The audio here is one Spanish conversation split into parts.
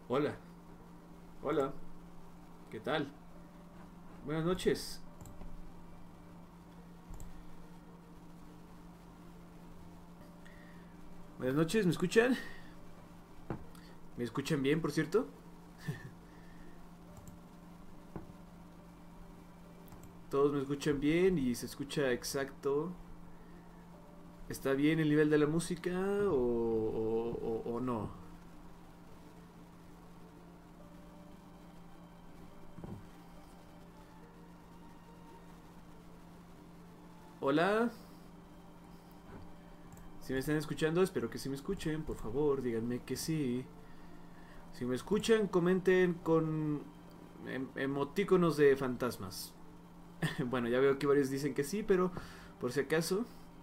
Hola, hola, ¿qué tal? Buenas noches. Buenas noches, ¿me escuchan? ¿Me escuchan bien, por cierto? Todos me escuchan bien y se escucha exacto. ¿Está bien el nivel de la música o no? Hola, si me están escuchando, espero que sí me escuchen. Por favor, díganme que sí. Si me escuchan, comenten con emotíconos de fantasmas. Bueno, ya veo que varios dicen que sí, pero por si acaso.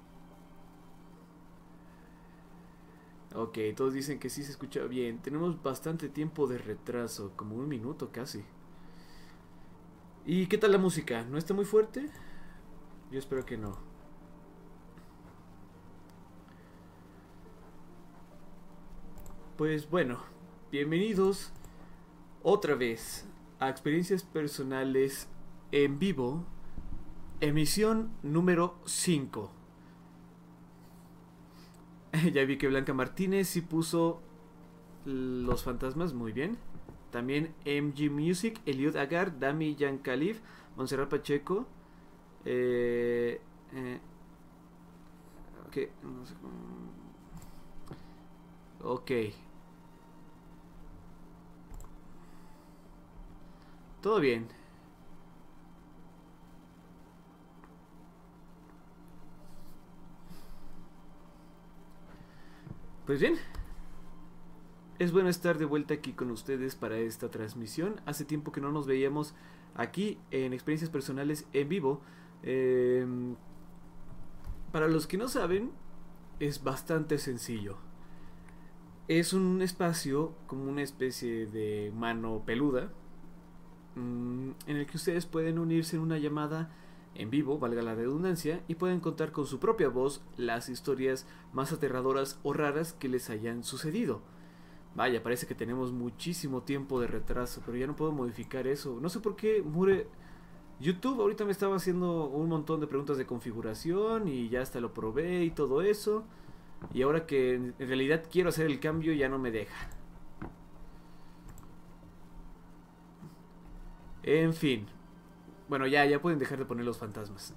Ok, todos dicen que sí se escucha bien. Tenemos bastante tiempo de retraso, como un minuto casi. ¿Y qué tal la música? ¿No está muy fuerte? Yo espero que no. Pues bueno, bienvenidos otra vez a Experiencias Personales en Vivo, emisión número 5. Ya vi que Blanca Martínez sí puso Los Fantasmas, muy bien. También MG Music, Eliud Agar, Dami Jan Khalif, Montserrat Pacheco, eh, eh, ok, no sé ok, todo bien. Pues bien, es bueno estar de vuelta aquí con ustedes para esta transmisión. Hace tiempo que no nos veíamos aquí en Experiencias Personales en vivo. Eh, para los que no saben, es bastante sencillo. Es un espacio como una especie de mano peluda en el que ustedes pueden unirse en una llamada en vivo, valga la redundancia, y pueden contar con su propia voz las historias más aterradoras o raras que les hayan sucedido. Vaya, parece que tenemos muchísimo tiempo de retraso, pero ya no puedo modificar eso. No sé por qué Mure. YouTube ahorita me estaba haciendo un montón de preguntas de configuración y ya hasta lo probé y todo eso. Y ahora que en realidad quiero hacer el cambio ya no me deja. En fin. Bueno, ya pueden dejar de poner los fantasmas.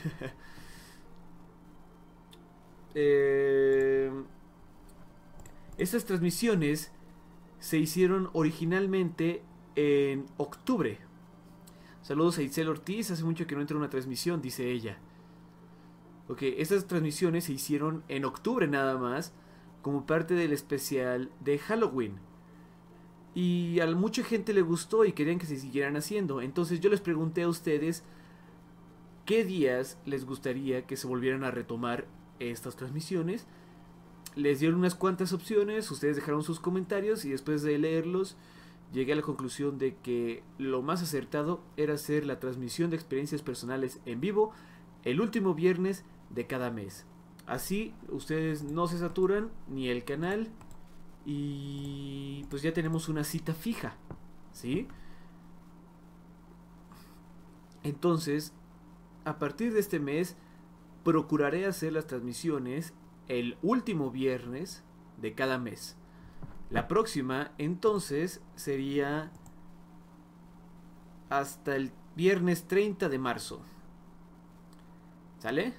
eh, Estas transmisiones se hicieron originalmente en octubre. Saludos a Itzel Ortiz, hace mucho que no entra una transmisión, dice ella. Ok, estas transmisiones se hicieron en octubre nada más, como parte del especial de Halloween. Y a mucha gente le gustó y querían que se siguieran haciendo. Entonces yo les pregunté a ustedes qué días les gustaría que se volvieran a retomar estas transmisiones. Les dieron unas cuantas opciones, ustedes dejaron sus comentarios y después de leerlos llegué a la conclusión de que lo más acertado era hacer la transmisión de experiencias personales en vivo el último viernes de cada mes. Así ustedes no se saturan ni el canal y pues ya tenemos una cita fija, ¿sí? Entonces, a partir de este mes procuraré hacer las transmisiones el último viernes de cada mes. La próxima entonces sería hasta el viernes 30 de marzo. ¿Sale?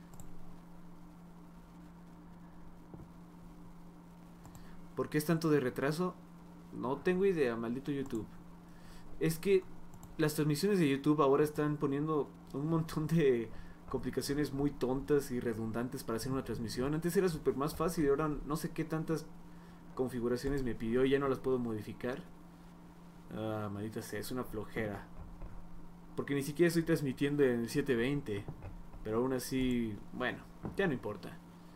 ¿Por qué es tanto de retraso? No tengo idea, maldito YouTube. Es que las transmisiones de YouTube ahora están poniendo un montón de complicaciones muy tontas y redundantes para hacer una transmisión. Antes era súper más fácil y ahora no sé qué tantas configuraciones me pidió y ya no las puedo modificar. Ah, maldita sea, es una flojera. Porque ni siquiera estoy transmitiendo en 720. Pero aún así, bueno, ya no importa.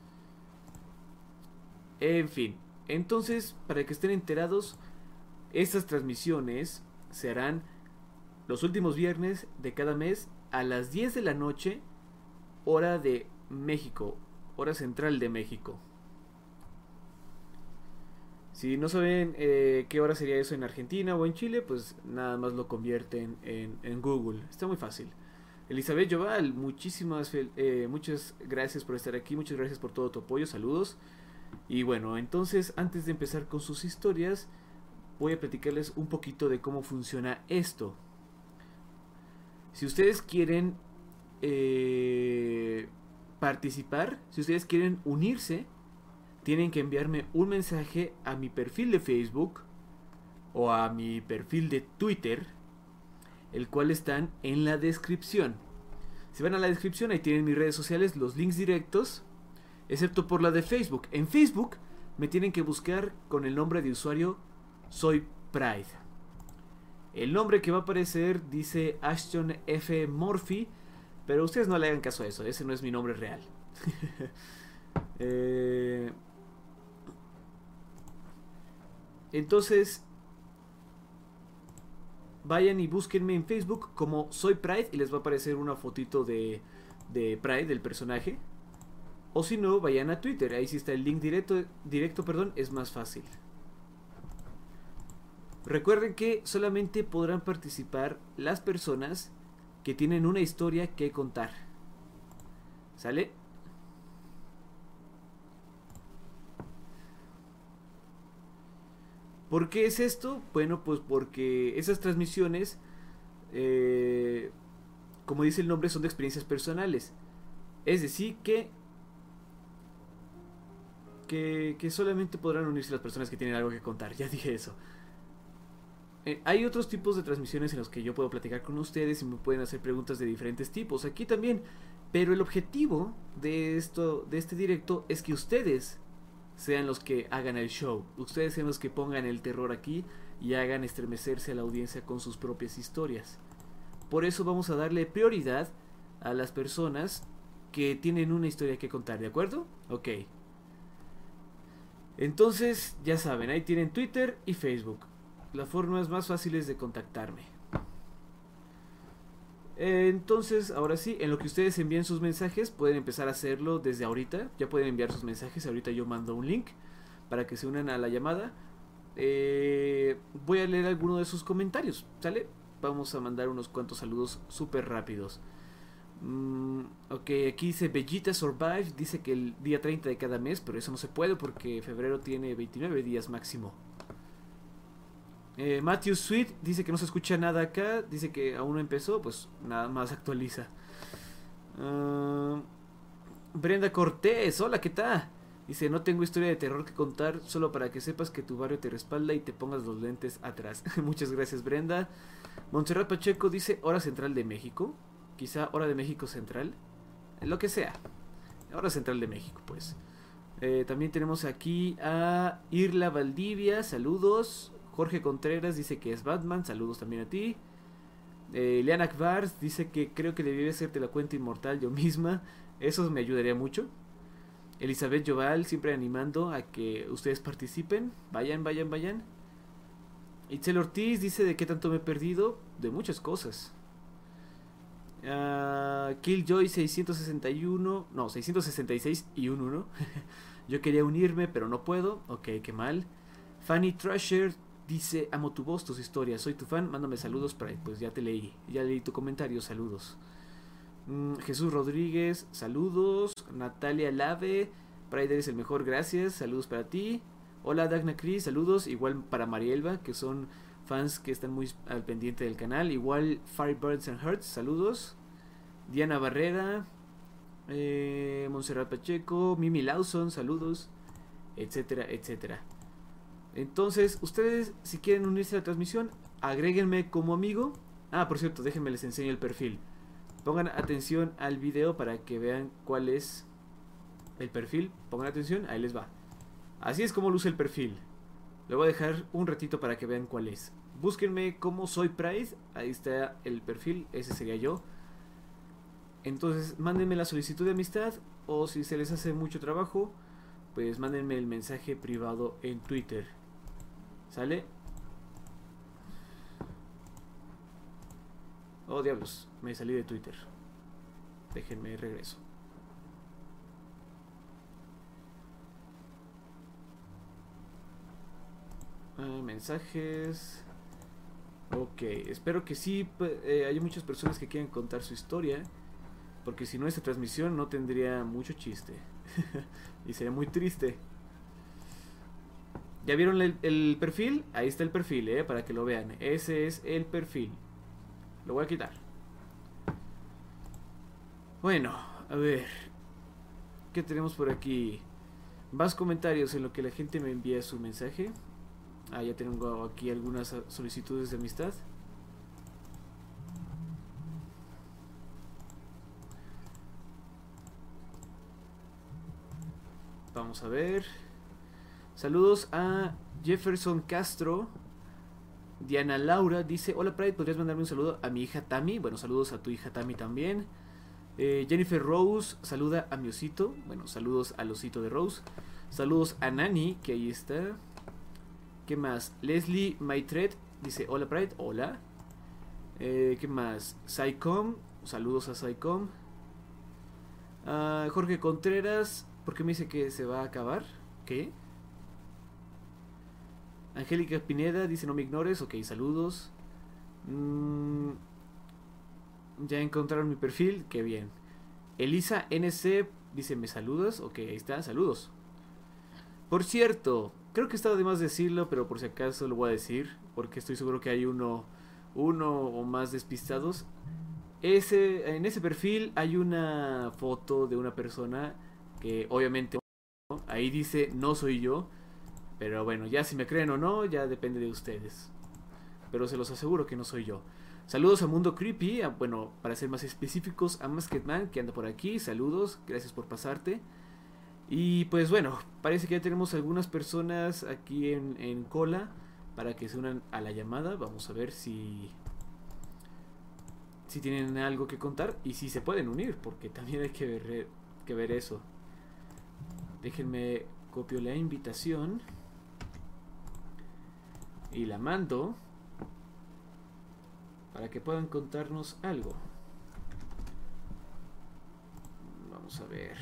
En fin, entonces, para que estén enterados, estas transmisiones se harán los últimos viernes de cada mes a las 10 de la noche, hora de México, hora central de México. Si no saben qué hora sería eso en Argentina o en Chile, pues nada más lo convierten en Google. Está muy fácil. Elizabeth Joval, muchas gracias por estar aquí, muchas gracias por todo tu apoyo, saludos. Y bueno, entonces antes de empezar con sus historias, voy a platicarles un poquito de cómo funciona esto. Si ustedes quieren participar, si ustedes quieren unirse, tienen que enviarme un mensaje a mi perfil de Facebook o a mi perfil de Twitter, el cual están en la descripción. Si van a la descripción, ahí tienen mis redes sociales, los links directos, excepto por la de Facebook. En Facebook me tienen que buscar con el nombre de usuario Soy Pride. El nombre que va a aparecer dice Ashton F. Murphy, pero ustedes no le hagan caso a eso, ese no es mi nombre real. Entonces, vayan y búsquenme en Facebook como Soy Pride y les va a aparecer una fotito de Pride, del personaje. O si no, vayan a Twitter, ahí sí está el link directo, es más fácil. Recuerden que solamente podrán participar las personas que tienen una historia que contar. ¿Sale? ¿Por qué es esto? Bueno, pues porque esas transmisiones, como dice el nombre, son de experiencias personales. Es decir, que solamente podrán unirse las personas que tienen algo que contar. Ya dije eso. Hay otros tipos de transmisiones en los que yo puedo platicar con ustedes y me pueden hacer preguntas de diferentes tipos. Aquí también. Pero el objetivo de este directo es que ustedes sean los que hagan el show. Ustedes sean los que pongan el terror aquí y hagan estremecerse a la audiencia con sus propias historias. Por eso vamos a darle prioridad a las personas que tienen una historia que contar, ¿de acuerdo? Ok. Entonces, ya saben, ahí tienen Twitter y Facebook. Las formas más fáciles de contactarme. Entonces, ahora sí, en lo que ustedes envíen sus mensajes, pueden empezar a hacerlo desde ahorita. Ya pueden enviar sus mensajes. Ahorita yo mando un link para que se unan a la llamada. Voy a leer alguno de sus comentarios, ¿sale? Vamos a mandar unos cuantos saludos súper rápidos. Ok, aquí dice Bellita Survive. Dice que el día 30 de cada mes, pero eso no se puede porque febrero tiene 29 días máximo. Matthew Sweet dice que no se escucha nada acá. Dice que aún no empezó. Pues nada más actualiza. Brenda Cortés, hola, ¿qué tal? Dice, no tengo historia de terror que contar, solo para que sepas que tu barrio te respalda y te pongas los lentes atrás. Muchas gracias, Brenda. Montserrat Pacheco dice, hora central de México. Quizá hora de México central. Lo que sea. Hora central de México, pues. También tenemos aquí a Irla Valdivia, saludos. Jorge Contreras dice que es Batman, saludos también a ti. Leana Kvars dice que creo que debí hacerte la cuenta inmortal yo misma. Eso me ayudaría mucho. Elizabeth Joval siempre animando a que ustedes participen. Vayan, vayan, vayan. Itzel Ortiz dice de qué tanto me he perdido. De muchas cosas. Killjoy 661. No, 666 y un 1. Yo quería unirme pero no puedo. Ok, qué mal. Fanny Trasher dice, amo tu voz, tus historias, soy tu fan, mándame saludos, Pride. Pues ya te leí, ya leí tu comentario, saludos. Jesús Rodríguez, saludos. Natalia Lave, Pride eres el mejor, gracias, saludos para ti. Hola Dagna Cris, saludos, igual para Marielba, que son fans que están muy al pendiente del canal. Igual Firebirds and Hearts, saludos. Diana Barrera, Montserrat Pacheco, Mimi Lawson, saludos, etcétera, etcétera. Entonces, ustedes si quieren unirse a la transmisión, agréguenme como amigo. Ah, por cierto, déjenme les enseño el perfil. Pongan atención al video para que vean cuál es el perfil. Pongan atención, ahí les va. Así es como luce el perfil. Lo voy a dejar un ratito para que vean cuál es. Búsquenme como Soy Pride. Ahí está el perfil, ese sería yo. Entonces, mándenme la solicitud de amistad. O si se les hace mucho trabajo, pues mándenme el mensaje privado en Twitter. ¿Sale? Oh, diablos, me salí de Twitter. Déjenme regreso. Mensajes. Ok, espero que sí hay muchas personas que quieran contar su historia, porque si no esta transmisión no tendría mucho chiste y sería muy triste. ¿Ya vieron el perfil? Ahí está el perfil, para que lo vean. Ese es el perfil. Lo voy a quitar. Bueno, a ver, ¿qué tenemos por aquí? Más comentarios en lo que la gente me envía su mensaje. Ya tengo aquí algunas solicitudes de amistad. Vamos a ver. Saludos a Jefferson Castro. Diana Laura dice: hola Pride, ¿podrías mandarme un saludo a mi hija Tami? Bueno, saludos a tu hija Tami también. Jennifer Rose saluda a mi osito. Bueno, saludos al osito de Rose. Saludos a Nani, que ahí está. ¿Qué más? Leslie Maitret dice: hola Pride, hola. ¿Qué más? Saicom, saludos a Saicom. Jorge Contreras, ¿por qué me dice que se va a acabar? ¿Qué? Angélica Pineda dice: no me ignores. Ok, saludos. Ya encontraron mi perfil, qué bien. Elisa NC dice: ¿me saludas? Ok, ahí está, saludos. Por cierto, creo que está de más decirlo, pero por si acaso lo voy a decir, porque estoy seguro que hay uno o más despistados. En ese perfil hay una foto de una persona que obviamente ahí dice: no soy yo. Pero bueno, ya si me creen o no, ya depende de ustedes. Pero se los aseguro que no soy yo. Saludos a Mundo Creepy, bueno, para ser más específicos, a Masketman, que anda por aquí. Saludos, gracias por pasarte. Y pues bueno, parece que ya tenemos algunas personas aquí en cola para que se unan a la llamada. Vamos a ver si tienen algo que contar y si se pueden unir, porque también hay que ver eso. Déjenme copio la invitación y la mando para que puedan contarnos algo. Vamos a ver.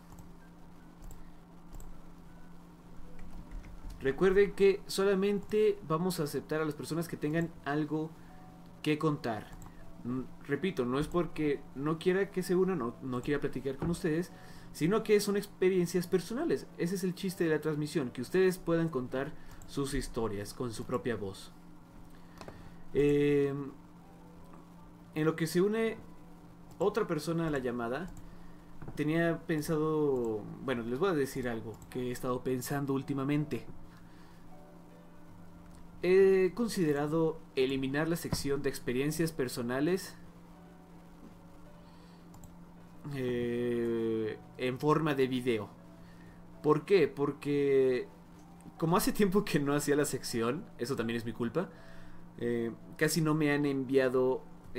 Recuerden que solamente vamos a aceptar a las personas que tengan algo que contar. Repito, no es porque no quiera que se unan, no quiera platicar con ustedes, sino que son experiencias personales. Ese es el chiste de la transmisión, que ustedes puedan contar sus historias con su propia voz. En lo que se une otra persona a la llamada, tenía pensado, bueno, les voy a decir algo que he estado pensando últimamente. He considerado eliminar la sección de experiencias personales en forma de video. ¿Por qué? Porque como hace tiempo que no hacía la sección, eso también es mi culpa, casi no me han enviado...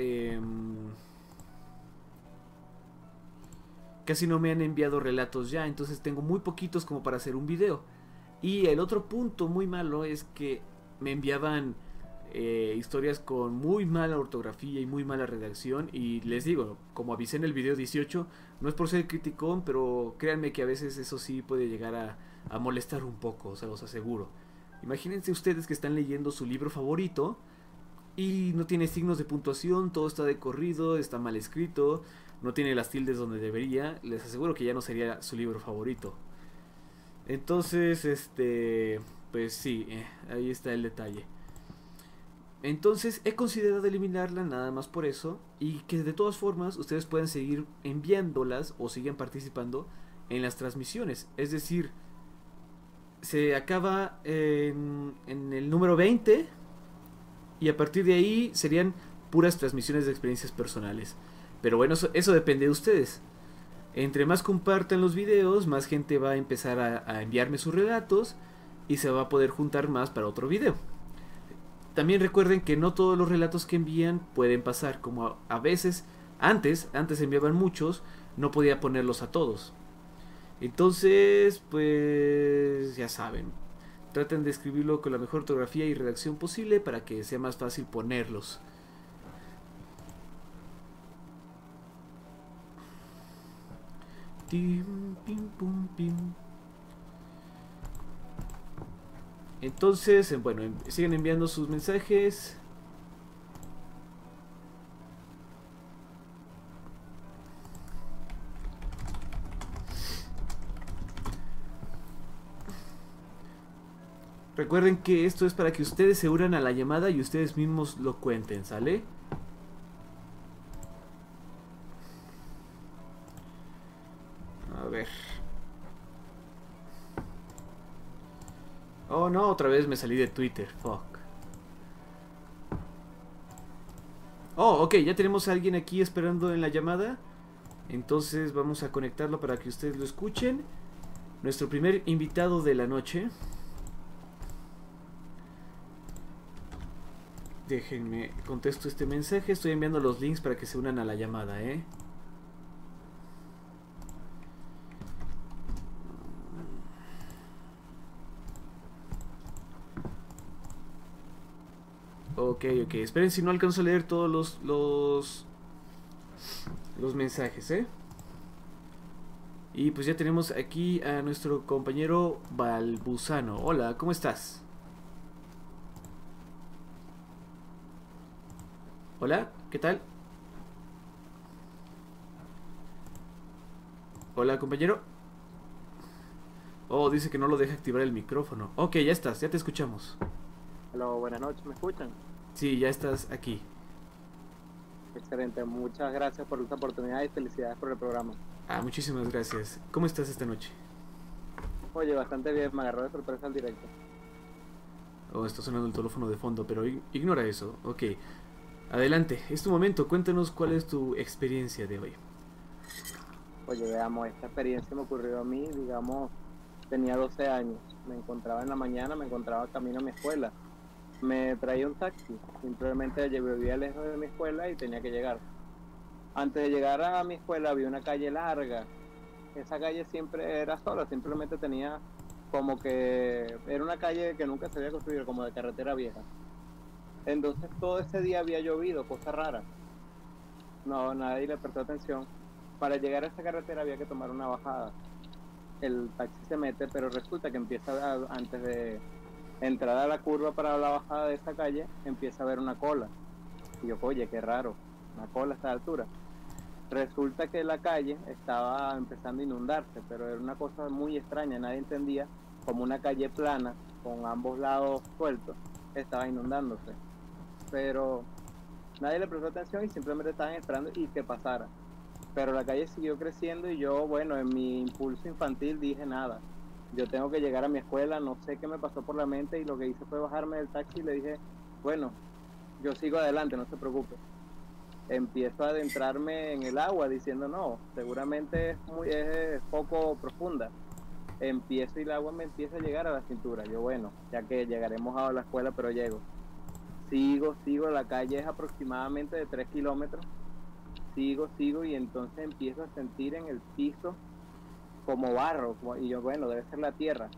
casi no me han enviado relatos ya, entonces tengo muy poquitos como para hacer un video. Y el otro punto muy malo es que me enviaban historias con muy mala ortografía y muy mala redacción. Y les digo, como avisé en el video 18, no es por ser criticón, pero créanme que a veces eso sí puede llegar a molestar un poco, se los aseguro. Imagínense ustedes que están leyendo su libro favorito y no tiene signos de puntuación, todo está de corrido, está mal escrito, no tiene las tildes donde debería. Les aseguro que ya no sería su libro favorito. Entonces, pues sí, ahí está el detalle. Entonces he considerado eliminarla nada más por eso, y que de todas formas ustedes pueden seguir enviándolas o sigan participando en las transmisiones. Es decir, se acaba en el número 20 y a partir de ahí serían puras transmisiones de experiencias personales. Pero bueno, eso depende de ustedes. Entre más compartan los videos, más gente va a empezar a enviarme sus relatos y se va a poder juntar más para otro video. También recuerden que no todos los relatos que envían pueden pasar, como a veces antes enviaban muchos, no podía ponerlos a todos. Entonces, pues ya saben, traten de escribirlo con la mejor ortografía y redacción posible para que sea más fácil ponerlos. Tim, pim, pum, pim. Entonces, bueno, siguen enviando sus mensajes. Recuerden que esto es para que ustedes se unan a la llamada y ustedes mismos lo cuenten, ¿sale? A ver. Oh no, otra vez me salí de Twitter, fuck. Oh, ok, ya tenemos a alguien aquí esperando en la llamada. Entonces vamos a conectarlo para que ustedes lo escuchen. Nuestro primer invitado de la noche. Déjenme contesto este mensaje. Estoy enviando los links para que se unan a la llamada, ¿eh? Ok, ok. Esperen si no alcanzo a leer todos los mensajes, ¿eh? Y pues ya tenemos aquí a nuestro compañero Balbuzano. Hola, ¿cómo estás? Hola, ¿qué tal? Hola, compañero. Oh, dice que no lo deja activar el micrófono. Ok, ya estás, ya te escuchamos. Hola, buenas noches, ¿me escuchan? Sí, ya estás aquí. Excelente, muchas gracias por esta oportunidad y felicidades por el programa. Ah, muchísimas gracias. ¿Cómo estás esta noche? Oye, bastante bien, me agarró de sorpresa el directo. Oh, está sonando el teléfono de fondo, pero ignora eso. Ok, adelante, es tu momento. Cuéntanos cuál es tu experiencia de hoy. Oye, veamos, esta experiencia me ocurrió a mí, digamos, tenía 12 años. Me encontraba en la mañana, me encontraba camino a mi escuela. Me traía un taxi, simplemente vivía lejos de mi escuela y tenía que llegar. Antes de llegar a mi escuela había una calle larga. Esa calle siempre era sola, simplemente tenía como que era una calle que nunca se había construido, como de carretera vieja. Entonces todo ese día había llovido, cosa rara. No, nadie le prestó atención. Para llegar a esa carretera había que tomar una bajada. El taxi se mete, pero resulta que antes de entrar a la curva para la bajada de esa calle, empieza a haber una cola. Y yo, oye, qué raro, una cola a esta altura. Resulta que la calle estaba empezando a inundarse, pero era una cosa muy extraña, nadie entendía como una calle plana, con ambos lados sueltos, estaba inundándose. Pero nadie le prestó atención y simplemente estaban esperando y que pasara. Pero la calle siguió creciendo y yo, bueno, en mi impulso infantil dije nada. Yo tengo que llegar a mi escuela, no sé qué me pasó por la mente y lo que hice fue bajarme del taxi y le dije, bueno, yo sigo adelante, no se preocupe. Empiezo a adentrarme en el agua diciendo, no, seguramente es poco profunda. Empiezo y el agua me empieza a llegar a la cintura. Yo, bueno, ya que llegaremos a la escuela, pero llego. Sigo, la calle es aproximadamente de 3 kilómetros. Sigo y entonces empiezo a sentir en el piso como barro y yo, bueno, debe ser la tierra.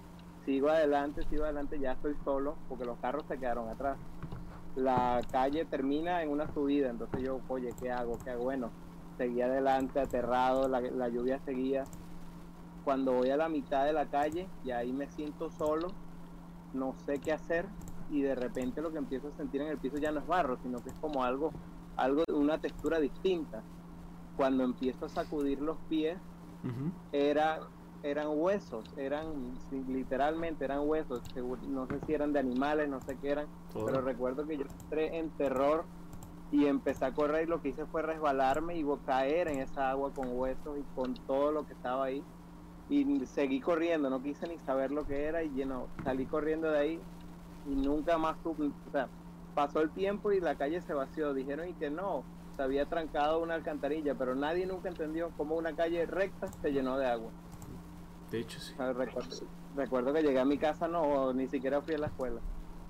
Sigo adelante, ya estoy solo porque los carros se quedaron atrás. La calle termina en una subida, entonces yo, oye, ¿qué hago? Bueno, seguí adelante, aterrado, la lluvia seguía. Cuando voy a la mitad de la calle y ahí me siento solo, no sé qué hacer y de repente lo que empiezo a sentir en el piso ya no es barro, sino que es como algo de una textura distinta. Cuando empiezo a sacudir los pies, eran huesos, literalmente eran huesos, no sé si eran de animales, no sé qué eran, pero recuerdo que yo entré en terror y empecé a correr y lo que hice fue resbalarme y caer en esa agua con huesos y con todo lo que estaba ahí y seguí corriendo, no quise ni saber lo que era y salí corriendo de ahí y nunca más o sea, pasó el tiempo y la calle se vació, dijeron y que no, se había trancado una alcantarilla, pero nadie nunca entendió cómo una calle recta se llenó de agua. De hecho, sí. O sea, recuerdo que llegué a mi casa, no, ni siquiera fui a la escuela.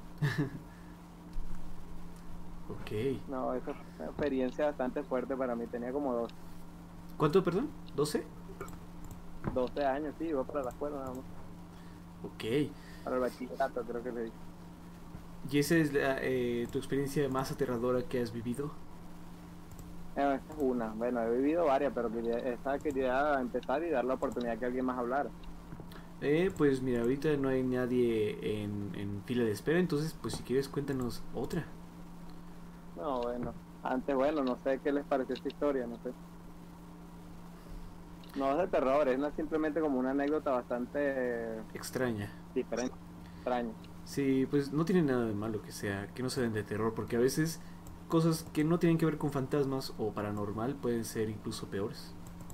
Ok. No, esa fue una experiencia bastante fuerte para mí, tenía como ¿Cuánto, perdón? ¿12? 12 años, sí, iba para la escuela nada más. Ok. Para el bachillerato creo que le dije. ¿Y esa es tu experiencia más aterradora que has vivido? Esta es una, bueno, he vivido varias, pero quería empezar y dar la oportunidad que alguien más hablara. Pues mira, ahorita no hay nadie en fila de espera, entonces pues si quieres cuéntanos otra. No, bueno, antes, bueno, no sé qué les pareció esta historia, no sé. No es de terror, es simplemente como una anécdota bastante Extraña. diferente, extraña. Sí, pues no tiene nada de malo que sea, que no se den de terror, porque a veces cosas que no tienen que ver con fantasmas o paranormal pueden ser incluso peores.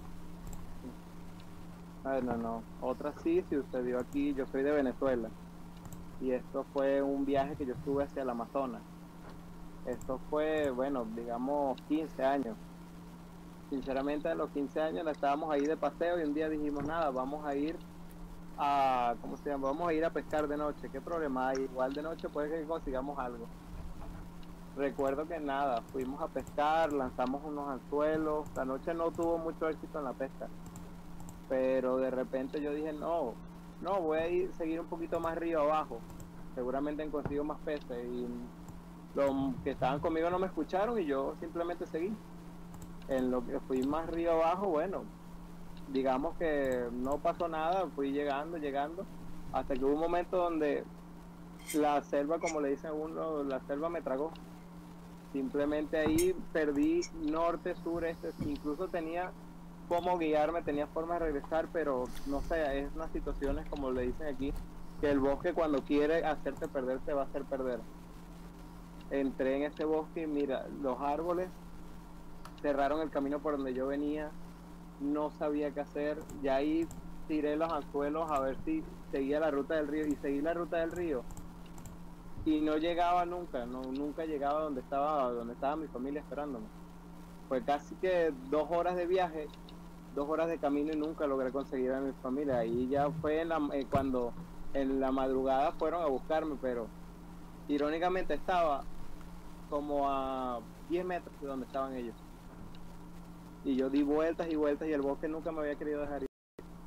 Bueno, no. Otra sí sucedió aquí, yo soy de Venezuela y esto fue un viaje que yo estuve hacia el Amazonas. Esto fue, bueno, digamos 15 años. Sinceramente, a los 15 años estábamos ahí de paseo y un día dijimos, nada, vamos a ir a, ¿cómo se llama? Vamos a ir a pescar de noche. ¿Qué problema hay? Igual de noche puede que consigamos algo. Recuerdo que nada, fuimos a pescar, lanzamos unos anzuelos. La noche no tuvo mucho éxito en la pesca, pero de repente yo dije, no, no, voy a ir, seguir un poquito más río abajo. Seguramente consigo más peces y los que estaban conmigo no me escucharon y yo simplemente seguí. En lo que fui más río abajo, bueno, digamos que no pasó nada, fui llegando, llegando, hasta que hubo un momento donde la selva, como le dicen a uno, la selva me tragó. Simplemente ahí perdí norte, sur, este, incluso tenía cómo guiarme, tenía forma de regresar, pero no sé, es unas situaciones como le dicen aquí, que el bosque cuando quiere hacerte perder te va a hacer perder. Entré en ese bosque y mira, los árboles cerraron el camino por donde yo venía, no sabía qué hacer, y ahí tiré los anzuelos a ver si seguía la ruta del río, y seguí la ruta del río, y no llegaba nunca, no, nunca llegaba donde estaba mi familia esperándome. Fue casi que 2 horas de viaje, 2 horas de camino y nunca logré conseguir a mi familia. Ahí ya fue cuando en la madrugada fueron a buscarme, pero irónicamente estaba como a 10 metros de donde estaban ellos. Y yo di vueltas y vueltas y el bosque nunca me había querido dejar ir.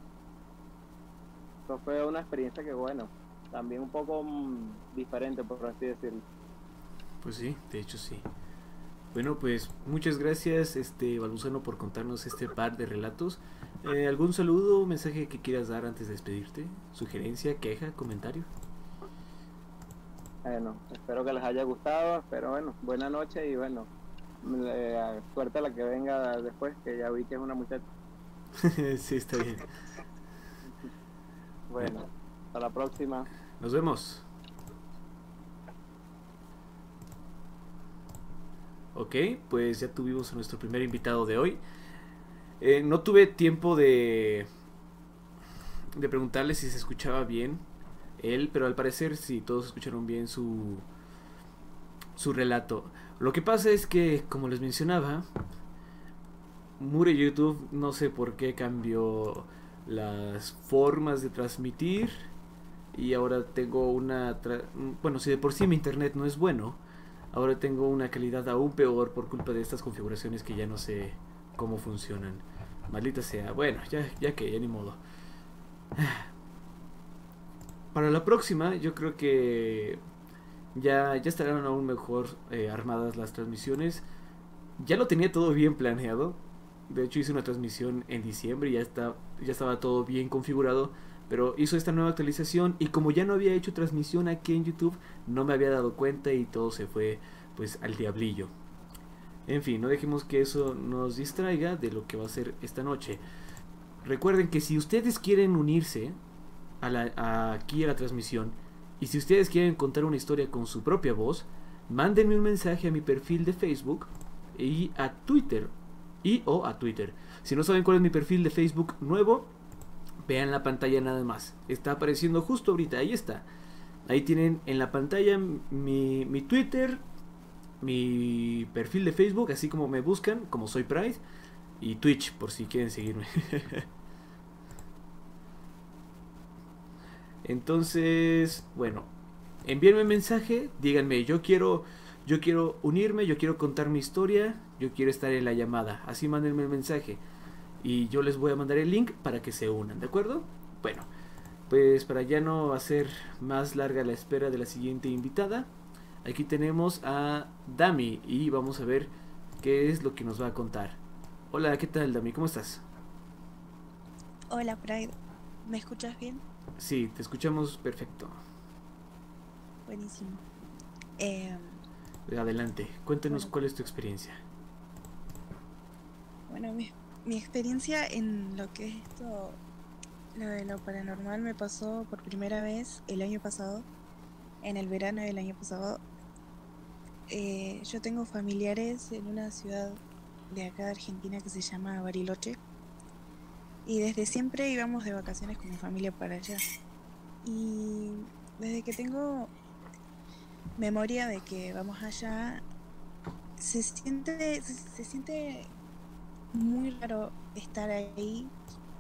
Eso fue una experiencia que, bueno, también un poco diferente, por así decirlo. Pues sí, de hecho sí. Bueno, pues muchas gracias, Balbuzano, por contarnos este par de relatos. ¿Algún saludo o mensaje que quieras dar antes de despedirte? ¿Sugerencia, queja, comentario? Bueno, espero que les haya gustado, pero bueno, buena noche y bueno, suerte a la que venga después, que ya vi que es una muchacha. Sí, está bien. Bueno, hasta la próxima. Nos vemos. Ok, pues ya tuvimos a nuestro primer invitado de hoy. No tuve tiempo de preguntarle si se escuchaba bien él, pero al parecer sí, todos escucharon bien su relato. Lo que pasa es que, como les mencionaba, Mure YouTube no sé por qué cambió las formas de transmitir y ahora tengo bueno, si de por sí mi internet no es bueno, ahora tengo una calidad aún peor por culpa de estas configuraciones que ya no sé cómo funcionan. Maldita sea. Bueno, ya que, ya ni modo. Para la próxima, yo creo que ya estarán aún mejor armadas las transmisiones. Ya lo tenía todo bien planeado. De hecho, hice una transmisión en diciembre y ya estaba todo bien configurado. Pero hizo esta nueva actualización y como ya no había hecho transmisión aquí en YouTube, no me había dado cuenta y todo se fue pues al diablillo. En fin, no dejemos que eso nos distraiga de lo que va a ser esta noche. Recuerden que si ustedes quieren unirse aquí a la transmisión y si ustedes quieren contar una historia con su propia voz, mándenme un mensaje a mi perfil de Facebook y a Twitter. O a Twitter. Si no saben cuál es mi perfil de Facebook nuevo, vean la pantalla nada más. Está apareciendo justo ahorita, ahí está. Ahí tienen en la pantalla mi Twitter, mi perfil de Facebook, así como me buscan, como soy Pride, y Twitch, por si quieren seguirme. Entonces, bueno, envíenme un mensaje, díganme, yo quiero unirme, yo quiero contar mi historia, yo quiero estar en la llamada. Así mándenme el mensaje y yo les voy a mandar el link para que se unan, ¿de acuerdo? Bueno, pues para ya no hacer más larga la espera de la siguiente invitada, aquí tenemos a Dami y vamos a ver qué es lo que nos va a contar. Hola, ¿qué tal, Dami? ¿Cómo estás? Hola, Pride. ¿Me escuchas bien? Sí, te escuchamos perfecto. Buenísimo. Eh, Adelante, cuéntanos bueno, cuál es tu experiencia. bueno, mi experiencia en lo que es esto, lo de lo paranormal, me pasó por primera vez el año pasado, en el verano del año pasado. Yo tengo familiares en una ciudad de acá de Argentina que se llama Bariloche, y desde siempre íbamos de vacaciones con mi familia para allá. Y desde que tengo memoria de que vamos allá, se siente muy raro estar ahí.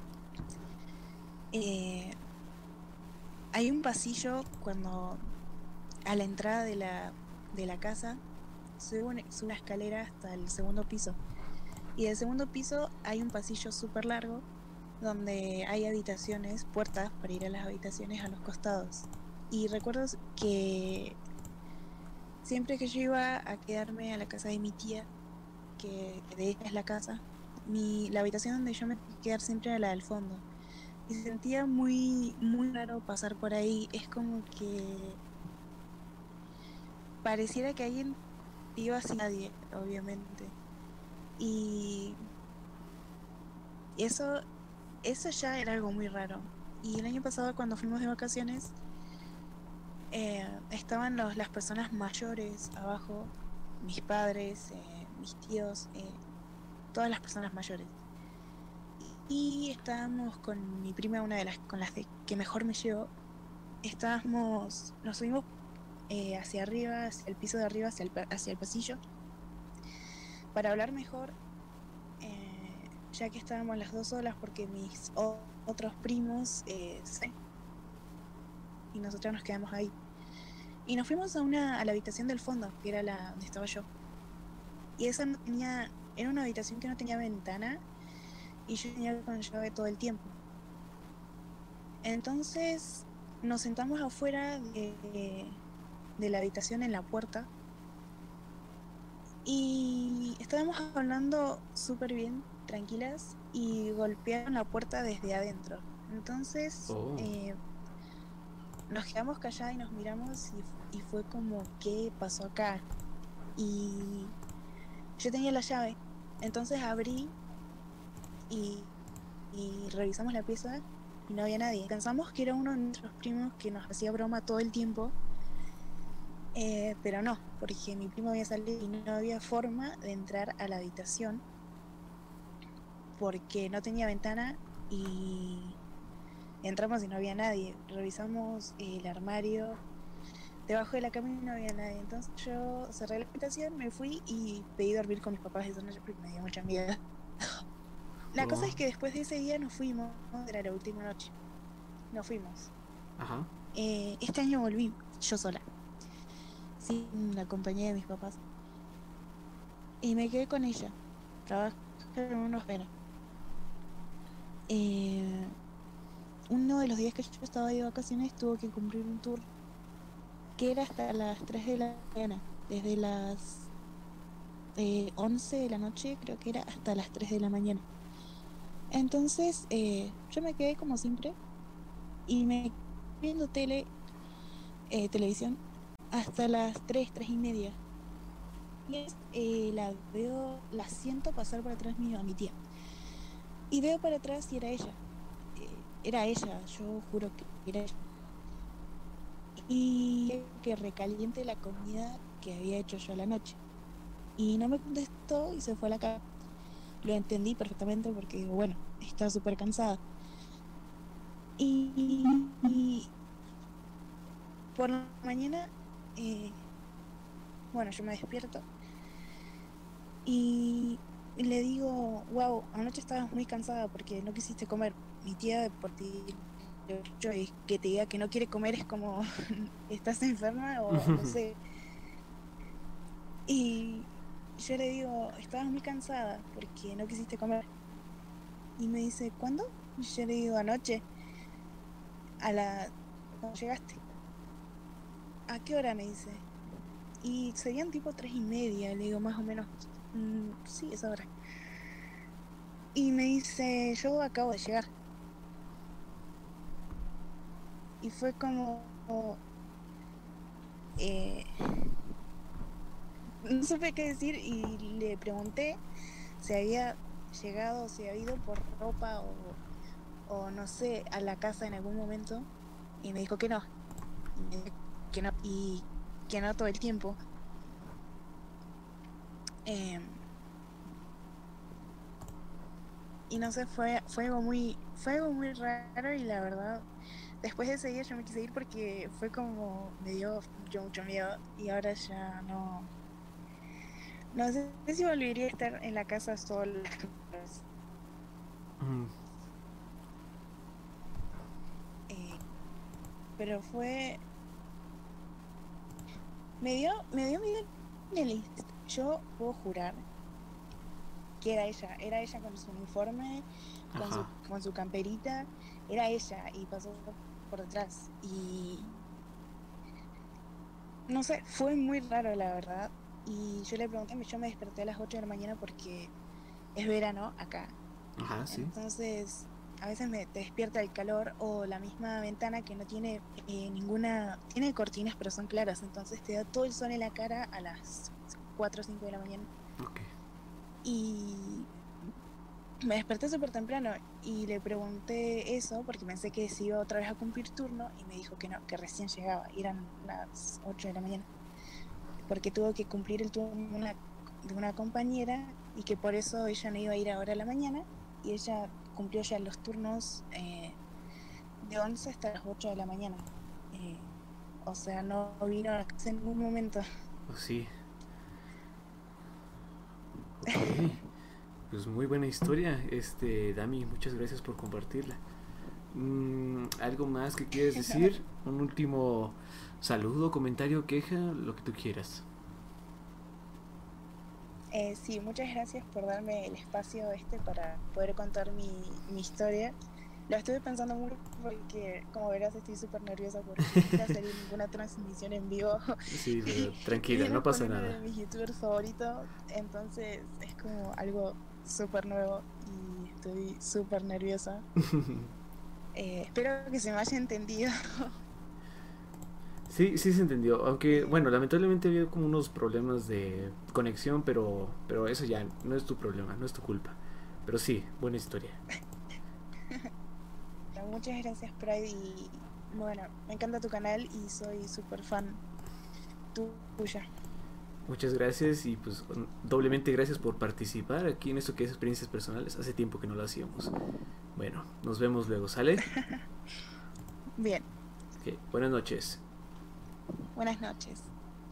Eh, Hay un pasillo cuando a la entrada de la casa sube una escalera hasta el segundo piso. Y del segundo piso hay un pasillo súper largo donde hay habitaciones, puertas para ir a las habitaciones a los costados. Y recuerdo que siempre que yo iba a quedarme a la casa de mi tía, que de ella es la casa, la habitación donde yo me tenía que quedar siempre era la del fondo. Y se sentía muy, muy raro pasar por ahí. Es como que pareciera que alguien iba sin nadie, obviamente. Y eso, eso ya era algo muy raro. Y el año pasado cuando fuimos de vacaciones, estaban las personas mayores abajo, mis padres, mis tíos, todas las personas mayores. Y estábamos con mi prima, una de las con las que mejor me llevo. Nos subimos hacia arriba, hacia el piso de arriba, hacia el pasillo, para hablar mejor, ya que estábamos las dos solas porque mis otros primos y nosotros nos quedamos ahí. Y nos fuimos a la habitación del fondo, que era la donde estaba yo. Y esa no tenía, era una habitación que no tenía ventana y yo tenía con llave todo el tiempo. Entonces nos sentamos afuera de la habitación en la puerta y estábamos hablando súper bien, tranquilas, y golpearon la puerta desde adentro. Entonces Oh. nos quedamos calladas y nos miramos y fue como, ¿qué pasó acá? Y yo tenía la llave, entonces abrí y, y revisamos la pieza y no había nadie. Pensamos que era uno de nuestros primos que nos hacía broma todo el tiempo, pero no, porque mi primo había salido y no había forma de entrar a la habitación porque no tenía ventana y entramos y no había nadie. Revisamos el armario, debajo de la cama y no había nadie. Entonces yo cerré la habitación, me fui y pedí dormir con mis papás esa noche porque me dio mucha miedo. La cosa Oh. es que después de ese día nos fuimos, era la última noche, nos fuimos. Ajá. Este año volví yo sola, sin la compañía de mis papás. Y me quedé con ella. Trabajé en una hospedera. Uno de los días que yo estaba de vacaciones tuve que cumplir un tour que era hasta las 3 de la mañana. Desde las 11 de la noche, creo que era, hasta las 3 de la mañana. Entonces, yo me quedé como siempre y me quedé viendo televisión, hasta las 3 y media. Y la siento pasar por atrás mío a mi tía. Y veo para atrás y era ella. Era ella, yo juro que era ella. Y que recaliente la comida que había hecho yo a la noche. Y no me contestó y se fue a la cama. Lo entendí perfectamente porque digo, bueno, está súper cansada. Y por la mañana, eh, bueno, yo me despierto y le digo, wow, anoche estabas muy cansada porque no quisiste comer. Mi tía, por ti, y que te diga que no quiere comer es como, ¿estás enferma o no sé? Y yo le digo, estabas muy cansada porque no quisiste comer. Y me dice, ¿cuándo? Y yo le digo, anoche, cuando llegaste. ¿A qué hora? Me dice. Y serían tipo 3:30, le digo, más o menos. Sí, esa hora. Y me dice, yo acabo de llegar. Y fue como... eh, no supe qué decir y le pregunté si había llegado, si había ido por ropa o no sé, a la casa en algún momento. Y me dijo que no. Y me dijo que no, y que no todo el tiempo. Y no sé, fue algo muy raro, y la verdad, después de ese día yo me quise ir porque fue como, me dio mucho miedo, y ahora ya no sé si volvería a estar en la casa sola. Mm. Pero me dio miedo en el instante. Yo puedo jurar que era ella con su uniforme, Ajá. con su camperita, era ella, y pasó por detrás. Y no sé, fue muy raro, la verdad. Y yo le pregunté, yo me desperté a las 8 de la mañana porque es verano acá. Ajá, sí. Entonces, a veces te despierta el calor, o la misma ventana que no tiene tiene cortinas pero son claras, entonces te da todo el sol en la cara a las 4 o 5 de la mañana. Ok. Y me desperté súper temprano y le pregunté eso porque pensé que se iba otra vez a cumplir turno, y me dijo que no, que recién llegaba, y eran las 8 de la mañana, porque tuvo que cumplir el turno de una compañera, y que por eso ella no iba a ir ahora a la mañana, y ella cumplió ya los turnos de 11 hasta las 8 de la mañana. O sea, no vino a casa en ningún momento. Pues sí. Ok. Pues muy buena historia, Dami, muchas gracias por compartirla. ¿Algo más que quieres decir? Un último saludo, comentario, queja, lo que tú quieras. Sí, muchas gracias por darme el espacio para poder contar mi historia. Lo estuve pensando mucho porque, como verás, estoy súper nerviosa porque nunca salí en ninguna transmisión en vivo. Sí, pero Y tranquila, no menos con pasa uno nada. de mis youtubers favoritos. Entonces es como algo súper nuevo y estoy súper nerviosa. Espero que se me haya entendido. Sí, sí se entendió. Aunque, bueno, lamentablemente había como unos problemas de conexión, pero eso ya no es tu problema, no es tu culpa. Pero sí, buena historia. Muchas gracias, Pride. Y bueno, me encanta tu canal y soy súper fan tuya. Muchas gracias y pues doblemente gracias por participar aquí en esto que es experiencias personales. Hace tiempo que no lo hacíamos. Bueno, nos vemos luego, ¿sale? Bien. Okay, buenas noches. Buenas noches.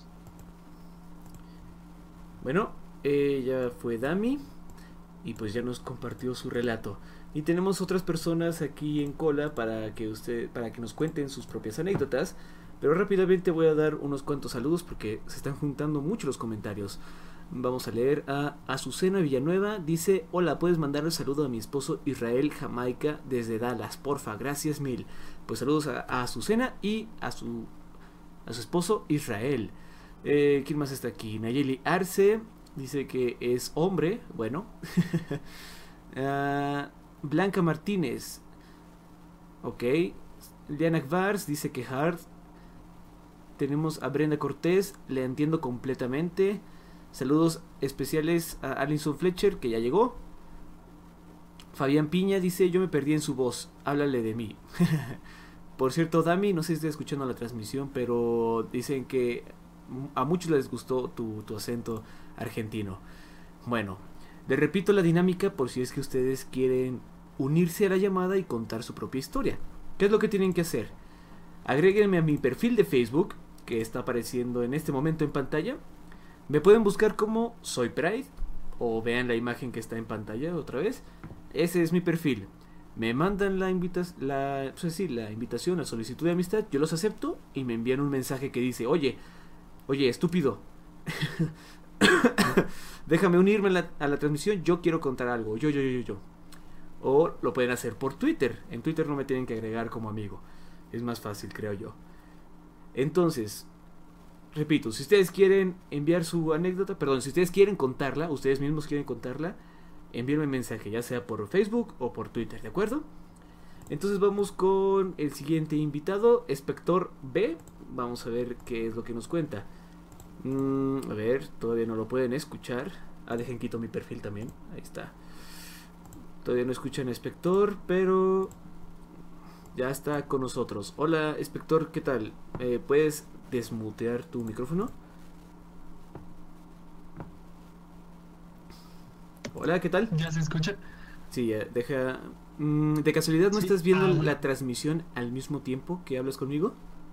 Bueno, ella fue Dami y pues ya nos compartió su relato. Y tenemos otras personas aquí en cola para que nos cuenten sus propias anécdotas. Pero rápidamente voy a dar unos cuantos saludos porque se están juntando mucho los comentarios. Vamos a leer a Azucena Villanueva. Dice: hola, puedes mandarle saludo a mi esposo Israel Jamaica desde Dallas, porfa, gracias mil. Pues saludos a Azucena y a su esposo Israel. ¿Quién más está aquí? Nayeli Arce dice que es hombre. Bueno. Blanca Martínez. Ok. Liana Vars dice que hard. Tenemos a Brenda Cortés, le entiendo completamente. Saludos especiales a Alinson Fletcher, que ya llegó. Fabián Piña dice: yo me perdí en su voz, háblale de mí. Por cierto, Dami, no sé si está escuchando la transmisión, pero dicen que a muchos les gustó tu acento argentino. Bueno, les repito la dinámica por si es que ustedes quieren unirse a la llamada y contar su propia historia. ¿Qué es lo que tienen que hacer? Agréguenme a mi perfil de Facebook, que está apareciendo en este momento en pantalla. Me pueden buscar como Soy Pride, o vean la imagen que está en pantalla otra vez. Ese es mi perfil. Me mandan la invitación, la solicitud de amistad, yo los acepto y me envían un mensaje que dice: oye, estúpido, déjame unirme a la transmisión, yo quiero contar algo, yo. O lo pueden hacer por Twitter. En Twitter no me tienen que agregar como amigo. Es más fácil, creo yo. Entonces, repito, si ustedes quieren enviar su anécdota, si ustedes quieren contarla, ustedes mismos quieren contarla, envíenme un mensaje, ya sea por Facebook o por Twitter, ¿de acuerdo? Entonces vamos con el siguiente invitado, Spector B. Vamos a ver qué es lo que nos cuenta. A ver, todavía no lo pueden escuchar. Dejen quito mi perfil también. Ahí está. Todavía no escuchan a Spector, pero ya está con nosotros. Hola, Spector, ¿qué tal? ¿Puedes desmutear tu micrófono? Hola, ¿qué tal? ¿Ya se escucha? Sí, deja... ¿De casualidad no Sí, estás viendo bueno. la transmisión al mismo tiempo que hablas conmigo?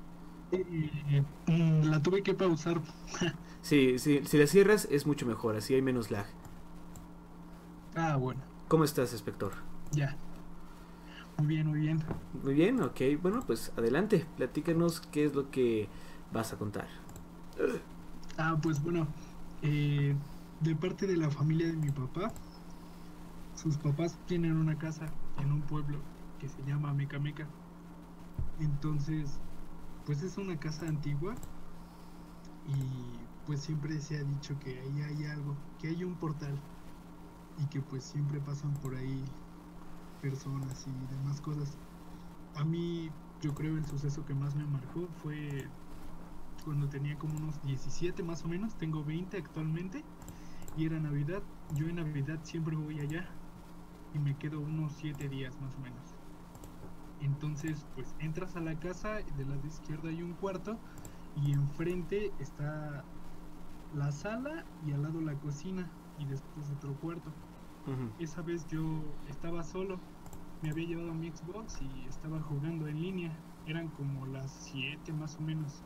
La tuve que pausar. Sí, si la cierras es mucho mejor, así hay menos lag. Bueno, ¿Cómo estás, Spector? ya. Muy bien, muy bien. Muy bien, ok. Bueno, pues adelante, platícanos qué es lo que vas a contar. Pues bueno, de parte de la familia de mi papá, sus papás tienen una casa en un pueblo que se llama Meca Meca. Entonces, pues es una casa antigua y pues siempre se ha dicho que ahí hay algo, que hay un portal y que pues siempre pasan por ahí personas y demás cosas. A mí, yo creo el suceso que más me marcó fue cuando tenía como unos 17 más o menos, tengo 20 actualmente, y era Navidad. Yo en Navidad siempre voy allá y me quedo unos 7 días más o menos. Entonces, pues entras a la casa, del lado izquierdo hay un cuarto y enfrente está la sala y al lado la cocina y después otro cuarto. Esa vez yo estaba solo, me había llevado mi Xbox y estaba jugando en línea. Eran como las 7 más o menos.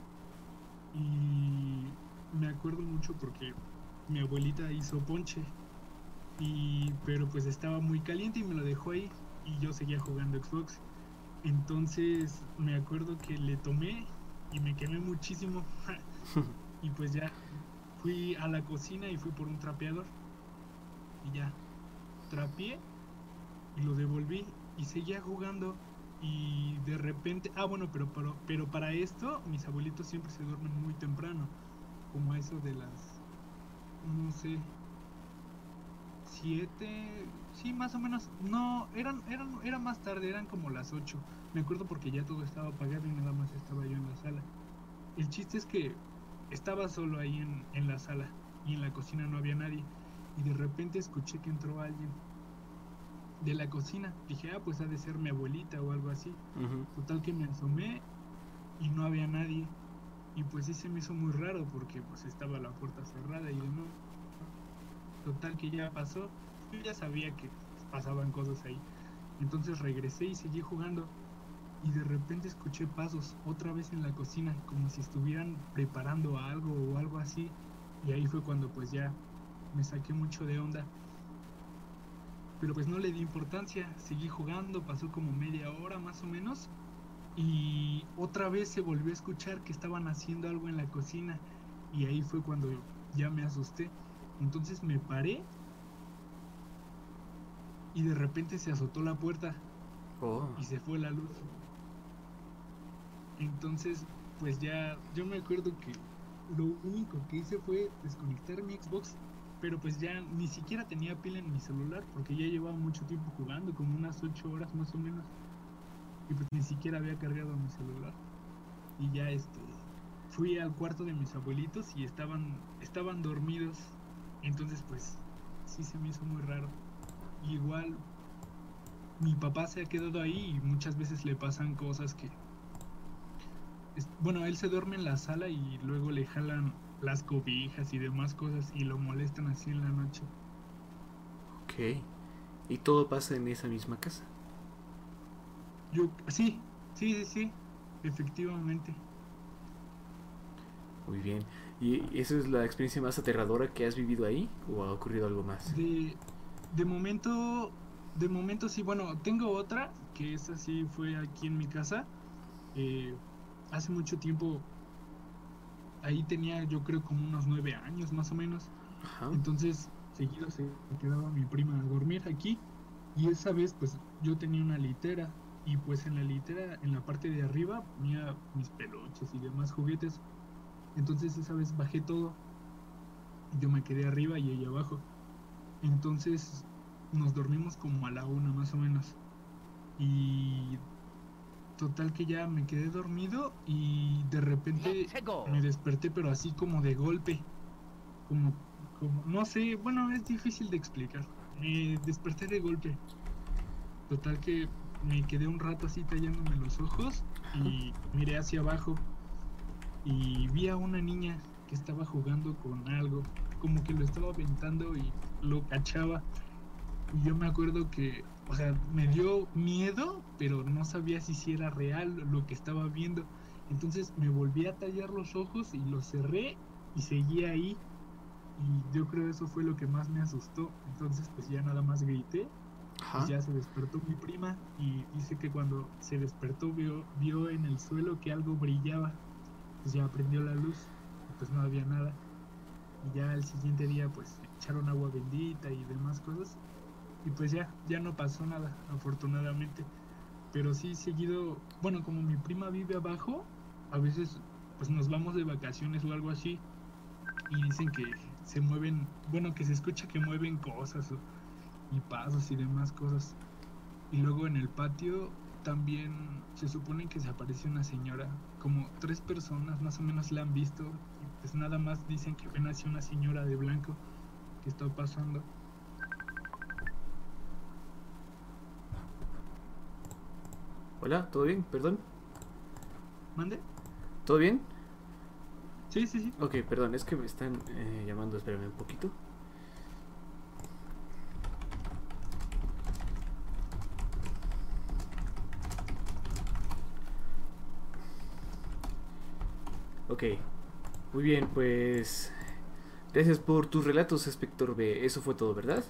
Y me acuerdo mucho porque mi abuelita hizo ponche. Pero pues estaba muy caliente y me lo dejó ahí. Y yo seguía jugando Xbox. Entonces me acuerdo que le tomé y me quemé muchísimo. Y pues ya fui a la cocina y fui por un trapeador. Y ya trapié y lo devolví y seguía jugando. Y de repente, bueno, pero para esto mis abuelitos siempre se duermen muy temprano, como a eso de las, no sé, 7, sí, más o menos. No, era más tarde, eran como las 8. Me acuerdo porque ya todo estaba apagado y nada más estaba yo en la sala. El chiste es que estaba solo ahí en la sala y en la cocina no había nadie. Y de repente escuché que entró alguien de la cocina. Dije, pues ha de ser mi abuelita o algo así. Total que me asomé y no había nadie. Y pues sí se me hizo muy raro porque pues estaba la puerta cerrada y demás. Total que ya pasó. Yo ya sabía que pasaban cosas ahí. Entonces regresé y seguí jugando. Y de repente escuché pasos otra vez en la cocina, como si estuvieran preparando algo o algo así. Y ahí fue cuando pues ya me saqué mucho de onda. Pero pues no le di importancia, seguí jugando, pasó como media hora más o menos. Y otra vez se volvió a escuchar que estaban haciendo algo en la cocina. Y ahí fue cuando ya me asusté. Entonces me paré y de repente se azotó la puerta y se fue la luz. Entonces pues ya yo me acuerdo que lo único que hice fue desconectar mi Xbox, pero pues ya ni siquiera tenía pila en mi celular porque ya llevaba mucho tiempo jugando, como unas 8 horas más o menos, y pues ni siquiera había cargado mi celular. Y ya fui al cuarto de mis abuelitos y estaban dormidos. Entonces pues sí se me hizo muy raro. Y igual mi papá se ha quedado ahí y muchas veces le pasan cosas que bueno, él se duerme en la sala y luego le jalan las cobijas y demás cosas y lo molestan así en la noche. Ok. ¿Y todo pasa en esa misma casa? Sí, efectivamente. Muy bien. ¿Y esa es la experiencia más aterradora que has vivido ahí? ¿O ha ocurrido algo más? De momento sí. Bueno, tengo otra que esa sí fue aquí en mi casa. Hace mucho tiempo, ahí tenía yo creo como unos 9 años más o menos. Ajá. Entonces seguido se quedaba mi prima a dormir aquí y esa vez pues yo tenía una litera y pues en la litera, en la parte de arriba ponía mis peluches y demás juguetes. Entonces esa vez bajé todo, yo me quedé arriba y ella abajo. Entonces nos dormimos como a la 1 más o menos. Y total que ya me quedé dormido y de repente me desperté, pero así como de golpe. Como, no sé, bueno, es difícil de explicar. Me desperté de golpe. Total que me quedé un rato así tallándome los ojos y miré hacia abajo y vi a una niña que estaba jugando con algo, como que lo estaba aventando y lo cachaba. Y yo me acuerdo que, o sea, me dio miedo, pero no sabía si era real lo que estaba viendo. Entonces me volví a tallar los ojos y los cerré y seguí ahí. Y yo creo eso fue lo que más me asustó. Entonces pues ya nada más grité. Ajá. Pues ya se despertó mi prima y dice que cuando se despertó vio en el suelo que algo brillaba. Pues ya prendió la luz y pues no había nada. Y ya el siguiente día pues echaron agua bendita y demás cosas. Y pues ya no pasó nada, afortunadamente. Pero sí seguido, bueno, como mi prima vive abajo, a veces pues nos vamos de vacaciones o algo así. Y dicen que se mueven, bueno, que se escucha que mueven cosas y pasos y demás cosas. Y luego en el patio también se supone que se aparece una señora, como 3 personas más o menos la han visto, y pues nada más dicen que ven así una señora de blanco que está pasando. Hola, ¿todo bien? Perdón. ¿Mande? ¿Todo bien? Sí. Ok, perdón, es que me están llamando, espérame un poquito. Ok, muy bien, pues gracias por tus relatos, Spector B. Eso fue todo, ¿verdad?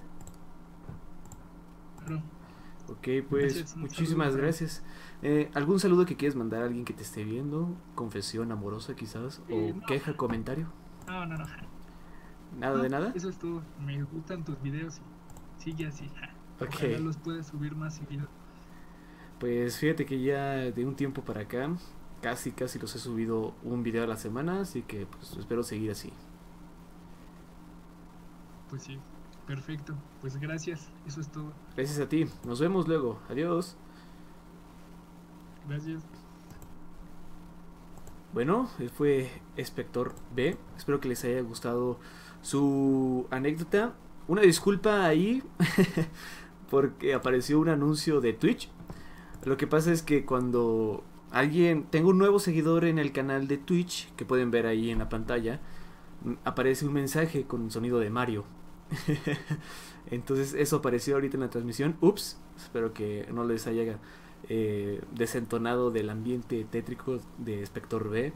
Claro. Ok, pues Gracias, un muchísimas saludo. gracias. ¿Algún saludo que quieras mandar a alguien que te esté viendo? ¿Confesión amorosa quizás? ¿O No, queja, comentario? no. ¿Nada de No, nada? eso es todo. Me gustan tus videos y sigue así. Ojalá Ok, los puedas subir más seguido. pues fíjate que ya de un tiempo para acá casi los he subido un video a la semana, así que pues espero seguir así. Pues sí, perfecto. Pues gracias, eso es todo. Gracias a ti, nos vemos luego, adiós. Gracias. Bueno, él fue Spector B. Espero que les haya gustado su anécdota. Una disculpa ahí porque apareció un anuncio de Twitch. Lo que pasa es que cuando tengo un nuevo seguidor en el canal de Twitch, que pueden ver ahí en la pantalla, aparece un mensaje con sonido de Mario. Entonces eso apareció ahorita en la transmisión. Ups, espero que no les haya desentonado del ambiente tétrico de Spector B.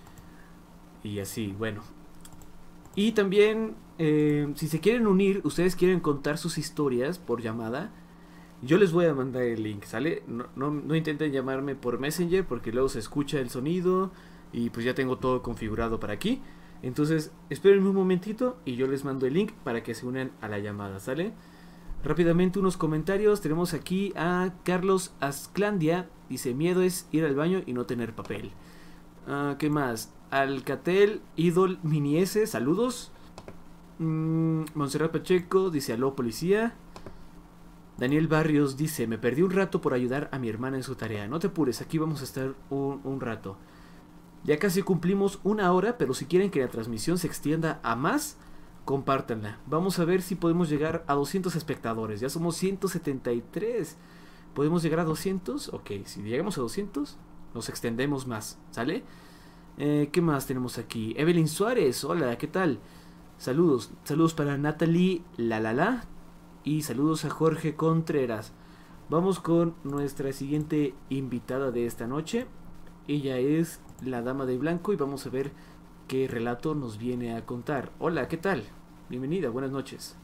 Y así, bueno. Y también, si se quieren unir, ustedes quieren contar sus historias por llamada, yo les voy a mandar el link, ¿sale? No intenten llamarme por Messenger porque luego se escucha el sonido y pues ya tengo todo configurado para aquí. Entonces, espérenme un momentito y yo les mando el link para que se unan a la llamada, ¿sale? Rápidamente unos comentarios. Tenemos aquí a Carlos Asclandia. Dice, miedo es ir al baño y no tener papel. ¿Qué más? Alcatel Idol Mini S, saludos. Montserrat Pacheco dice, aló policía. Daniel Barrios dice, me perdí un rato por ayudar a mi hermana en su tarea. No te apures, aquí vamos a estar un rato. Ya casi cumplimos 1 hora, pero si quieren que la transmisión se extienda a más, compártanla. Vamos a ver si podemos llegar a 200 espectadores. Ya somos 173. ¿Podemos llegar a 200? Ok, si llegamos a 200, nos extendemos más, ¿sale? ¿Qué más tenemos aquí? Evelyn Suárez, hola, ¿qué tal? Saludos para Natalie La. Y saludos a Jorge Contreras. Vamos con nuestra siguiente invitada de esta noche. Ella es la Dama de Blanco y vamos a ver qué relato nos viene a contar. Hola, ¿qué tal? Bienvenida, buenas noches.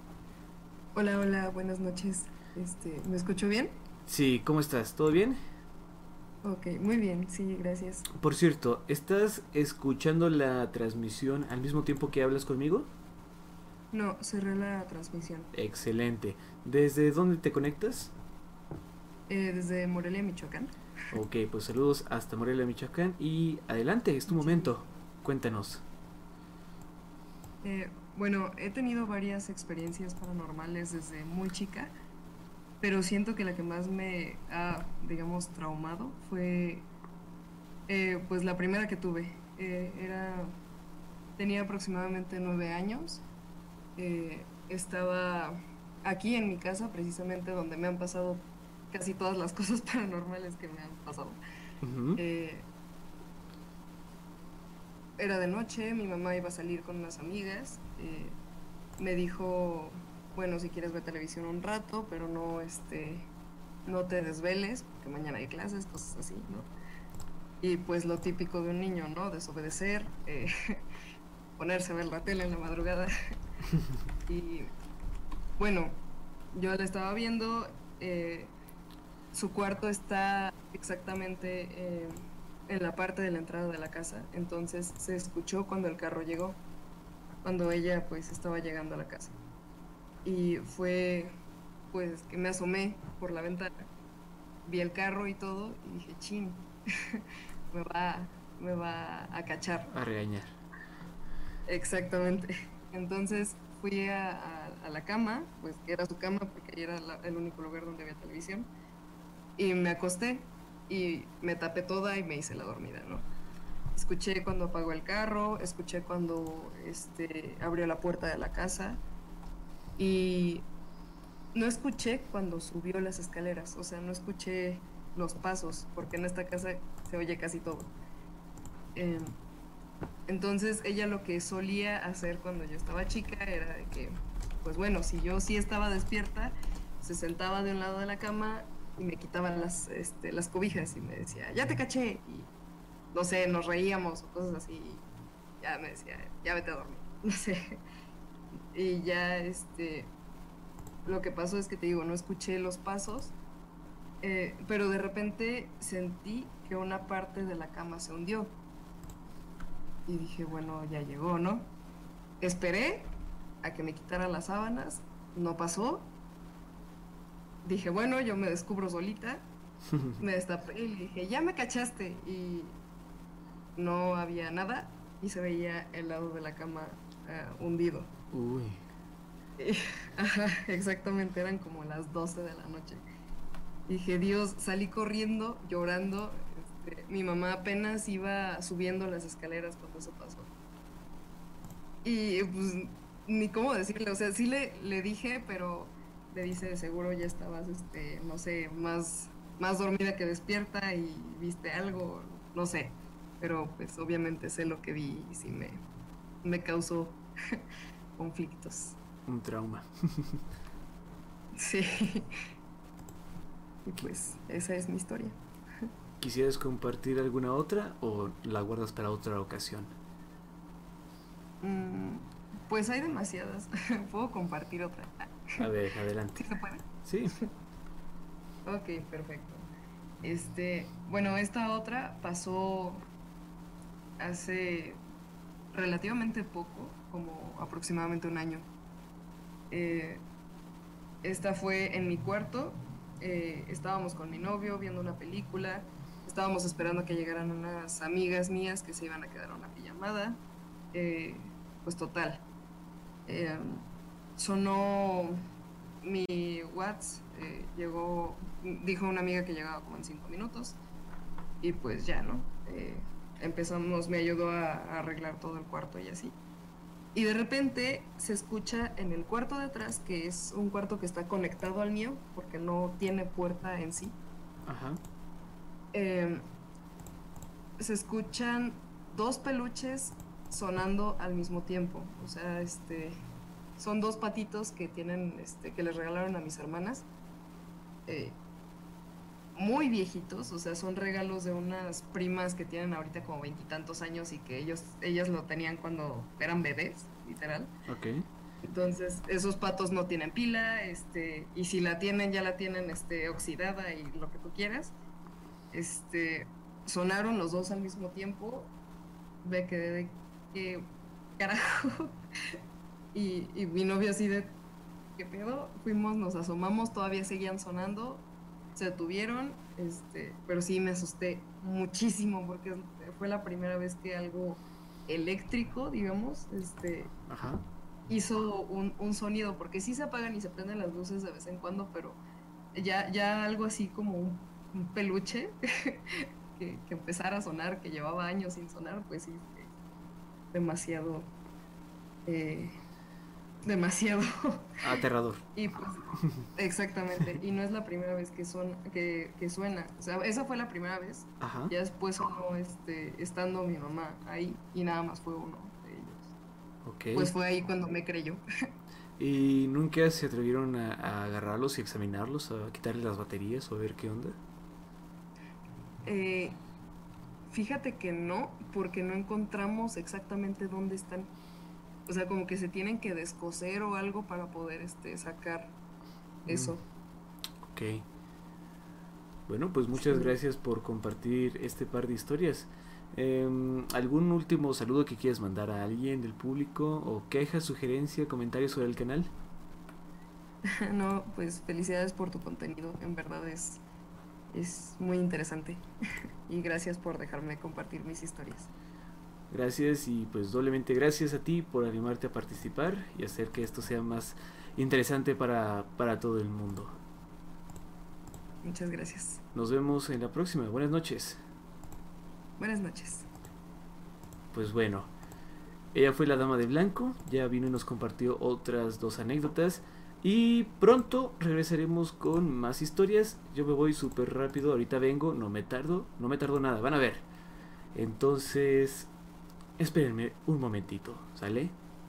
Hola, buenas noches. ¿Me escucho bien? Sí, ¿cómo estás? ¿Todo bien? Ok, muy bien, sí, gracias. Por cierto, ¿estás escuchando la transmisión al mismo tiempo que hablas conmigo? No, cerré la transmisión. Excelente. ¿Desde dónde te conectas? Desde Morelia, Michoacán. Ok, pues saludos hasta Morelia, Michoacán. Y adelante, es tu momento. Cuéntanos. Bueno, he tenido varias experiencias paranormales desde muy chica. pero siento que la que más me ha, digamos, traumado fue pues la primera que tuve. Tenía aproximadamente 9 años. Estaba aquí en mi casa, precisamente donde me han pasado casi todas las cosas paranormales que me han pasado. Ujú. Era de noche, mi mamá iba a salir con unas amigas. Me dijo, bueno, si quieres ver televisión un rato, pero no, no te desveles, porque mañana hay clases, cosas así, ¿no? Y pues lo típico de un niño, ¿no? Desobedecer, ponerse a ver la tele en la madrugada. Y bueno, yo la estaba viendo, su cuarto está exactamente en la parte de la entrada de la casa, entonces se escuchó cuando el carro llegó, cuando ella pues estaba llegando a la casa. Y fue pues que me asomé por la ventana, vi el carro y todo y dije, chin, me va, me va a cachar. A regañar. Exactamente. Entonces fui a la cama, pues que era su cama porque ahí era el único lugar donde había televisión, y me acosté y me tapé toda y me hice la dormida, ¿no? Escuché cuando apagó el carro, escuché cuando abrió la puerta de la casa y no escuché cuando subió las escaleras, o sea, no escuché los pasos porque en esta casa se oye casi todo. Em, Entonces ella lo que solía hacer cuando yo estaba chica era de que, pues bueno, si yo sí estaba despierta, se sentaba de un lado de la cama y me quitaba las cobijas y me decía, ya te caché. Y no sé, nos reíamos o cosas así. Y ya me decía, ya vete a dormir. No sé. Y ya lo que pasó es que te digo, no escuché los pasos, pero de repente sentí que una parte de la cama se hundió. Y dije, bueno, ya llegó, ¿no? Esperé a que me quitara las sábanas, no pasó. Dije, bueno, yo me descubro solita. Me destapé y le dije, ya me cachaste. Y no había nada y se veía el lado de la cama hundido. Uy. Ajá, exactamente, eran como las 12 de la noche. Dije, Dios, salí corriendo, llorando. Mi mamá apenas iba subiendo las escaleras cuando eso pasó. Y pues ni cómo decirle, o sea, sí le dije, pero le dice, seguro ya estabas, no sé, más dormida que despierta y viste algo, no sé. Pero pues obviamente sé lo que vi y sí me causó conflictos. Un trauma. Sí. Y pues esa es mi historia. ¿Quisieras compartir alguna otra o la guardas para otra ocasión? Pues hay demasiadas. Puedo compartir otra. A ver, adelante. ¿Sí se puede? Sí. Ok, perfecto. Bueno, esta otra pasó hace relativamente poco, como aproximadamente un año. Esta fue en mi cuarto. Estábamos con mi novio viendo una película. Estábamos esperando a que llegaran unas amigas mías que se iban a quedar a una pijamada. Pues total. Sonó mi WhatsApp, dijo una amiga que llegaba como en 5 minutos. Y pues ya, ¿no? Empezamos, me ayudó a arreglar todo el cuarto y así. Y de repente se escucha en el cuarto de atrás, que es un cuarto que está conectado al mío, porque no tiene puerta en sí. Ajá. Se escuchan 2 peluches sonando al mismo tiempo. O sea, son 2 patitos que tienen, que les regalaron a mis hermanas. Muy viejitos, o sea, son regalos de unas primas que tienen ahorita como 20 y tantos años y que ellas lo tenían cuando eran bebés, literal. Ok. Entonces, esos patos no tienen pila, y si la tienen, ya la tienen, oxidada y lo que tú quieras. Sonaron los 2 al mismo tiempo, me quedé de qué carajo. y mi novio así de, ¿qué pedo? Fuimos, nos asomamos, todavía seguían sonando. Se detuvieron, pero sí me asusté muchísimo porque fue la primera vez que algo eléctrico, digamos, Ajá. hizo un sonido, porque sí se apagan y se prenden las luces de vez en cuando, pero ya algo así como un peluche que empezara a sonar, que llevaba años sin sonar, pues sí, demasiado, eh, demasiado. Aterrador. Y pues, exactamente, y no es la primera vez que suena, o sea, esa fue la primera vez, Ajá. ya después sonó estando mi mamá ahí, y nada más fue uno de ellos. Ok. Pues fue ahí cuando me creyó. ¿Y nunca se atrevieron a agarrarlos y examinarlos, a quitarle las baterías o a ver qué onda? Eh, Fíjate que no, porque no encontramos exactamente dónde están. O sea, como que se tienen que descoser o algo para poder sacar eso. Ok. Bueno, pues muchas Sí. gracias por compartir este par de historias. ¿Algún último saludo que quieras mandar a alguien del público? ¿O queja, sugerencia, comentario sobre el canal? No, pues felicidades por tu contenido, en verdad es muy interesante. Y gracias por dejarme compartir mis historias. Gracias y pues doblemente gracias a ti por animarte a participar y hacer que esto sea más interesante para todo el mundo. Muchas gracias. Nos vemos en la próxima. Buenas noches. Buenas noches. Pues bueno, ella fue la dama de blanco, ya vino y nos compartió otras 2 anécdotas y pronto regresaremos con más historias. Yo me voy súper rápido, ahorita vengo, no me tardo nada, van a ver. Entonces, espérenme un momentito, ¿sale?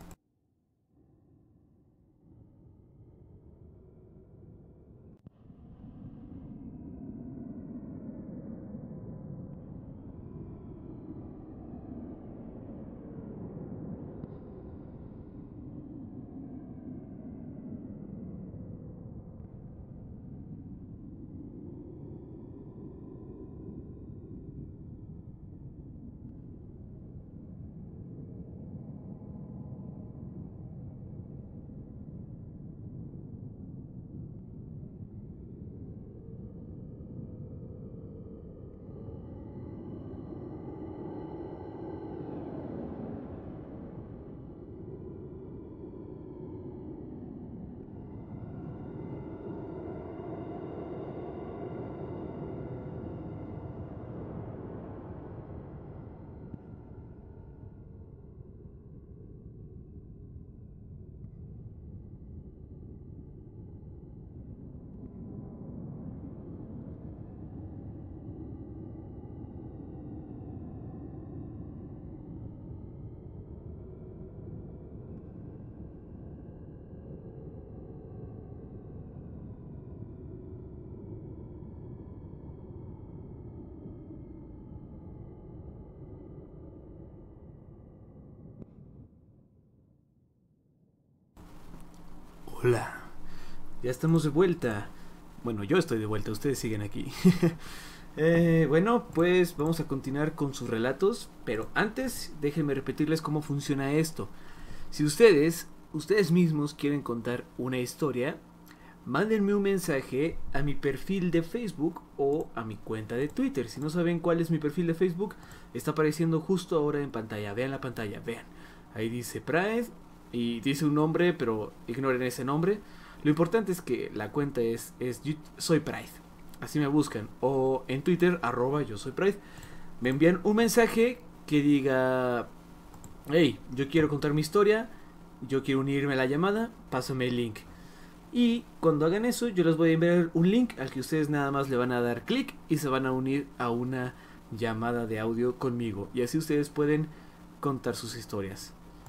Hola, ya estamos de vuelta. Bueno, yo estoy de vuelta, ustedes siguen aquí. Bueno, pues vamos a continuar con sus relatos, pero antes déjenme repetirles cómo funciona esto. Si ustedes mismos quieren contar una historia, mándenme un mensaje a mi perfil de Facebook o a mi cuenta de Twitter. Si no saben cuál es mi perfil de Facebook, está apareciendo justo ahora en pantalla. Vean la pantalla, vean. Ahí dice Pride y dice un nombre, pero ignoren ese nombre. Lo importante es que la cuenta es Soy Pride. Así me buscan. O en Twitter, @yo soy Pride. Me envían un mensaje que diga: hey, yo quiero contar mi historia, yo quiero unirme a la llamada, pásame el link. Y cuando hagan eso, yo les voy a enviar un link al que ustedes nada más le van a dar clic y se van a unir a una llamada de audio conmigo. Y así ustedes pueden contar sus historias.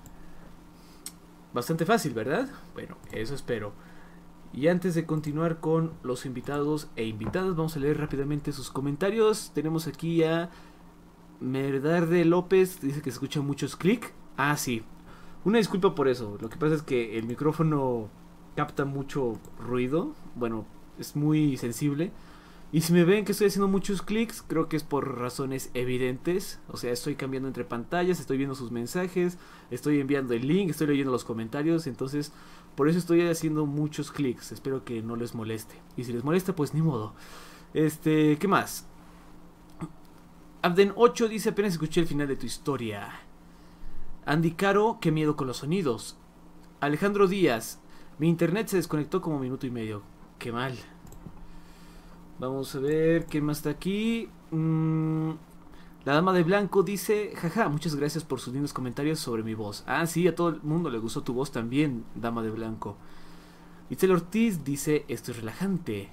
Bastante fácil, ¿verdad? Bueno, eso espero. Y antes de continuar con los invitados e invitadas, vamos a leer rápidamente sus comentarios. Tenemos aquí a Merdarde López, dice que se escuchan muchos clics. Ah, sí. Una disculpa por eso. Lo que pasa es que el micrófono capta mucho ruido. Bueno, es muy sensible. Y si me ven que estoy haciendo muchos clics, creo que es por razones evidentes. O sea, estoy cambiando entre pantallas, estoy viendo sus mensajes, estoy enviando el link, estoy leyendo los comentarios. Entonces, por eso estoy haciendo muchos clics. Espero que no les moleste. Y si les molesta, pues ni modo. ¿Qué más? Abden 8 dice: apenas escuché el final de tu historia. Andy Caro: qué miedo con los sonidos. Alejandro Díaz: mi internet se desconectó como minuto y medio. Qué mal. Vamos a ver qué más está aquí. La dama de blanco dice: jaja, muchas gracias por sus lindos comentarios sobre mi voz. Ah, sí, a todo el mundo le gustó tu voz también, dama de blanco. Itzel Ortiz dice: esto es relajante.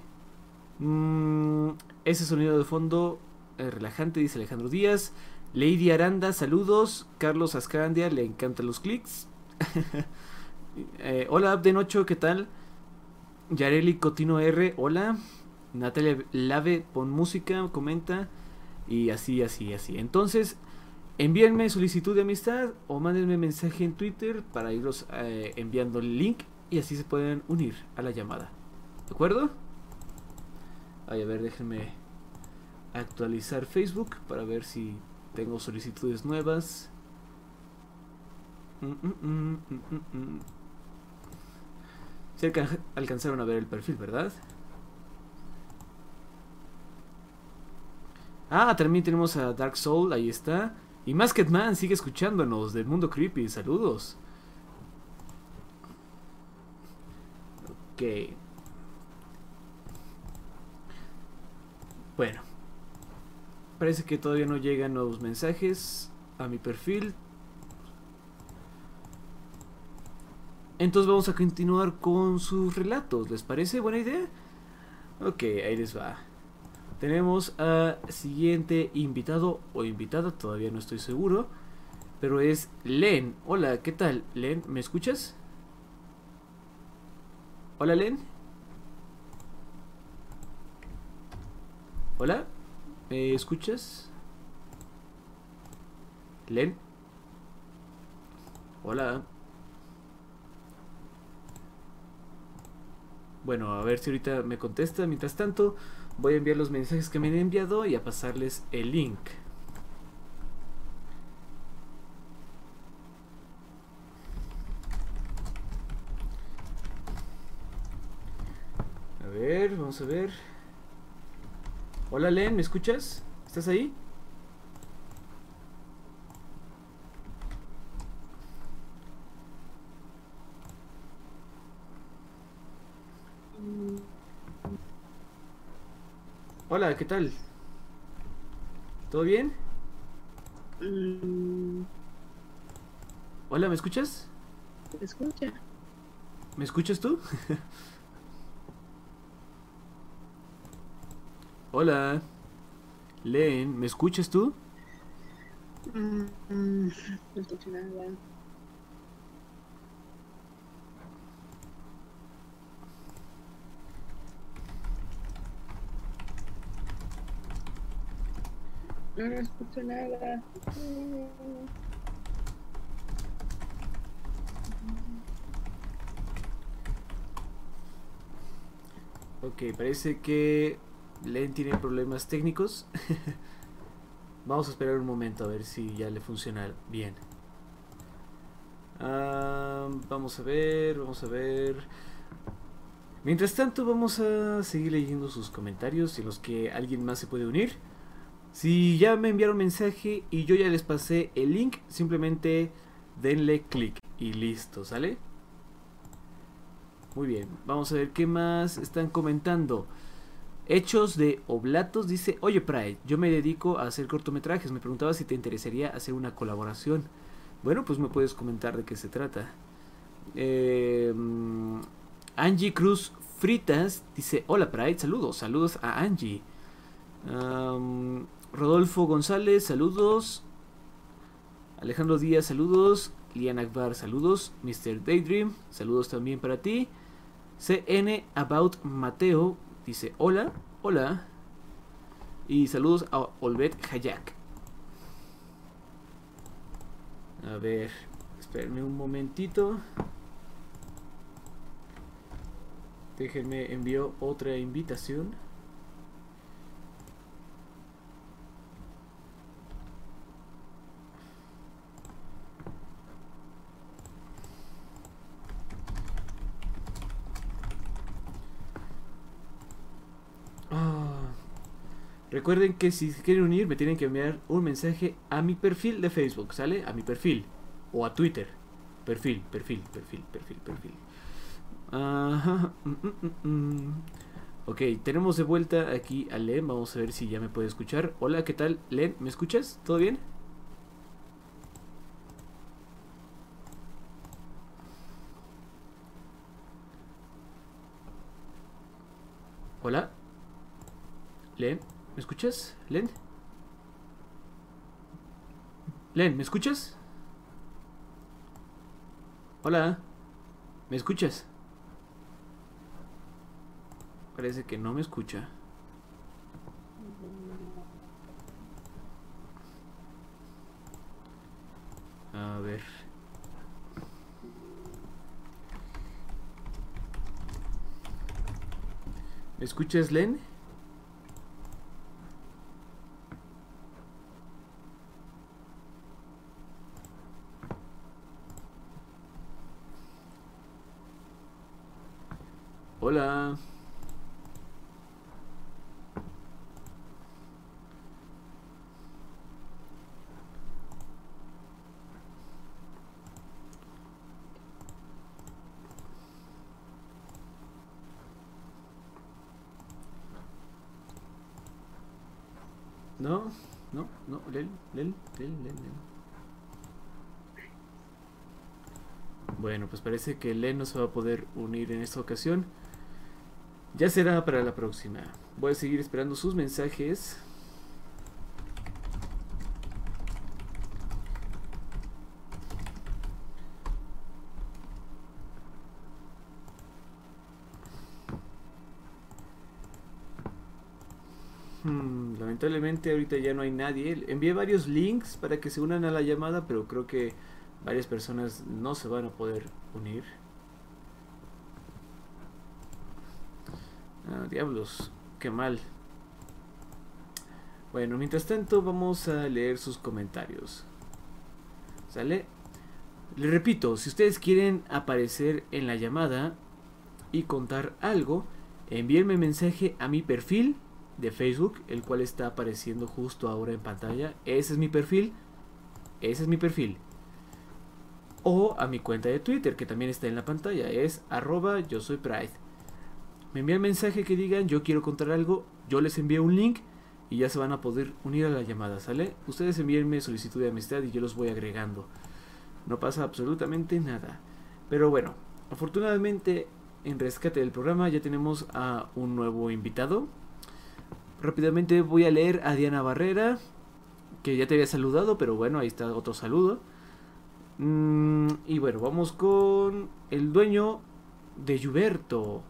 Ese sonido de fondo relajante, dice Alejandro Díaz. Lady Aranda, saludos. Carlos Ascandia, le encantan los clics. Hola, Abdenocho, ¿qué tal? Yareli Cotino R, hola. Natalia Lave, pon música, comenta. Y así. Entonces, envíenme solicitud de amistad o mándenme mensaje en Twitter para irlos enviando el link y así se pueden unir a la llamada. ¿De acuerdo? Ay, a ver, déjenme actualizar Facebook para ver si tengo solicitudes nuevas. Si alcanzaron a ver el perfil, ¿verdad? Ah, también tenemos a Dark Soul, ahí está. Y Masked Man sigue escuchándonos del mundo creepy, saludos. Ok. Bueno. Parece que todavía no llegan nuevos mensajes a mi perfil. Entonces vamos a continuar con sus relatos, ¿les parece buena idea? Ok, ahí les va. Tenemos a siguiente invitado o invitada, todavía no estoy seguro, pero es Len. Hola, ¿qué tal, Len? ¿Me escuchas? Hola, Len. Hola, ¿me escuchas? Len. Hola. Bueno, a ver si ahorita me contesta. Mientras tanto, voy a enviar los mensajes que me han enviado y a pasarles el link. A ver, vamos a ver. Hola, Len, ¿me escuchas? ¿Estás ahí? Hola, ¿qué tal? ¿Todo bien? Hola, ¿me escuchas? ¿Me escucha? ¿Me escuchas tú? Hola, Len, ¿me escuchas tú? No escucho nada. No escucho nada. Ok, parece que Len tiene problemas técnicos. Vamos a esperar un momento a ver si ya le funciona bien. Vamos a ver, vamos a ver. Mientras tanto vamos a seguir leyendo sus comentarios en los que alguien más se puede unir. Si ya me enviaron mensaje y yo ya les pasé el link, simplemente denle clic y listo, ¿sale? Muy bien, vamos a ver qué más están comentando. Hechos de Oblatos dice: oye Pride, yo me dedico a hacer cortometrajes, me preguntaba si te interesaría hacer una colaboración. Bueno, pues me puedes comentar de qué se trata. Angie Cruz Fritas dice: hola Pride, saludos a Angie. Rodolfo González, saludos. Alejandro Díaz, saludos. Lian Akbar, saludos. Mr. Daydream, saludos también para ti. CN About Mateo dice: hola, hola. Y saludos a Olvet Hayak. A ver, espérenme un momentito. Déjenme envío otra invitación. Recuerden que si se quieren unir me tienen que enviar un mensaje a mi perfil de Facebook, ¿sale? A mi perfil. O a Twitter. Perfil. Ajá. Ok, tenemos de vuelta aquí a Len. Vamos a ver si ya me puede escuchar. Hola, ¿qué tal? Len, ¿me escuchas? ¿Todo bien? Hola. Len, ¿me escuchas? Len. Len, ¿me escuchas? Hola. ¿Me escuchas? Parece que no me escucha. A ver. ¿Me escuchas, Len? Hola. No, no, Len. Bueno, pues parece que Len no se va a poder unir en esta ocasión. Ya será para la próxima. Voy a seguir esperando sus mensajes. Lamentablemente ahorita ya no hay nadie. Envié varios links para que se unan a la llamada, pero creo que varias personas no se van a poder unir. Ah, diablos, qué mal. Bueno, mientras tanto vamos a leer sus comentarios. ¿Sale? Les repito, si ustedes quieren aparecer en la llamada y contar algo, envíenme mensaje a mi perfil de Facebook, el cual está apareciendo justo ahora en pantalla. Ese es mi perfil. O a mi cuenta de Twitter, que también está en la pantalla. Es @yo soy Pride. Me envían mensaje que digan yo quiero contar algo. Yo les envío un link y ya se van a poder unir a la llamada, ¿sale? Ustedes envíenme solicitud de amistad y yo los voy agregando. No pasa absolutamente nada. Pero bueno, afortunadamente en Rescate del Programa ya tenemos a un nuevo invitado. Rápidamente voy a leer a Diana Barrera, que ya te había saludado, pero bueno, ahí está otro saludo. Y bueno, vamos con el dueño de Yuberto.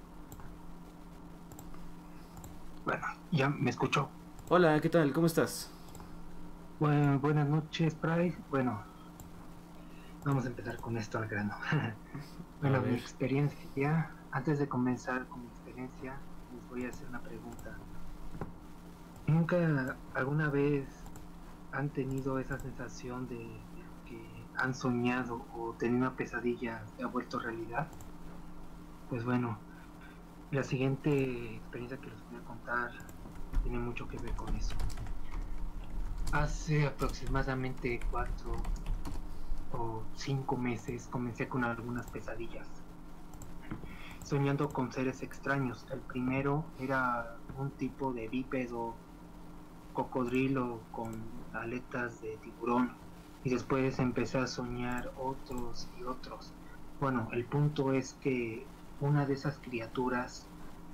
Bueno, ya me escuchó. Hola, ¿qué tal? ¿Cómo estás? Bueno, buenas noches, Pride. Bueno, vamos a empezar con esto al grano. Bueno, mi experiencia, antes de comenzar con mi experiencia, les voy a hacer una pregunta. ¿Nunca alguna vez han tenido esa sensación de que han soñado o tenido una pesadilla que ha vuelto realidad? Pues bueno, la siguiente experiencia que les voy a contar tiene mucho que ver con eso. Hace aproximadamente 4 o 5 meses comencé con algunas pesadillas, soñando con seres extraños. El primero era un tipo de bípedo cocodrilo con aletas de tiburón, y después empecé a soñar otros y otros. Bueno, el punto es que una de esas criaturas,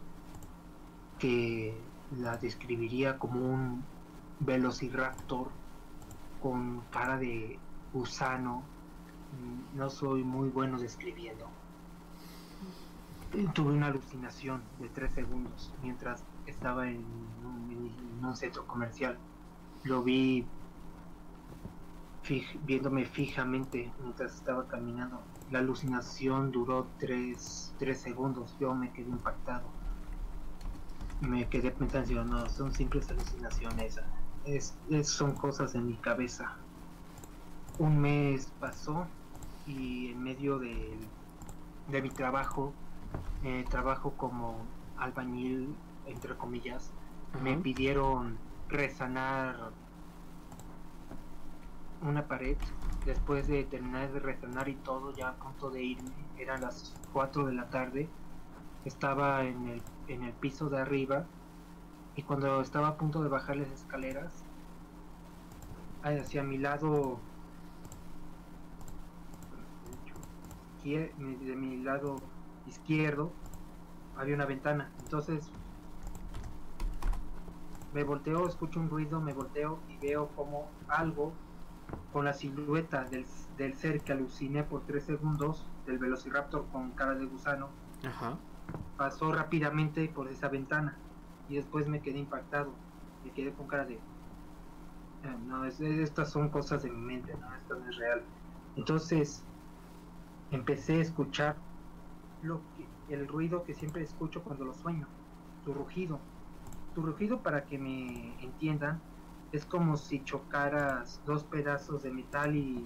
que la describiría como un velociraptor con cara de gusano, no soy muy bueno describiendo. Tuve una alucinación de 3 segundos mientras estaba en un centro comercial. Lo vi viéndome fijamente mientras estaba caminando. La alucinación duró 3 segundos. Yo me quedé impactado. Me quedé pensando, no, son simples alucinaciones. Son cosas en mi cabeza. Un mes pasó y en medio de mi trabajo, trabajo como albañil, entre comillas. Me pidieron resanar una pared. Después de terminar de resanar y todo, ya a punto de irme, eran las 4 de la tarde, estaba en el piso de arriba y cuando estaba a punto de bajar las escaleras, hacia mi lado, de mi lado izquierdo, había una ventana. Entonces me volteo, escucho un ruido, me volteo y veo como algo con la silueta del ser que aluciné por 3 segundos, del velociraptor con cara de gusano, Ajá. pasó rápidamente por esa ventana y después me quedé impactado, me quedé con cara de no, estas son cosas de mi mente, no, esto no es real. Entonces empecé a escuchar el ruido que siempre escucho cuando lo sueño, tu rugido. Tu rugido, para que me entiendan, es como si chocaras dos pedazos de metal y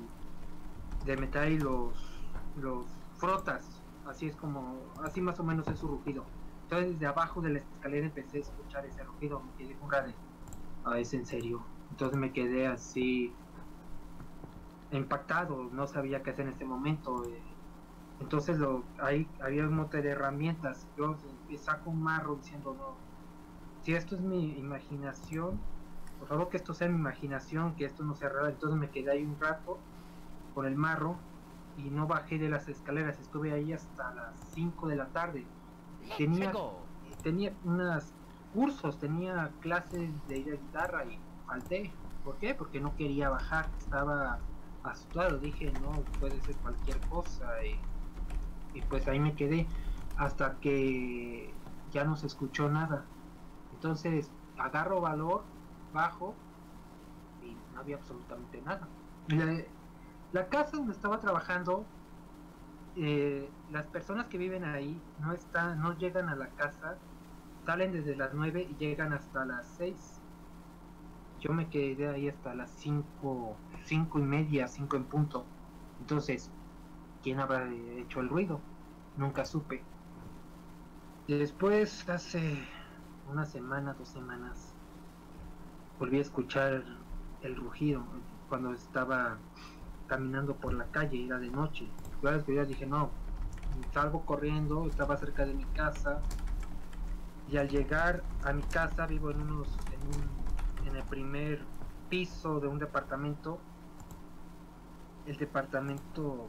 los frotas. Así es como, así más o menos es su rugido. Entonces desde abajo de la escalera empecé a escuchar ese rugido, me quedé con cara de, es en serio. Entonces me quedé así impactado, no sabía qué hacer en ese momento. Entonces ahí había un monte de herramientas. Yo saco un marro diciendo, no, si esto es mi imaginación, por favor que esto sea mi imaginación, que esto no sea real. Entonces me quedé ahí un rato con el marro y no bajé de las escaleras, estuve ahí hasta las 5 de la tarde. Tenía unos cursos, tenía clases de guitarra y falté. ¿Por qué? Porque no quería bajar, estaba asustado, dije no, puede ser cualquier cosa y pues ahí me quedé hasta que ya no se escuchó nada. Entonces agarro valor, bajo y no había absolutamente nada. La casa donde estaba trabajando, las personas que viven ahí no llegan a la casa, salen desde las 9 y llegan hasta las 6. Yo me quedé ahí hasta las 5 y media, 5 en punto. Entonces, ¿quién habrá hecho el ruido? Nunca supe. Después, hace una semana, 2 semanas, volví a escuchar el rugido cuando estaba caminando por la calle, era de noche. Ya dije, no, salgo corriendo, estaba cerca de mi casa y al llegar a mi casa vivo en el primer piso de un departamento. El departamento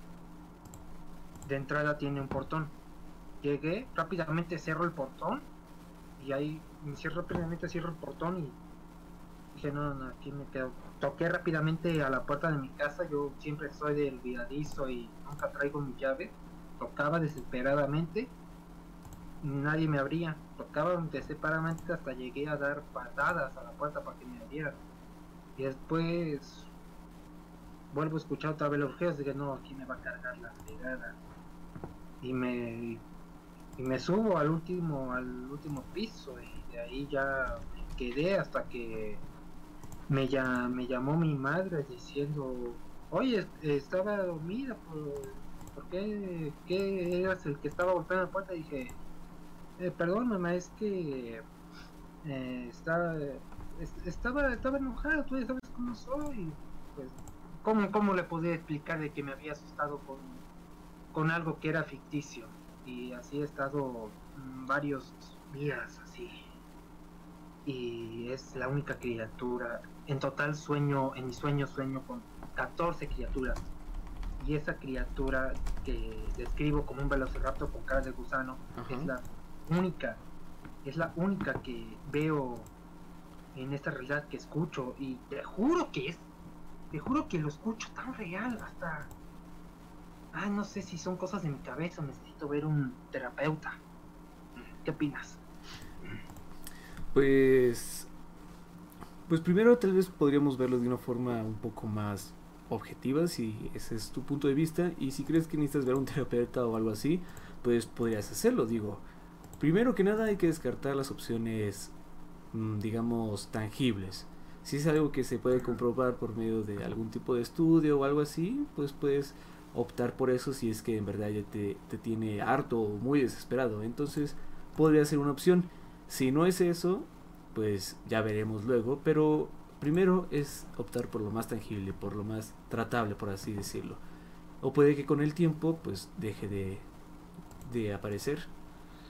de entrada tiene un portón. Llegué, rápidamente cierro el portón y ahí rápidamente cierro el portón y dije, no, aquí me quedo. Toqué rápidamente a la puerta de mi casa, yo siempre soy del olvidadizo y nunca traigo mi llave. Tocaba desesperadamente, nadie me abría. Tocaba desesperadamente hasta llegué a dar patadas a la puerta para que me abrieran. Y después vuelvo a escuchar otra vez los rugidos, dije, no, aquí me va a cargar la fregada. Y me subo al último piso y de ahí ya me quedé hasta que me llamó mi madre diciendo, oye, estaba dormida, ¿por qué eras el que estaba golpeando la puerta? Y dije, perdón mamá, es que estaba enojado, tú ya sabes cómo soy. Pues, ¿cómo le podía explicar de que me había asustado con algo que era ficticio? Y así he estado varios días así. Y es la única criatura. En total en mi sueño con 14 criaturas. Y esa criatura que describo como un velociraptor con cara de gusano, Ajá. es la única que veo en esta realidad, que escucho. Y te juro que lo escucho tan real, hasta no sé si son cosas de mi cabeza, necesito ver un terapeuta. ¿Qué opinas? Pues primero tal vez podríamos verlo de una forma un poco más objetiva, si ese es tu punto de vista, y si crees que necesitas ver a un terapeuta o algo así, pues podrías hacerlo. Digo, primero que nada hay que descartar las opciones, digamos, tangibles. Si es algo que se puede comprobar por medio de algún tipo de estudio o algo así, pues puedes optar por eso si es que en verdad ya te tiene harto o muy desesperado. Entonces podría ser una opción. Si no es eso, pues ya veremos luego, pero primero es optar por lo más tangible, por lo más tratable, por así decirlo. O puede que con el tiempo pues deje de aparecer.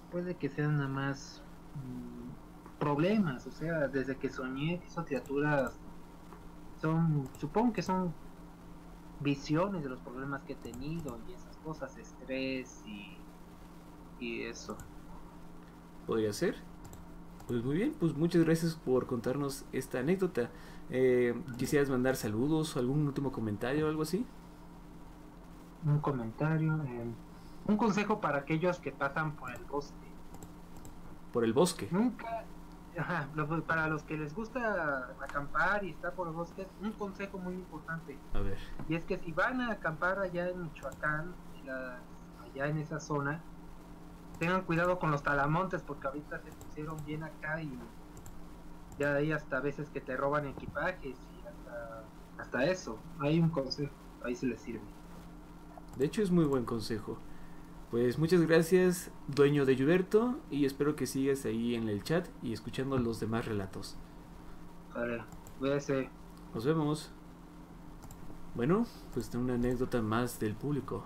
puede que sean nada más problemas, o sea, desde que soñé que esas criaturas supongo que son visiones de los problemas que he tenido y esas cosas, estrés y eso. ¿Podría ser? Pues muy bien, pues muchas gracias por contarnos esta anécdota. ¿Quisieras mandar saludos o algún último comentario o algo así? Un comentario, un consejo para aquellos que pasan por el bosque. Por el bosque. Nunca, para los que les gusta acampar y estar por los bosques, un consejo muy importante. A ver. Y es que si van a acampar allá en Michoacán, allá en esa zona, tengan cuidado con los talamontes porque ahorita se pusieron bien acá y ya hay hasta veces que te roban equipajes y hasta eso. Hay un consejo, ahí se les sirve. De hecho es muy buen consejo. Pues muchas gracias, dueño de Yuberto, y espero que sigas ahí en el chat y escuchando los demás relatos. Vale, cuídese. Nos vemos. Bueno, pues una anécdota más del público.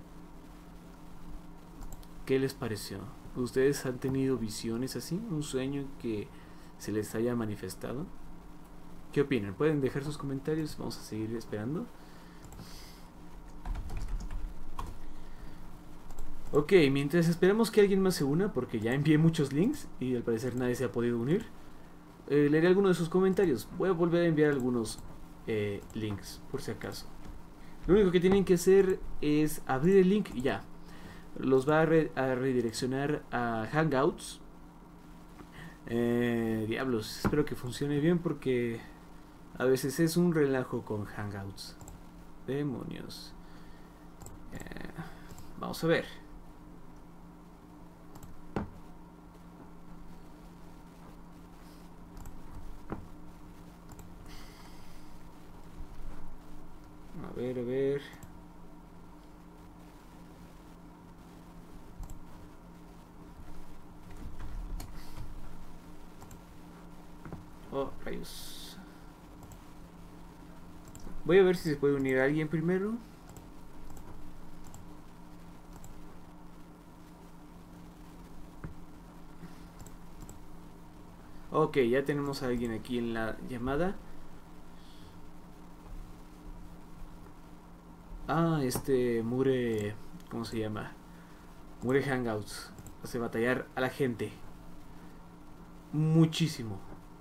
¿Qué les pareció? ¿Ustedes han tenido visiones así? ¿Un sueño que se les haya manifestado? ¿Qué opinan? Pueden dejar sus comentarios, vamos a seguir esperando. Ok, mientras esperamos que alguien más se una, porque ya envié muchos links y al parecer nadie se ha podido unir, leeré algunos de sus comentarios. Voy a volver a enviar algunos links, por si acaso. Lo único que tienen que hacer es abrir el link y ya. Los va a redireccionar a Hangouts. Diablos, espero que funcione bien porque a veces es un relajo con Hangouts. Demonios. Vamos a ver. A ver. Oh, rayos. Voy a ver si se puede unir a alguien primero. Ok, ya tenemos a alguien aquí en la llamada. Ah, Mure... ¿Cómo se llama? Mure Hangouts. Hace batallar a la gente. Muchísimo.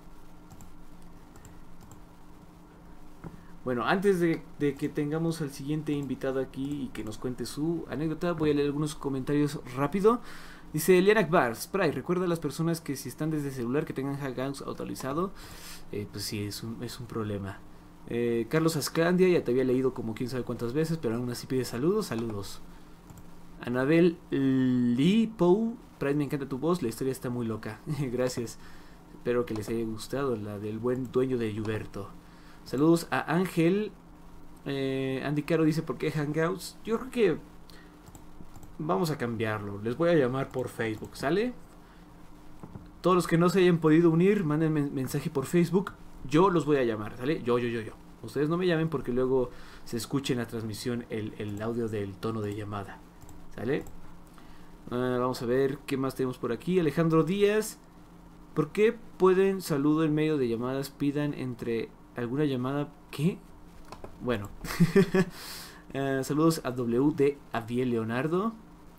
Bueno, antes de que tengamos al siguiente invitado aquí y que nos cuente su anécdota, voy a leer algunos comentarios rápido. Dice Eliana Akbar, Spray, recuerda a las personas que si están desde celular que tengan Hangouts autorizado, pues sí, es un problema. Carlos Ascandia, ya te había leído como quién sabe cuántas veces, pero aún así pide saludos. Anabel Lipo, Pride, me encanta tu voz, la historia está muy loca. Gracias, espero que les haya gustado la del buen dueño de Yuberto. Saludos a Ángel. Andy Caro dice, ¿por qué Hangouts? Yo creo que vamos a cambiarlo. Les voy a llamar por Facebook, ¿sale? Todos los que no se hayan podido unir, manden mensaje por Facebook. Yo los voy a llamar, ¿sale? Yo. Ustedes no me llamen porque luego se escuche en la transmisión el audio del tono de llamada, ¿sale? Vamos a ver qué más tenemos por aquí. Alejandro Díaz. ¿Por qué pueden saludo en medio de llamadas? Pidan entre alguna llamada. ¿Qué? Bueno. Saludos a WD Aviel Leonardo.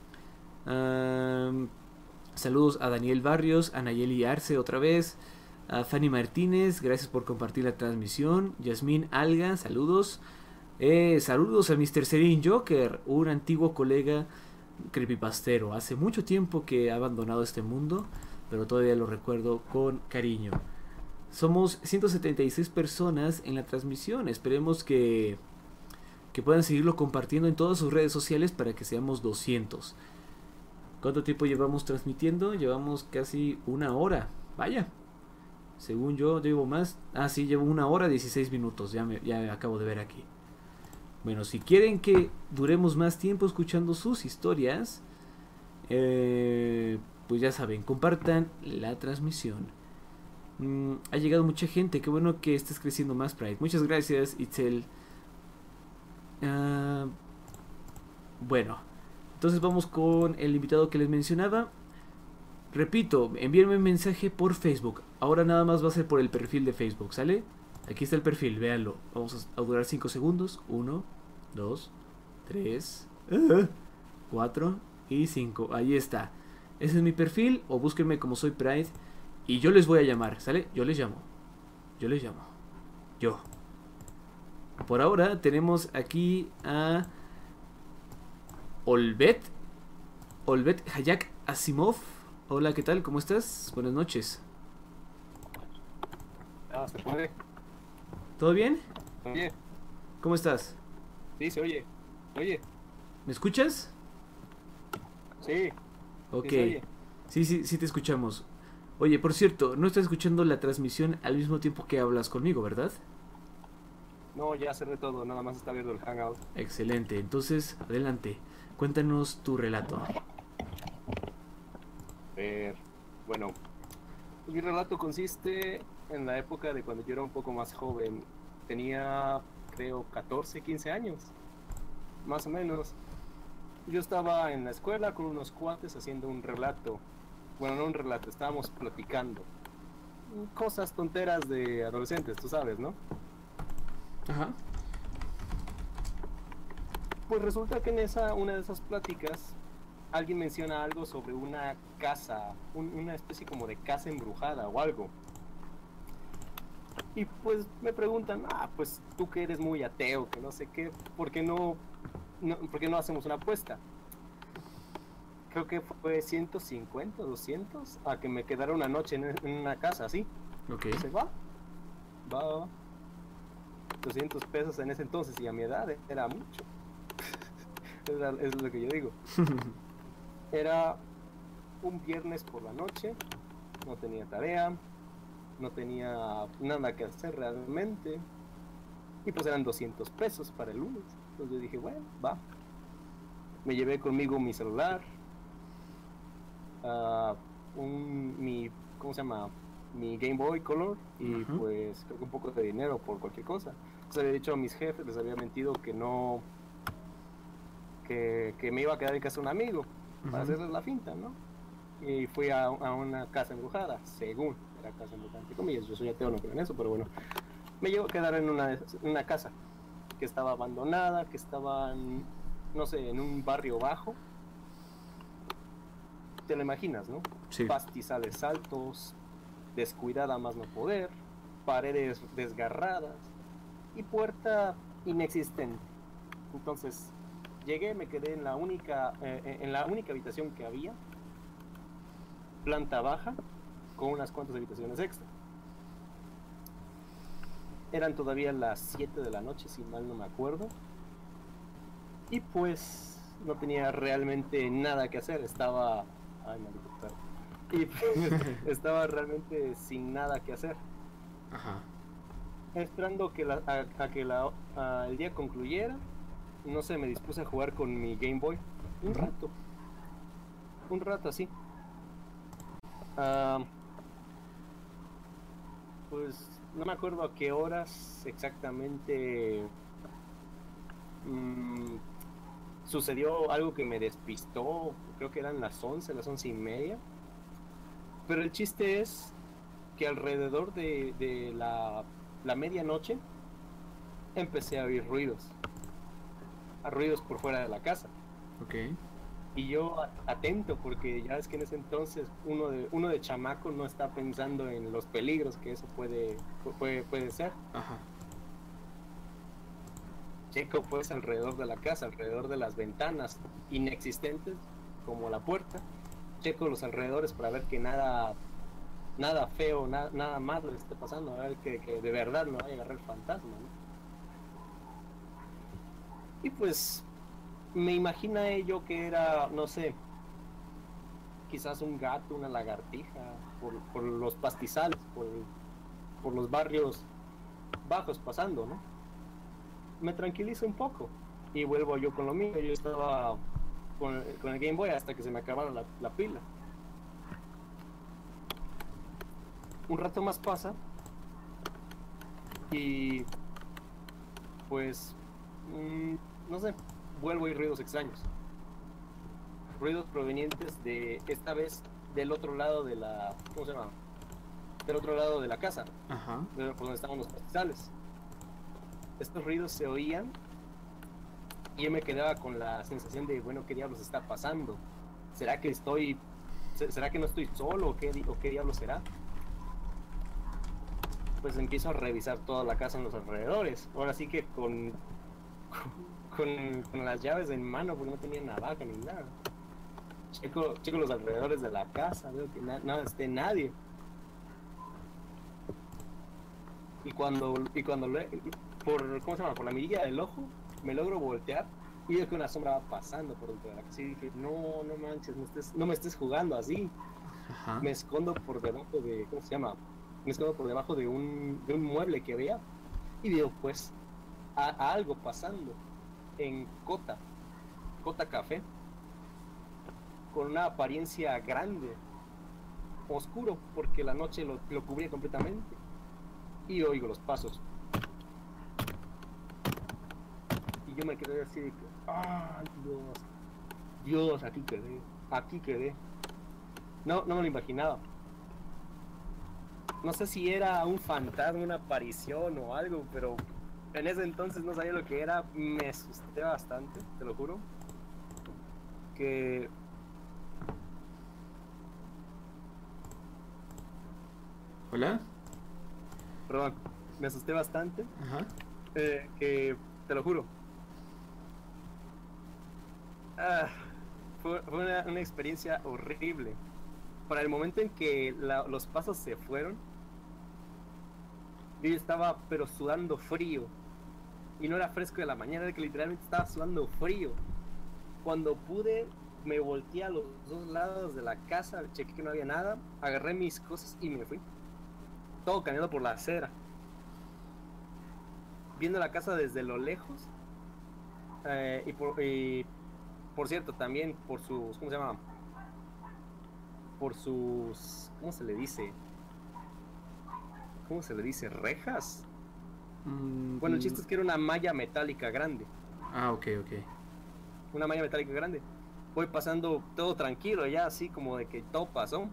Saludos a Daniel Barrios, a Nayeli Arce otra vez, a Fanny Martínez, gracias por compartir la transmisión. Yasmín Alga, saludos. Saludos a Mr. Serin Joker, un antiguo colega creepypastero. Hace mucho tiempo que ha abandonado este mundo, pero todavía lo recuerdo con cariño. Somos 176 personas en la transmisión. Esperemos que puedan seguirlo compartiendo en todas sus redes sociales para que seamos 200. ¿Cuánto tiempo llevamos transmitiendo? Llevamos casi una hora. Vaya. Según yo, llevo más. Ah, sí, llevo 1 hora 16 minutos. Ya me acabo de ver aquí. Bueno, si quieren que duremos más tiempo escuchando sus historias, pues ya saben, compartan la transmisión. Ha llegado mucha gente. Qué bueno que estés creciendo más, Pride. Muchas gracias, Itzel. Bueno, entonces vamos con el invitado que les mencionaba. Repito, envíenme un mensaje por Facebook. Ahora nada más va a ser por el perfil de Facebook, ¿sale? Aquí está el perfil, véanlo. Vamos a durar 5 segundos. 1, 2, 3, 4 y 5. Ahí está. Ese es mi perfil. O búsquenme como soy Pride. Y yo les voy a llamar, ¿sale? Yo les llamo. Yo les llamo. Yo. Por ahora tenemos aquí a Olvet Hayak Asimov. Hola, ¿qué tal? ¿Cómo estás? Buenas noches. Ah, se puede. ¿Todo bien? Oye, ¿Cómo estás? sí, se oye. Oye, ¿Me escuchas? sí, Ok. sí se oye. Sí te escuchamos. Oye, por cierto, no estás escuchando la transmisión al mismo tiempo que hablas conmigo, ¿verdad? No, ya cerré todo, nada más está abierto el Hangout. Excelente. Entonces, adelante. Cuéntanos tu relato. Bueno, mi relato consiste en la época de cuando yo era un poco más joven. Tenía, creo, 14, 15 años, más o menos. Yo estaba en la escuela con unos cuates haciendo un relato. Bueno, no un relato, estábamos platicando. Cosas tonteras de adolescentes, tú sabes, ¿no? Ajá. Pues resulta que en una de esas pláticas alguien menciona algo sobre una casa, una especie como de casa embrujada o algo. Y pues me preguntan, pues tú que eres muy ateo, que no sé qué, ¿por qué por qué no hacemos una apuesta? Creo que fue 150, 200, a que me quedara una noche en una casa así. Ok. Dice, va. 200 pesos en ese entonces y a mi edad era mucho. Es lo que yo digo. Era un viernes por la noche, no tenía tarea, no tenía nada que hacer realmente, y pues eran 200 pesos para el lunes. Entonces yo dije, bueno, va. Me llevé conmigo mi celular, ¿cómo se llama? Mi Game Boy Color, y pues creo que un poco de dinero por cualquier cosa. Entonces había dicho a mis jefes, les había mentido que no, que me iba a quedar en casa de un amigo para hacerles la finta, ¿no? Y fui a una casa embrujada, según era casa embrujada, entre comillas. Yo soy ateo, no creo en eso, pero bueno. Me llevo a quedar en una casa que estaba abandonada, que estaba, no sé, en un barrio bajo. Te lo imaginas, ¿no? Sí. Pastizales altos, descuidada más no poder, paredes desgarradas y puerta inexistente. Entonces llegué, me quedé en la única habitación que había, planta baja, con unas cuantas habitaciones extra. Eran todavía las 7 de la noche, si mal no me acuerdo, y pues no tenía realmente nada que hacer. Estaba, ay, maldito perro, y pues, estaba realmente sin nada que hacer. Ajá. Esperando que el día concluyera. No sé, me dispuse a jugar con mi Game Boy un rato así. Pues no me acuerdo a qué horas exactamente sucedió algo que me despistó. Creo que eran las 11 y media. Pero el chiste es que alrededor de la medianoche empecé a oír ruidos por fuera de la casa. Ok. Y yo atento, porque ya es que en ese entonces uno de chamaco no está pensando en los peligros que eso puede ser. Ajá. Checo pues alrededor de la casa, alrededor de las ventanas inexistentes como la puerta. Checo los alrededores para ver que nada feo, nada malo esté pasando, a ver que de verdad no vaya a agarrar el fantasma, ¿no? Y pues me imaginé yo que era, no sé, quizás un gato, una lagartija, por los pastizales, por los barrios bajos pasando, ¿no? Me tranquilizo un poco y vuelvo yo con lo mío. Yo estaba con el Game Boy hasta que se me acabara la pila. Un rato más pasa y pues no sé, vuelvo a oír ruidos extraños, ruidos provenientes de, esta vez, del otro lado de la, ¿cómo se llama? Del otro lado de la casa, Ajá. por donde estaban los pastizales. Estos ruidos se oían y yo me quedaba con la sensación de, bueno, ¿qué diablos está pasando? ¿Será que no estoy solo o qué diablos será? Pues empiezo a revisar toda la casa en los alrededores. Ahora sí que con las llaves en mano, porque no tenía navaja ni nada. Checo los alrededores de la casa, veo que nada esté nadie. Y cuando ¿cómo se llama? Por la mirilla del ojo, me logro voltear y veo que una sombra va pasando por dentro de la casa. Y dije, no manches, no me estés jugando así. Ajá. Me escondo por debajo de, ¿cómo se llama? Me escondo por debajo de un mueble que veía y veo pues a algo pasando en cota café, con una apariencia grande, oscuro, porque la noche lo cubría completamente, y oigo los pasos. Y yo me quedé así de que, ¡ay, Dios, aquí quedé! No me lo imaginaba. No sé si era un fantasma, una aparición o algo, pero en ese entonces no sabía lo que era. Me asusté bastante, te lo juro. Que... ¿Hola? Perdón, me asusté bastante. Ajá. Que, te lo juro. Fue una experiencia horrible. Para el momento en que los pasos se fueron, yo estaba pero sudando frío. Y no era fresco de la mañana, era que literalmente estaba sudando frío. Cuando pude, me volteé a los dos lados de la casa, chequé que no había nada, agarré mis cosas y me fui. Todo caminando por la acera, viendo la casa desde lo lejos. Y por cierto, también por sus, ¿cómo se llama? Por sus, ¿cómo se le dice? ¿Rejas? Bueno, el chiste es que era una malla metálica grande. Ah, ok. Una malla metálica grande. Voy pasando todo tranquilo, ya así como de que todo pasó.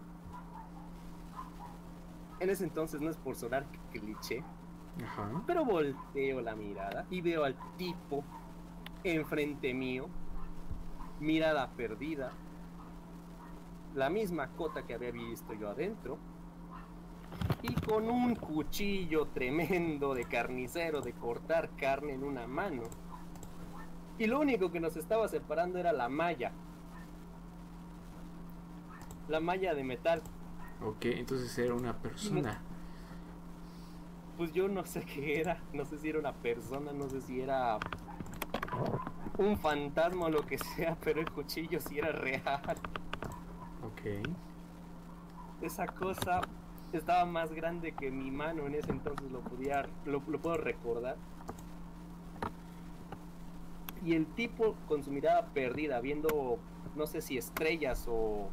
En ese entonces, no es por sonar cliché, Ajá. pero volteo la mirada y veo al tipo enfrente mío, mirada perdida, la misma cota que había visto yo adentro, y con un cuchillo tremendo de carnicero, de cortar carne en una mano. Y lo único que nos estaba separando era la malla de metal. Ok, entonces era una persona. Pues yo no sé qué era, no sé si era una persona, no sé si era un fantasma o lo que sea, pero el cuchillo sí era real. Ok. Esa cosa estaba más grande que mi mano en ese entonces, lo puedo recordar. Y el tipo con su mirada perdida, viendo, no sé si estrellas o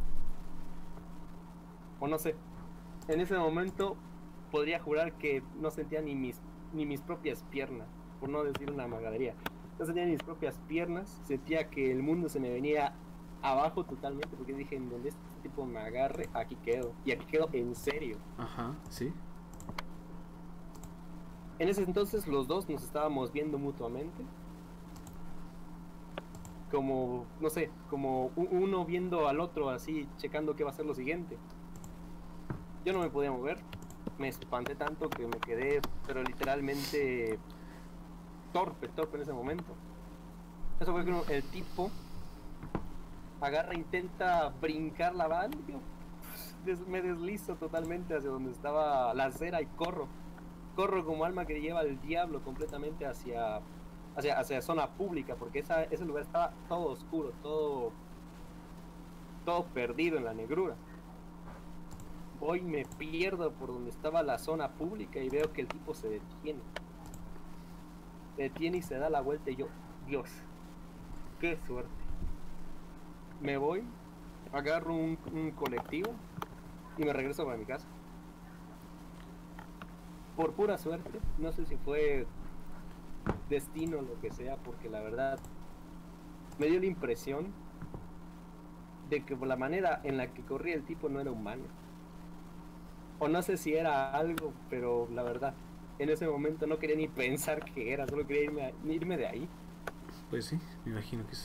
no sé. En ese momento podría jurar que no sentía ni mis propias piernas, por no decir una magadería. No sentía ni mis propias piernas, sentía que el mundo se me venía abajo totalmente, porque dije, en donde este tipo me agarre, aquí quedo. Y aquí quedo en serio. Ajá, sí. En ese entonces los dos nos estábamos viendo mutuamente. Como, no sé, como uno viendo al otro así, checando qué va a ser lo siguiente. Yo no me podía mover. Me espanté tanto que me quedé, pero literalmente torpe en ese momento. Eso fue que el tipo agarra, intenta brincar la banda. Me deslizo totalmente hacia donde estaba la acera y corro como alma que lleva el diablo completamente hacia zona pública, porque ese lugar estaba todo oscuro, todo perdido en la negrura. Hoy me pierdo por donde estaba la zona pública y veo que el tipo se detiene y se da la vuelta, y yo, Dios, qué suerte. Me voy, agarro un colectivo y me regreso para mi casa. Por pura suerte, no sé si fue destino o lo que sea, porque la verdad me dio la impresión de que por la manera en la que corría el tipo no era humano. O no sé si era algo, pero la verdad, en ese momento no quería ni pensar qué era, solo quería irme de ahí. Pues sí, me imagino que sí.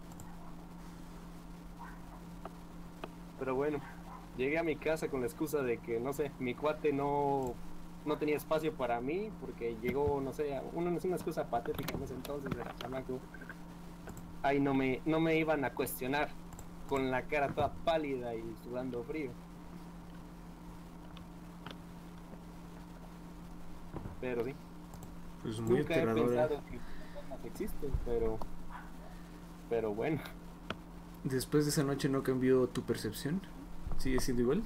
Pero bueno, llegué a mi casa con la excusa de que, no sé, mi cuate no tenía espacio para mí, porque llegó, no sé, una excusa patética en ese entonces, era chamaco. Ahí no me iban a cuestionar con la cara toda pálida y sudando frío. Pero sí, Pues muy nunca he aterradora. pensado que fantasmas existen, pero bueno, Después de esa noche no cambió tu percepción. ¿Sigue siendo igual?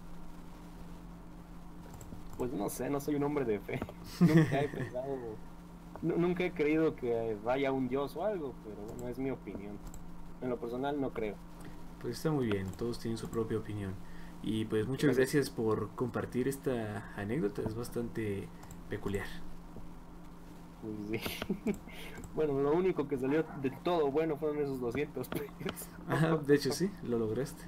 pues no sé, no soy un hombre de fe. Nunca he pensado, nunca he creído que vaya un dios o algo, pero bueno, es mi opinión. En lo personal no creo. Pues está muy bien, todos tienen su propia opinión. Y pues muchas gracias por compartir esta anécdota, es bastante peculiar. Pues sí. Bueno, lo único que salió de todo bueno fueron esos 200 pesos. Ajá, de hecho sí, lo lograste.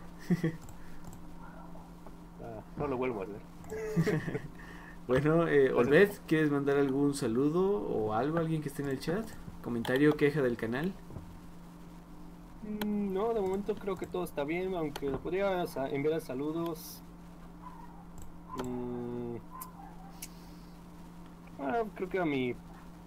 No lo vuelvo a hacer. Bueno, Olved, ¿quieres mandar algún saludo o algo a alguien que esté en el chat? ¿Comentario, queja del canal? No, de momento creo que todo está bien, aunque podría enviar saludos. Creo que a mi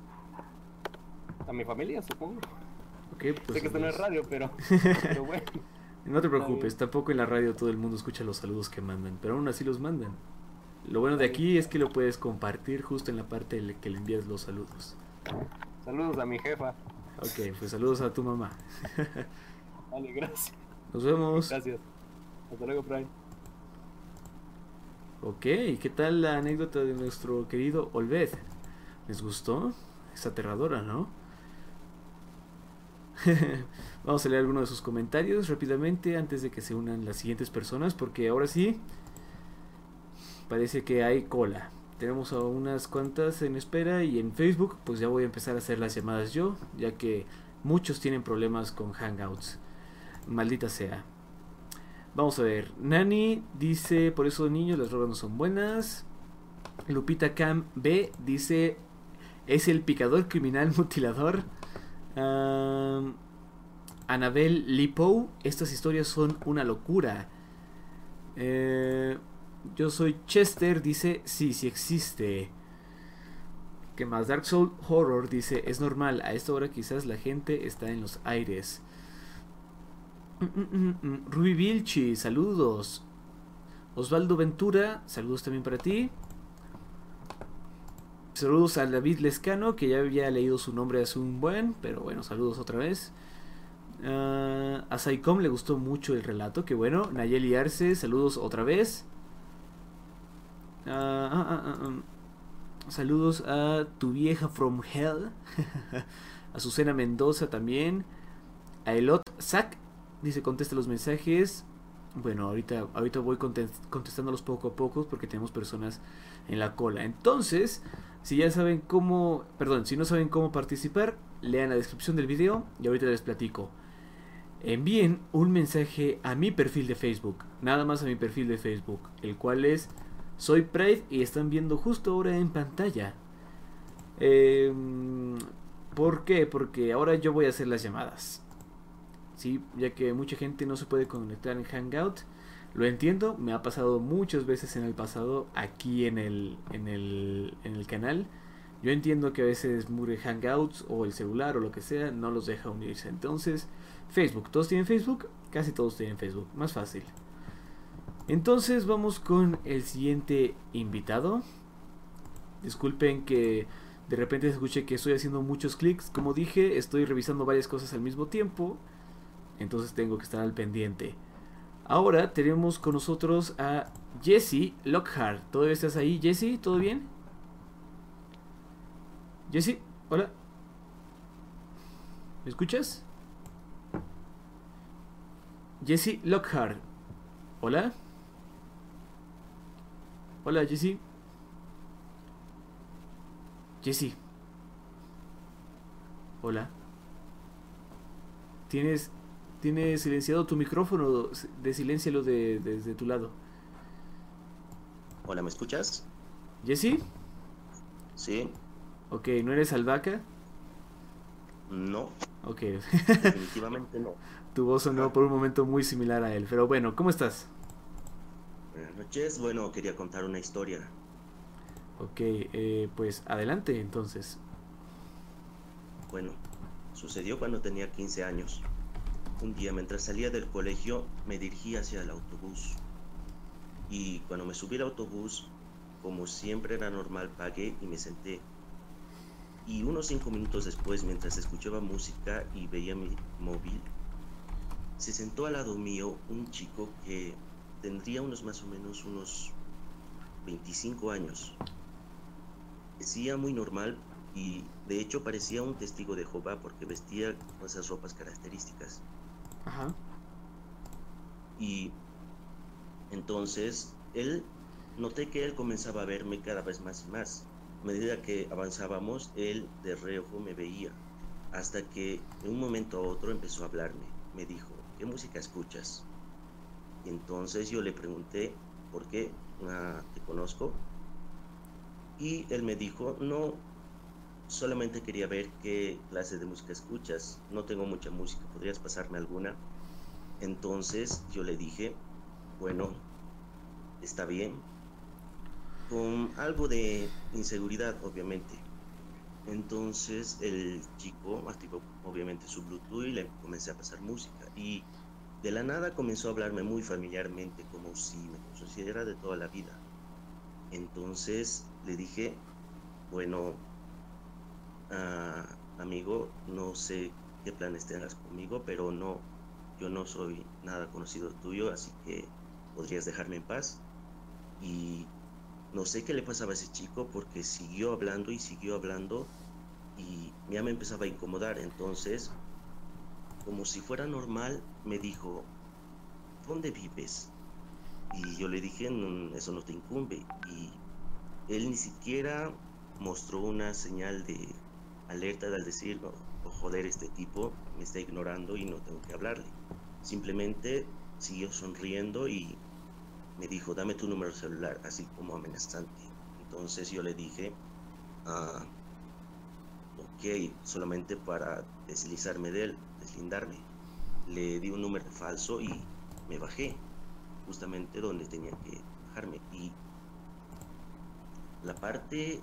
familia, supongo. Ok, pues Sé que esto no es radio, pero bueno. No te preocupes, tampoco en la radio todo el mundo escucha los saludos que mandan, pero aún así los mandan. Lo bueno de aquí es que lo puedes compartir justo en la parte en la que le envías los saludos. Saludos a mi jefa. Ok, pues saludos a tu mamá. Vale, gracias. Nos vemos. Gracias. Hasta luego, Brian. Ok, ¿qué tal la anécdota de nuestro querido Olved? ¿Les gustó? Es aterradora, ¿no? Vamos a leer algunos de sus comentarios rápidamente antes de que se unan las siguientes personas, porque ahora sí parece que hay cola. Tenemos a unas cuantas en espera y en Facebook pues ya voy a empezar a hacer las llamadas yo, ya que muchos tienen problemas con Hangouts. Maldita sea. Vamos a ver. Nani dice, por eso niños las drogas no son buenas. Lupita Cam B dice, es el picador criminal mutilador. Anabel Lipo, estas historias son una locura. Yo soy Chester, dice, sí existe. ¿Qué más? Dark Soul Horror dice, es normal, a esta hora quizás la gente está en los aires. Ruby Vilchi, saludos. Osvaldo Ventura, saludos también para ti. Saludos a David Lescano, que ya había leído su nombre hace un buen, pero bueno, saludos otra vez. A Saicom le gustó mucho el relato, que bueno. Nayeli Arce, saludos otra vez. Saludos a tu vieja from hell. A Susana Mendoza también. A Elot Zack, dice contesta los mensajes. Bueno, ahorita voy contestándolos poco a poco porque tenemos personas en la cola. Entonces, si ya saben cómo, si no saben cómo participar, lean la descripción del video y ahorita les platico. Envíen un mensaje a mi perfil de Facebook, nada más a mi perfil de Facebook, el cual es Soy Pride y están viendo justo ahora en pantalla. ¿Por qué? Porque ahora yo voy a hacer las llamadas. Sí, ya que mucha gente no se puede conectar en Hangout. Lo entiendo, me ha pasado muchas veces en el pasado aquí en el canal. Yo entiendo que a veces mure Hangouts o el celular o lo que sea no los deja unirse. Entonces, Facebook, ¿todos tienen Facebook? Casi todos tienen Facebook, más fácil. Entonces vamos con el siguiente invitado. Disculpen que de repente se escuche que estoy haciendo muchos clics. Como dije, estoy revisando varias cosas al mismo tiempo. Entonces tengo que estar al pendiente. Ahora tenemos con nosotros a Jesse Lockhart. ¿Todavía estás ahí, Jesse? ¿Todo bien? Jesse, hola. ¿Me escuchas? Jesse Lockhart. Hola. Hola, Jesse. Jesse. Hola. ¿Tienes Tiene silenciado tu micrófono, desiléncialo desde tu lado. Hola, ¿me escuchas? ¿Jesse? Sí, Ok, ¿no eres Albaca? no, Ok, definitivamente no. tu voz sonó por un momento muy similar a él. Pero bueno, ¿cómo estás? Buenas noches, bueno, quería contar una historia. Ok, pues adelante entonces. Bueno, sucedió cuando tenía 15 años. Un día mientras salía del colegio me dirigí hacia el autobús. Y cuando me subí al autobús, como siempre era normal, pagué y me senté. Y unos 5 minutos después, mientras escuchaba música y veía mi móvil, se sentó al lado mío un chico que tendría más o menos unos 25 años. Parecía muy normal y de hecho parecía un testigo de Jehová porque vestía con esas ropas características. Ajá. Y entonces noté que él comenzaba a verme cada vez más y más. A medida que avanzábamos, él de reojo me veía, hasta que de un momento a otro empezó a hablarme. Me dijo, ¿qué música escuchas? Y entonces yo le pregunté, ¿por qué? ¿Te conozco? Y él me dijo, no, solamente quería ver qué clase de música escuchas. No tengo mucha música, ¿podrías pasarme alguna? Entonces yo le dije, bueno, está bien, con algo de inseguridad, obviamente. Entonces el chico activó obviamente su Bluetooth y le comencé a pasar música. Y de la nada comenzó a hablarme muy familiarmente, como si me conociera de toda la vida. Entonces le dije, bueno, amigo, no sé qué planes tengas conmigo, pero no, yo no soy nada conocido tuyo, así que podrías dejarme en paz. Y no sé qué le pasaba a ese chico porque siguió hablando y ya me empezaba a incomodar. Entonces, como si fuera normal, me dijo, ¿dónde vives? Y yo le dije, "No, eso no te incumbe". Y él ni siquiera mostró una señal de alerta al decir, "Oh, joder, este tipo me está ignorando y no tengo que hablarle". Simplemente siguió sonriendo y me dijo, dame tu número celular, así como amenazante. Entonces yo le dije, ok, solamente para deslindarme. Le di un número falso y me bajé, justamente donde tenía que bajarme. Y la parte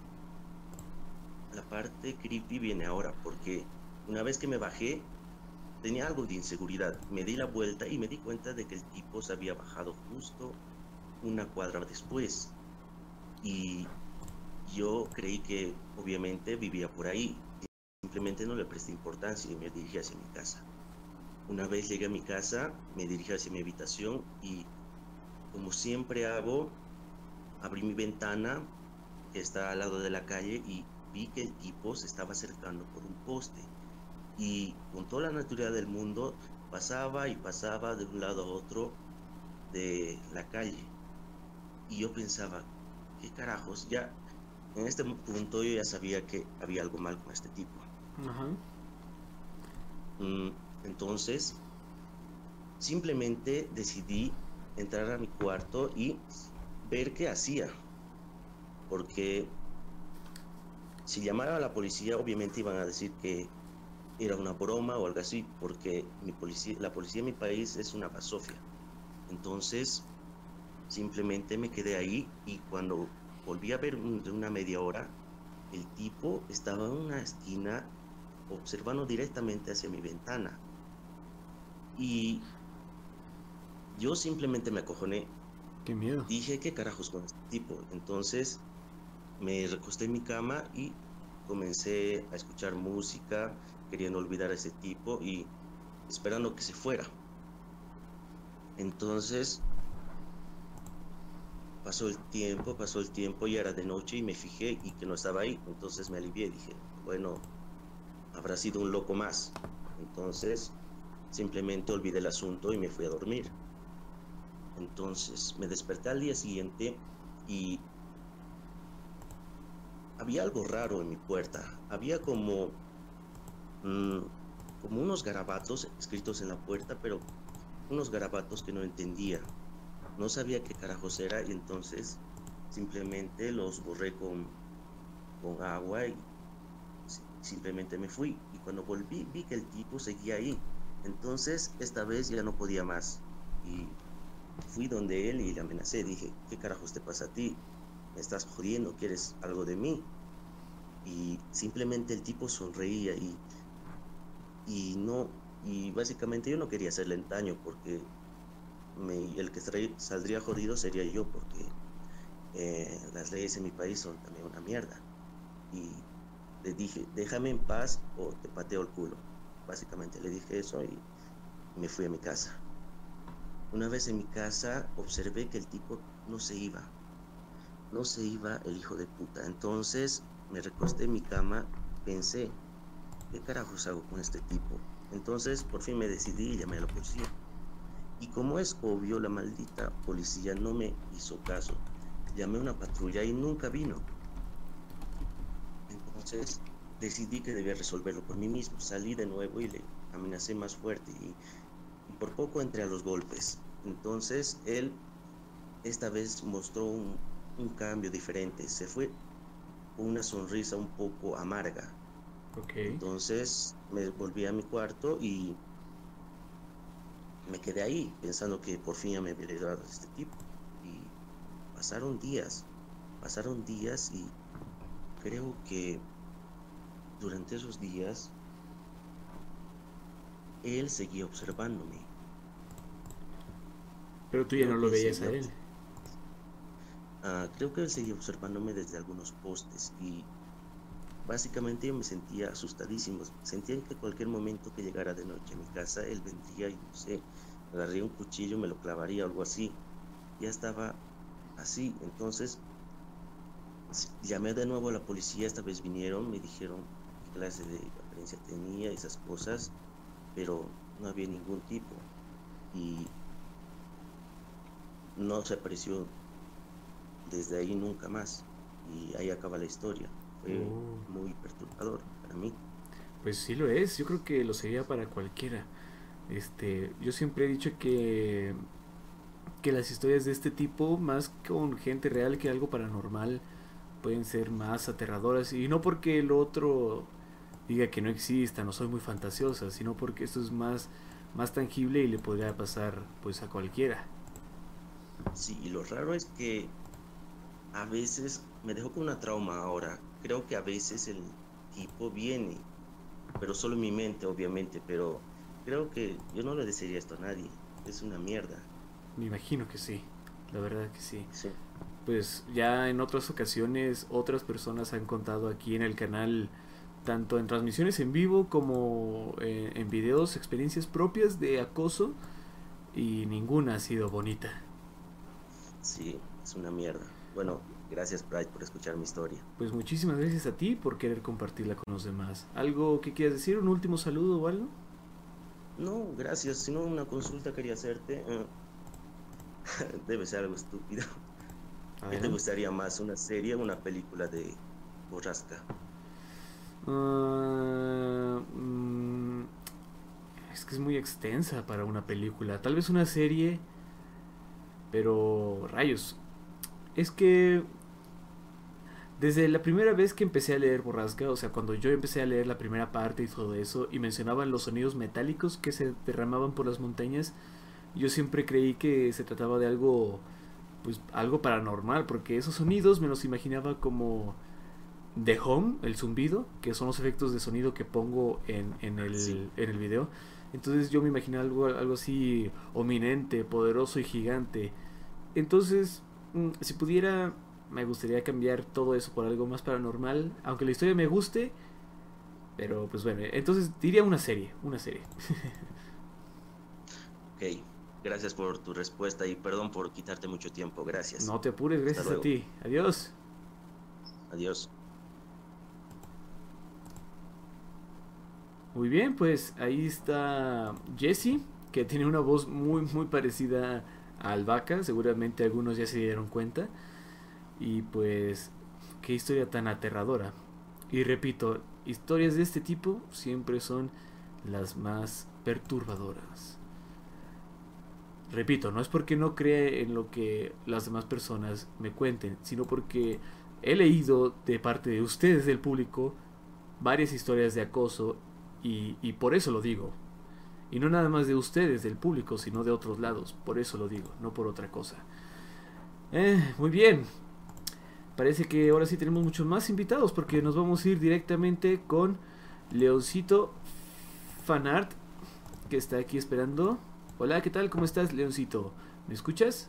creepy viene ahora, porque una vez que me bajé, tenía algo de inseguridad. Me di la vuelta y me di cuenta de que el tipo se había bajado justo una cuadra después. Y yo creí que obviamente vivía por ahí. Simplemente no le presté importancia y me dirigí hacia mi casa. Una vez llegué a mi casa, me dirigí hacia mi habitación y, como siempre hago, abrí mi ventana que está al lado de la calle y vi que el tipo se estaba acercando por un poste. Y con toda la naturalidad del mundo pasaba y pasaba de un lado a otro de la calle. Y yo pensaba, ¿qué carajos? Ya en este punto yo ya sabía que había algo mal con este tipo. Ajá. Entonces simplemente decidí entrar a mi cuarto y ver qué hacía, porque si llamara a la policía obviamente iban a decir que era una broma o algo así, porque la policía en mi país es una basofia. Entonces simplemente me quedé ahí y cuando volví a ver de una media hora, el tipo estaba en una esquina observando directamente hacia mi ventana. Y yo simplemente me acojoné. Qué miedo. Dije, ¿qué carajos con este tipo? Entonces me recosté en mi cama y comencé a escuchar música, queriendo olvidar a ese tipo y esperando que se fuera. Entonces pasó el tiempo, ya era de noche y me fijé y que no estaba ahí. Entonces me alivié, dije, bueno, habrá sido un loco más. Entonces simplemente olvidé el asunto y me fui a dormir. Entonces me desperté al día siguiente y había algo raro en mi puerta. Había como como unos garabatos escritos en la puerta, pero unos garabatos que no entendía. No sabía qué carajos era y entonces simplemente los borré con agua y simplemente me fui. Y cuando volví vi que el tipo seguía ahí. Entonces esta vez ya no podía más. Y fui donde él y le amenacé. Dije, ¿qué carajos te pasa a ti? ¿Me estás jodiendo? ¿Quieres algo de mí? Y simplemente el tipo sonreía y básicamente yo no quería hacerle daño porque el que saldría jodido sería yo, porque las leyes en mi país son también una mierda. Y le dije, déjame en paz o te pateo el culo. Básicamente le dije eso y me fui a mi casa. Una vez en mi casa observé que el tipo no se iba el hijo de puta. Entonces me recosté en mi cama, pensé, ¿qué carajos hago con este tipo? Entonces por fin me decidí y llamé a la policía. Y como es obvio, la maldita policía no me hizo caso. Llamé a una patrulla y nunca vino. Entonces decidí que debía resolverlo por mí mismo. Salí de nuevo y le amenacé más fuerte y por poco entré a los golpes. Entonces él esta vez mostró un cambio diferente. Se fue con una sonrisa un poco amarga. Okay. Entonces me volví a mi cuarto y me quedé ahí pensando que por fin ya me había librado de este tipo. Y pasaron días y creo que durante esos días él seguía observándome. Pero tú ya no lo veías a él. Creo que él seguía observándome desde algunos postes y básicamente yo me sentía asustadísimo. Sentía que cualquier momento que llegara de noche a mi casa, él vendría y no sé, agarraría un cuchillo, me lo clavaría o algo así. Ya estaba así. Entonces llamé de nuevo a la policía. Esta vez vinieron, me dijeron qué clase de apariencia tenía, esas cosas, pero no había ningún tipo y no se apareció desde ahí nunca más. Y ahí acaba la historia. Fue muy perturbador para mí. Pues sí lo es, yo creo que lo sería para cualquiera. Yo siempre he dicho que las historias de este tipo, más con gente real que algo paranormal, pueden ser más aterradoras. Y no porque el otro diga que no exista, no soy muy fantasiosa, sino porque esto es más tangible y le podría pasar pues a cualquiera. Sí, y lo raro es que a veces me dejó con una trauma ahora. Creo que a veces el tipo viene, pero solo en mi mente, obviamente, pero creo que yo no le desearía esto a nadie. Es una mierda. Me imagino que sí, la verdad que sí. Sí. Pues ya en otras ocasiones otras personas han contado aquí en el canal, tanto en transmisiones en vivo como en videos, experiencias propias de acoso, y ninguna ha sido bonita. Sí, es una mierda. Bueno, gracias Pride por escuchar mi historia. Pues muchísimas gracias a ti por querer compartirla con los demás. ¿Algo que quieras decir? ¿Un último saludo o algo? No, gracias. Si no, una consulta quería hacerte. Debe ser algo estúpido. ¿Qué te gustaría más, una serie o una película de Borrasca? Es que es muy extensa para una película. Tal vez una serie, pero rayos. Es que desde la primera vez que empecé a leer Borrasca, o sea, cuando yo empecé a leer la primera parte y todo eso, y mencionaban los sonidos metálicos que se derramaban por las montañas, yo siempre creí que se trataba de algo, pues algo paranormal, porque esos sonidos me los imaginaba como The Hum, el zumbido, que son los efectos de sonido que pongo en el video. Entonces yo me imaginaba algo así ominente, poderoso y gigante. Entonces, si pudiera, me gustaría cambiar todo eso por algo más paranormal, aunque la historia me guste. Pero pues bueno, entonces diría una serie. Ok, gracias por tu respuesta y perdón por quitarte mucho tiempo. Gracias. No te apures, gracias a ti. Adiós. Adiós. Muy bien, pues ahí está Jesse, que tiene una voz muy parecida a Albaca. Seguramente algunos ya se dieron cuenta. Y pues, qué historia tan aterradora. Y repito, historias de este tipo siempre son las más perturbadoras. Repito, no es porque no crea en lo que las demás personas me cuenten, sino porque he leído de parte de ustedes, del público, varias historias de acoso y por eso lo digo. Y no nada más de ustedes, del público, sino de otros lados. Por eso lo digo, no por otra cosa. Muy bien. Parece que ahora sí tenemos muchos más invitados porque nos vamos a ir directamente con Leoncito Fanart, que está aquí esperando. Hola, ¿qué tal? ¿Cómo estás, Leoncito? ¿Me escuchas?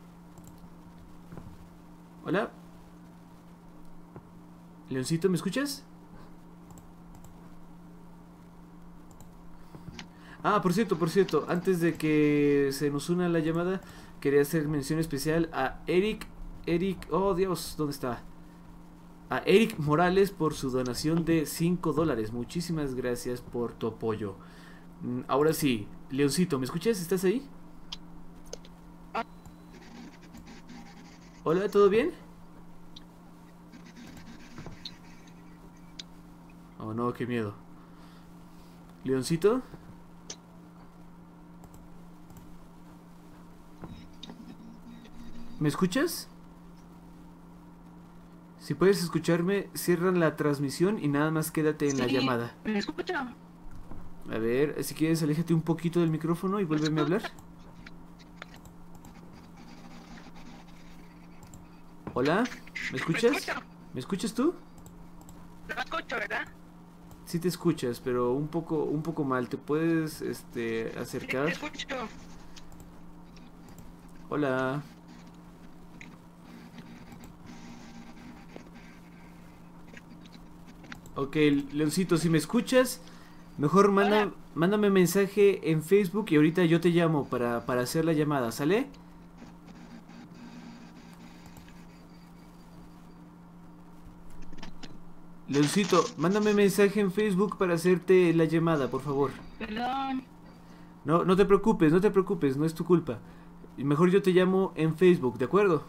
Hola. Leoncito, ¿me escuchas? Ah, por cierto, antes de que se nos una la llamada, quería hacer mención especial a Eric, oh Dios, ¿dónde está? A Eric Morales por su donación de $5. Muchísimas gracias por tu apoyo. Ahora sí, Leoncito, ¿me escuchas? ¿Estás ahí? Hola, ¿todo bien? Oh no, qué miedo. Leoncito. ¿Me escuchas? Si puedes escucharme, cierran la transmisión y nada más quédate en la llamada. ¿Me escucha? A ver, si quieres, aléjate un poquito del micrófono y vuélveme a hablar. Hola, ¿me escuchas? ¿Me escuchas tú? No escucho, ¿verdad? Sí te escuchas, pero un poco mal. ¿Te puedes acercar? Sí, te escucho. Hola. Ok, Leoncito, si me escuchas, mejor mándame mensaje en Facebook y ahorita yo te llamo para hacer la llamada, ¿sale? Leoncito, mándame mensaje en Facebook para hacerte la llamada, por favor. Perdón. No te preocupes, no es tu culpa. Mejor yo te llamo en Facebook, ¿de acuerdo?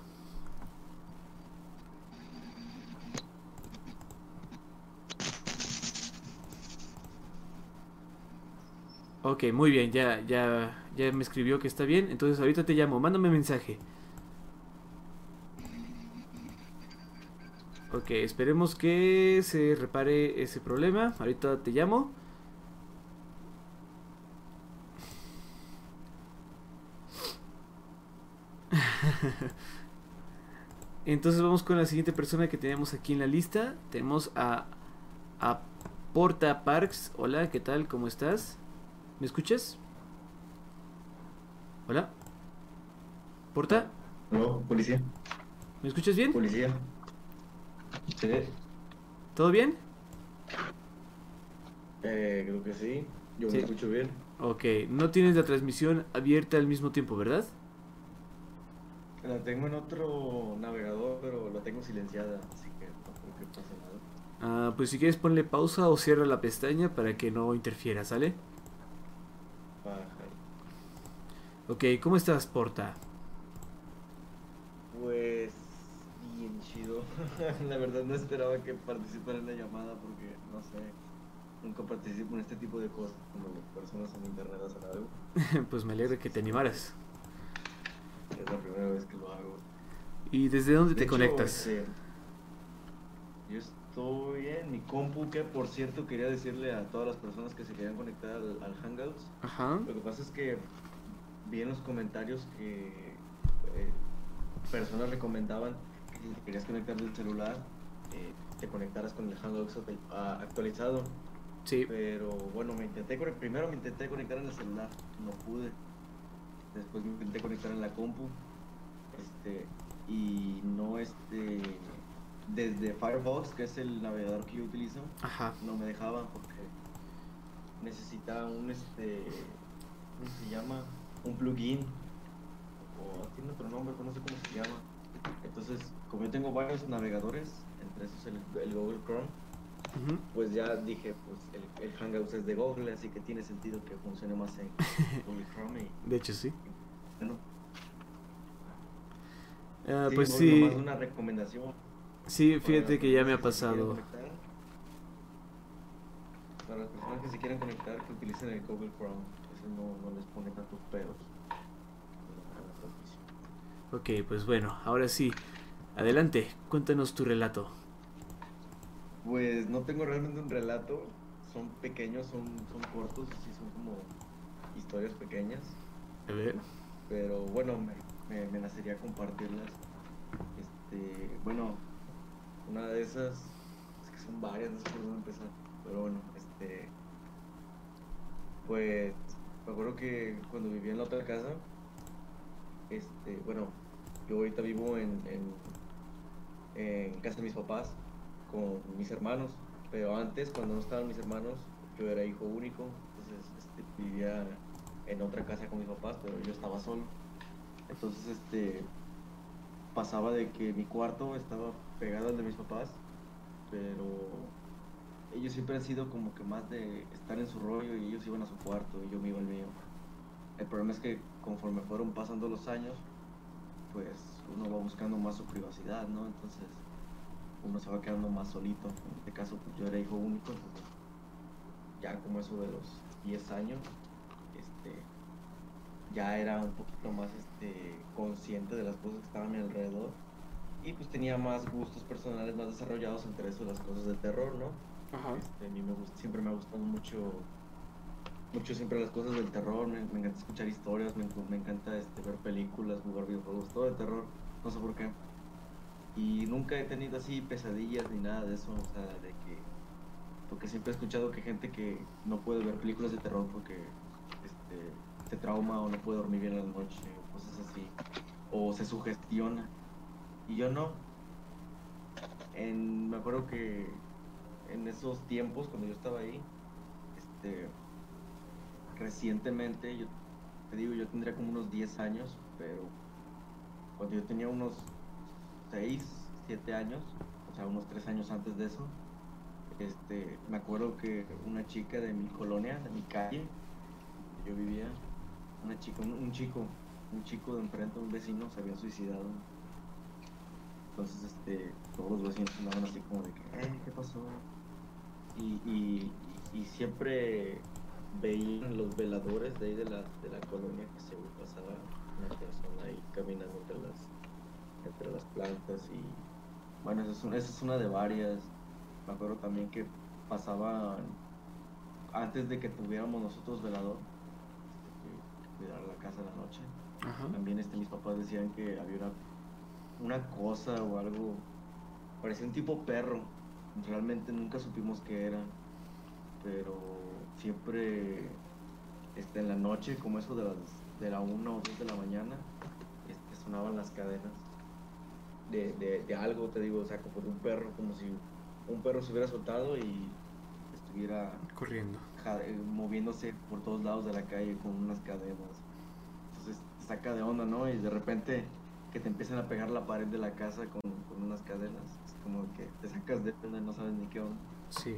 Ok, muy bien, ya me escribió que está bien, entonces ahorita te llamo, mándame mensaje. Ok, esperemos que se repare ese problema, ahorita te llamo. Entonces vamos con la siguiente persona que tenemos aquí en la lista. Tenemos a Porta Parks. Hola, ¿qué tal? ¿Cómo estás? ¿Me escuchas? Hola. ¿Porta? No, policía. ¿Me escuchas bien? Policía. Sí. ¿Todo bien? Creo que sí. Yo Sí. me escucho bien. Ok, no tienes la transmisión abierta al mismo tiempo, ¿verdad? La tengo en otro navegador, pero la tengo silenciada, así que no creo que pase nada. Pues si quieres ponle pausa o cierra la pestaña para que no interfiera, ¿sale? Baja. Ok, ¿cómo estás, Porta? Pues bien chido. La verdad no esperaba que participara en la llamada porque, no sé, nunca participo en este tipo de cosas cuando personas en internet hacen algo. Pues me alegra que te animaras. Es la primera vez que lo hago. ¿Y desde dónde De te hecho, conectas? Yo estoy en mi compu, que por cierto quería decirle a todas las personas que se querían conectar al Hangouts. Ajá. Lo que pasa es que vi en los comentarios que personas recomendaban que si te querías conectar del celular, te conectaras con el Hangouts actualizado. Sí. Pero bueno, primero me intenté conectar en el celular, no pude. Después me intenté conectar en la compu. Y no desde Firefox, que es el navegador que yo utilizo, Ajá. no me dejaba porque necesitaba un ¿cómo se llama? Un plugin, o tiene otro nombre, pero no sé cómo se llama. Entonces, como yo tengo varios navegadores, entre esos el Google Chrome, Ujú. pues ya dije, pues el Hangouts es de Google, así que tiene sentido que funcione más en Google Chrome. De hecho, sí. Bueno, Pues bueno, sí. nomás una recomendación. Sí, fíjate Para que ya me ha las personas que se pasado. quieran conectar, para las personas que se quieran conectar, que utilicen el Google Chrome. Eso no les pone tantos peros a la transmisión. Ok, pues bueno, ahora sí. Adelante, cuéntanos tu relato. Pues no tengo realmente un relato. Son pequeños, son cortos, sí, son como historias pequeñas. A ver. Pero bueno, me nacería compartirlas. Bueno, una de esas, es que son varias, no sé por dónde empezar. Pero bueno, pues me acuerdo que cuando vivía en la otra casa, bueno, yo ahorita vivo en casa de mis papás con mis hermanos, pero antes, cuando no estaban mis hermanos, yo era hijo único, entonces vivía en otra casa con mis papás, pero yo estaba solo. Entonces, pasaba de que mi cuarto estaba pegado al de mis papás, pero ellos siempre han sido como que más de estar en su rollo y ellos iban a su cuarto y yo me iba al mío. El problema es que conforme fueron pasando los años, pues uno va buscando más su privacidad, ¿no? Entonces uno se va quedando más solito. En este caso, pues yo era hijo único, entonces ya como eso de los 10 años, ya era un poquito más consciente de las cosas que estaban a mi alrededor y pues tenía más gustos personales más desarrollados entre eso las cosas de terror, ¿no? Ajá. A mí siempre me ha gustado mucho siempre las cosas del terror, me encanta escuchar historias, me encanta ver películas, jugar videojuegos, todo de terror, no sé por qué. Y nunca he tenido así pesadillas ni nada de eso, o sea, porque siempre he escuchado que hay gente que no puede ver películas de terror porque se trauma o no puede dormir bien en la noche, o cosas así, o se sugestiona. Y yo no. Me acuerdo que en esos tiempos, cuando yo estaba ahí, recientemente, yo te digo, yo tendría como unos 10 años, pero cuando yo tenía unos 6, 7 años, o sea, unos 3 años antes de eso, me acuerdo que una chica de mi colonia, de mi calle, donde yo vivía, una chica, un chico de enfrente, un vecino, se había suicidado. Entonces, todos los vecinos andaban así como de que, ¿qué pasó? Y siempre veían los veladores de ahí de la colonia que se pasaba una persona ahí caminando entre las plantas y bueno, esa es una de varias. Me acuerdo también que pasaban antes de que tuviéramos nosotros velador, cuidar la casa en la noche. Ajá. También mis papás decían que había una cosa o algo, parecía un tipo perro, realmente nunca supimos qué era, pero siempre en la noche, como eso de la 1 o 2 de la mañana, sonaban las cadenas de algo, te digo, o sea, como de un perro, como si un perro se hubiera soltado y estuviera corriendo, moviéndose por todos lados de la calle con unas cadenas. Entonces te saca de onda, ¿no? Y de repente que te empiezan a pegar la pared de la casa con unas cadenas, es como que te sacas de onda y no sabes ni qué onda. Sí.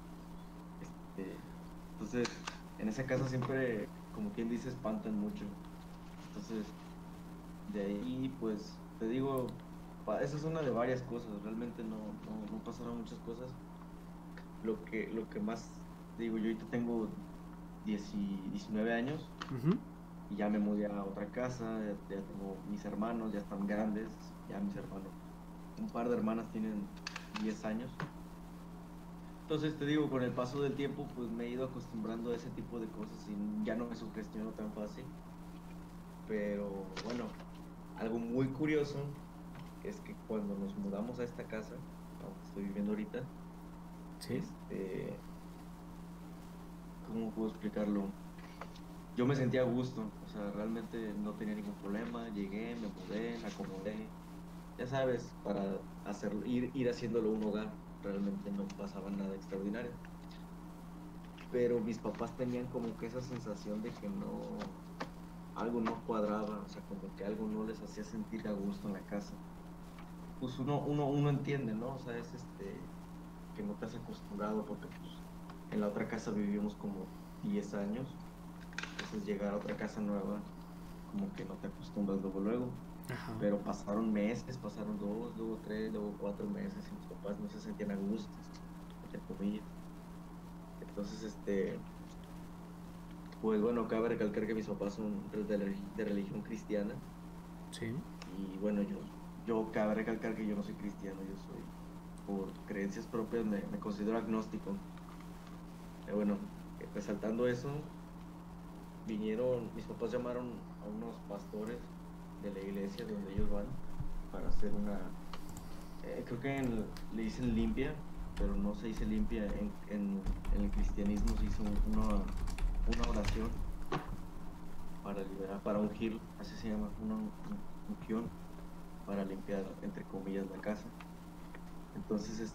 Entonces, en esa casa siempre, como quien dice, espantan mucho. Entonces, de ahí, pues, te digo, esa es una de varias cosas, realmente no pasaron muchas cosas. Lo que más, digo, yo ahorita tengo 19 años. Uh-huh. Y ya me mudé a otra casa, ya tengo mis hermanos, ya están grandes, ya mis hermanos, un par de hermanas tienen 10 años. Entonces te digo, con el paso del tiempo pues me he ido acostumbrando a ese tipo de cosas y ya no me sugestiono tan fácil. Pero bueno, algo muy curioso es que cuando nos mudamos a esta casa, donde estoy viviendo ahorita, ¿sí? ¿Cómo puedo explicarlo? Yo me sentía a gusto, o sea, realmente no tenía ningún problema, llegué, me mudé, me acomodé, ya sabes, para ir haciéndolo un hogar, realmente no pasaba nada extraordinario. Pero mis papás tenían como que esa sensación de que algo no cuadraba, o sea, como que algo no les hacía sentir a gusto en la casa. Pues uno entiende, ¿no? O sea, es que no te has acostumbrado porque pues en la otra casa vivimos como 10 años. Entonces llegar a otra casa nueva, como que no te acostumbras luego. Ajá. Pero pasaron meses, pasaron 2, luego 3, luego 4 meses y mis papás no se sentían a gusto, entre comillas. Entonces, pues bueno, cabe recalcar que mis papás son de religión cristiana. Sí. Y bueno, yo cabe recalcar que yo no soy cristiano, yo soy, por creencias propias, me considero agnóstico. Bueno, resaltando eso, mis papás llamaron a unos pastores de la iglesia donde ellos van para hacer creo que le dicen limpia, pero no se dice limpia, en el cristianismo se hizo una oración para liberar, para ungir, así se llama, una unción para limpiar, entre comillas, la casa. Entonces,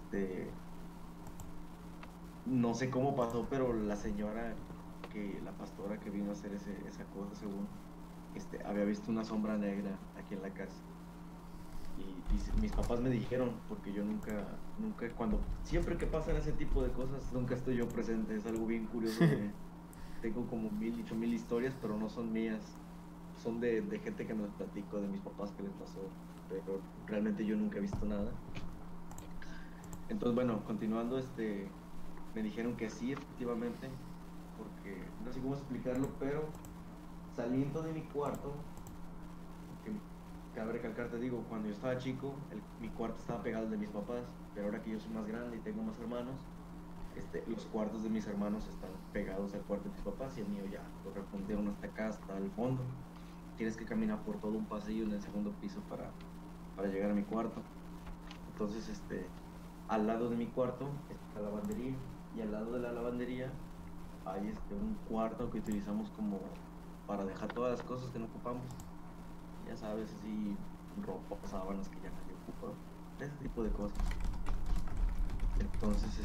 no sé cómo pasó, pero la pastora que vino a hacer esa cosa, según, había visto una sombra negra aquí en la casa. Y mis papás me dijeron, porque yo nunca, siempre que pasan ese tipo de cosas, nunca estoy yo presente, es algo bien curioso. Tengo como 8,000 historias, pero no son mías, son de gente que me las platico, de mis papás que les pasó, pero realmente yo nunca he visto nada. Entonces, bueno, continuando, me dijeron que sí, efectivamente, porque no sé cómo explicarlo, pero saliendo de mi cuarto, que cabe recalcar, te digo, cuando yo estaba chico, mi cuarto estaba pegado al de mis papás, pero ahora que yo soy más grande y tengo más hermanos, los cuartos de mis hermanos están pegados al cuarto de mis papás y el mío ya lo respondieron hasta acá, hasta el fondo. Tienes que caminar por todo un pasillo en el segundo piso para llegar a mi cuarto. Entonces, al lado de mi cuarto está la lavandería, y al lado de la lavandería hay un cuarto que utilizamos como para dejar todas las cosas que no ocupamos. Ya sabes, así, ropa, sábanas que ya nadie ocupa, ese tipo de cosas. Entonces,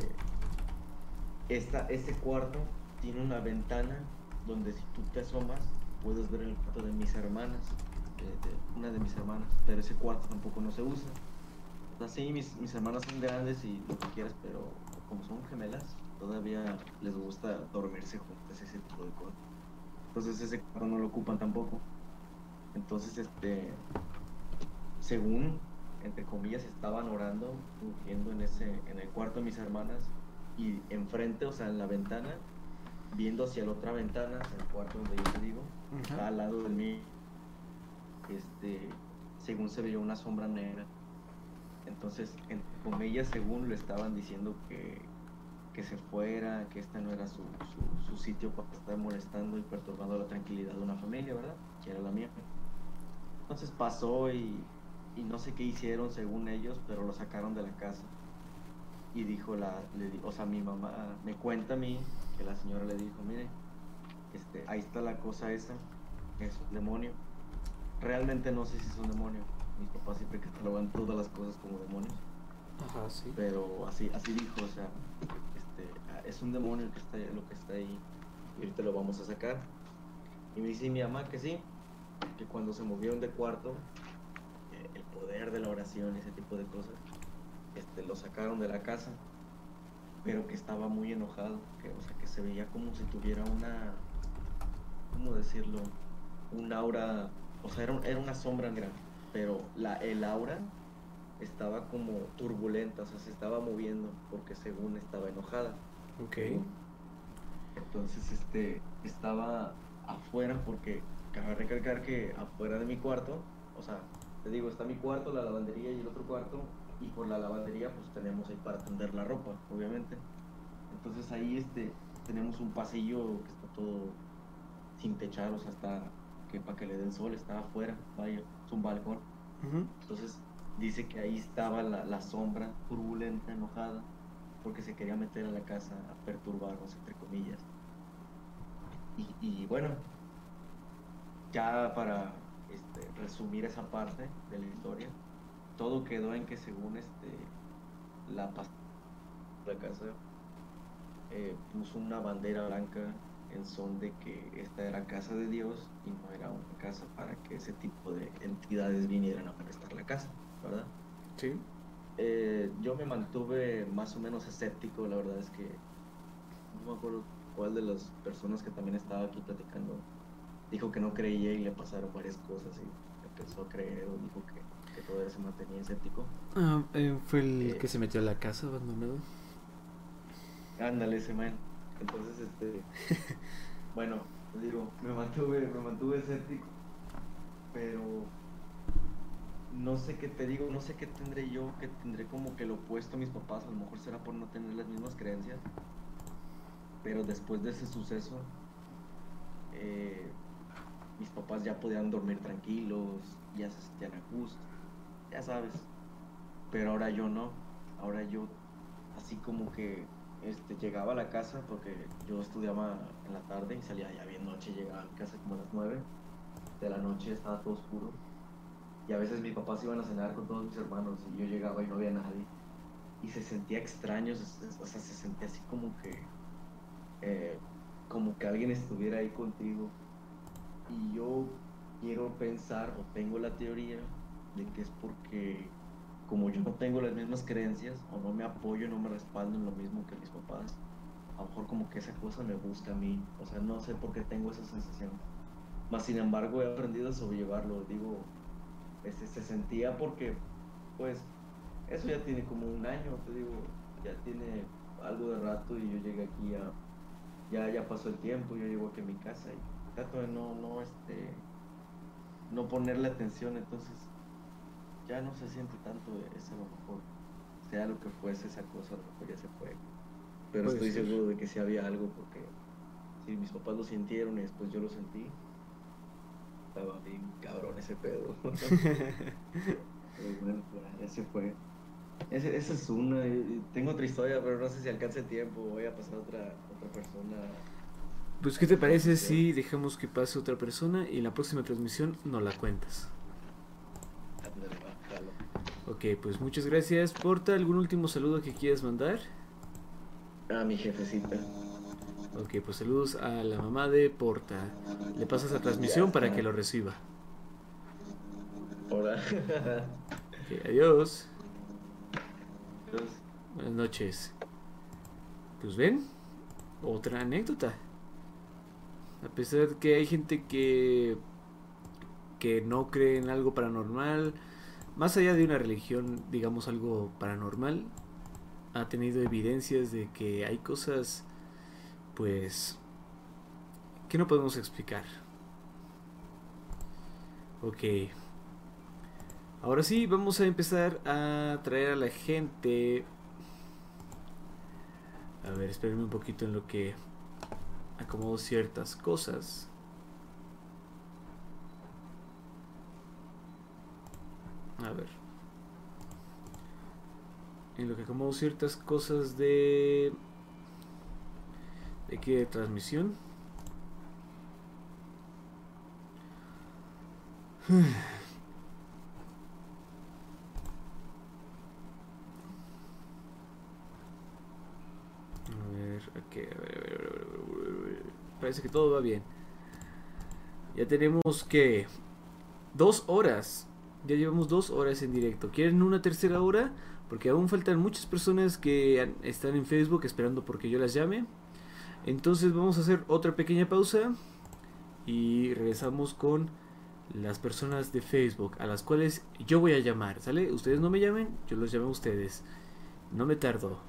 ese cuarto tiene una ventana donde si tú te asomas puedes ver el cuarto de mis hermanas, de una de mis hermanas, pero ese cuarto tampoco no se usa. Así mis hermanas son grandes y lo que quieras, pero como son gemelas, todavía les gusta dormirse juntas, ese tipo de cosas. Entonces ese cuarto no lo ocupan tampoco. Entonces, según, entre comillas, estaban orando, ungiendo en el cuarto de mis hermanas, y enfrente, o sea, en la ventana, viendo hacia la otra ventana, hacia el cuarto donde yo te digo, está al lado del mío, según se veía una sombra negra. Entonces, entre comillas, según le estaban diciendo que se fuera, que no era su sitio para estar molestando y perturbando la tranquilidad de una familia, ¿verdad? Que era la mía. Entonces pasó y no sé qué hicieron según ellos, pero lo sacaron de la casa. Y dijo o sea, mi mamá me cuenta a mí que la señora le dijo, mire, ahí está la cosa esa, es un demonio. Realmente no sé si es un demonio. Mis papás siempre catalogan todas las cosas como demonios. Ajá, sí. Pero así dijo, o sea, es un demonio lo que está ahí, y ahorita lo vamos a sacar. Y me dice mi mamá que sí, que cuando se movieron de cuarto, el poder de la oración y ese tipo de cosas, lo sacaron de la casa, pero que estaba muy enojado, o sea, que se veía como si tuviera ¿cómo decirlo? Un aura, o sea, era una sombra grande, pero el aura estaba como turbulenta, o sea, se estaba moviendo porque según estaba enojada. Ok. Entonces, estaba afuera, porque cabe recalcar que afuera de mi cuarto, o sea, te digo, está mi cuarto, la lavandería y el otro cuarto, y por la lavandería pues tenemos ahí para tender la ropa, obviamente. Entonces ahí tenemos un pasillo que está todo sin techar, o sea, está que para que le den sol, está afuera, vaya, es un balcón. Entonces dice que ahí estaba la sombra turbulenta, enojada, porque se quería meter a la casa a perturbarnos, entre comillas. Y bueno, ya para resumir esa parte de la historia, todo quedó en que según la pastora de la casa puso una bandera blanca en son de que esta era casa de Dios y no era una casa para que ese tipo de entidades vinieran a prestar la casa, ¿verdad? Sí. Yo me mantuve más o menos escéptico, la verdad es que no me acuerdo cuál de las personas que también estaba aquí platicando dijo que no creía y le pasaron varias cosas y empezó a creer, o dijo que todavía se mantenía escéptico. Fue el que se metió a la casa abandonada. Ándale, ese man. Entonces, bueno, digo, me mantuve escéptico, pero no sé qué te digo, no sé qué tendré yo, que tendré como que lo opuesto a mis papás, a lo mejor será por no tener las mismas creencias, pero después de ese suceso, eh, mis papás ya podían dormir tranquilos, ya se sentían a gusto, ya sabes, pero ahora yo no, ahora yo así como que llegaba a la casa porque yo estudiaba en la tarde y salía ya bien noche, llegaba a mi casa como a las 9 de la noche, estaba todo oscuro y a veces mis papás iban a cenar con todos mis hermanos y yo llegaba y no había nadie y se sentía extraño, o sea, se sentía así como que alguien estuviera ahí contigo y yo quiero pensar o tengo la teoría de que es porque como yo no tengo las mismas creencias o no me apoyo, no me respaldo en lo mismo que mis papás, a lo mejor como que esa cosa me busca a mí, o sea, no sé por qué tengo esa sensación. Más sin embargo, he aprendido a sobrellevarlo, digo, se sentía porque, pues, eso ya tiene como un año, te digo, ya tiene algo de rato y yo llegué aquí ya pasó el tiempo, yo llego aquí a mi casa y trato de no ponerle atención, entonces ya no se siente tanto eso, a lo mejor sea lo que fuese esa cosa, a lo mejor ya se fue. Pero Puede estoy ser. seguro de que sí había algo, porque si mis papás lo sintieron y después yo lo sentí, estaba bien cabrón ese pedo. Pero bueno, ya se fue. Esa es una. Tengo otra historia, pero no sé si alcance el tiempo. Voy a pasar a otra persona Pues, a ¿qué te esa parece transmisión. si dejamos que pase otra persona y en la próxima transmisión nos la cuentas? Ándale, va, jalo. Ok, pues muchas gracias. Porta, ¿algún último saludo que quieras mandar? Ah, mi jefecita. Ok, pues saludos a la mamá de Porta. Le pasas la Ya transmisión para está. que lo reciba. Hola. Ok, adiós. Adiós. Buenas noches. Pues ven, otra anécdota. A pesar de que hay gente que no cree en algo paranormal, más allá de una religión, digamos algo paranormal, ha tenido evidencias de que hay cosas, pues, que no podemos explicar. Ok, ahora sí, vamos a empezar a traer a la gente. A ver, espérenme un poquito en lo que acomodo ciertas cosas. A ver. En lo que acomodo ciertas cosas de aquí de transmisión. A ver, ok, a ver. Parece que todo va bien. Ya tenemos que 2 horas. Ya llevamos 2 horas en directo. ¿Quieren una tercera hora? Porque aún faltan muchas personas que están en Facebook esperando porque yo las llame. Entonces vamos a hacer otra pequeña pausa y regresamos con las personas de Facebook a las cuales yo voy a llamar, ¿sale? Ustedes no me llamen, yo los llamo a ustedes. No me tardo.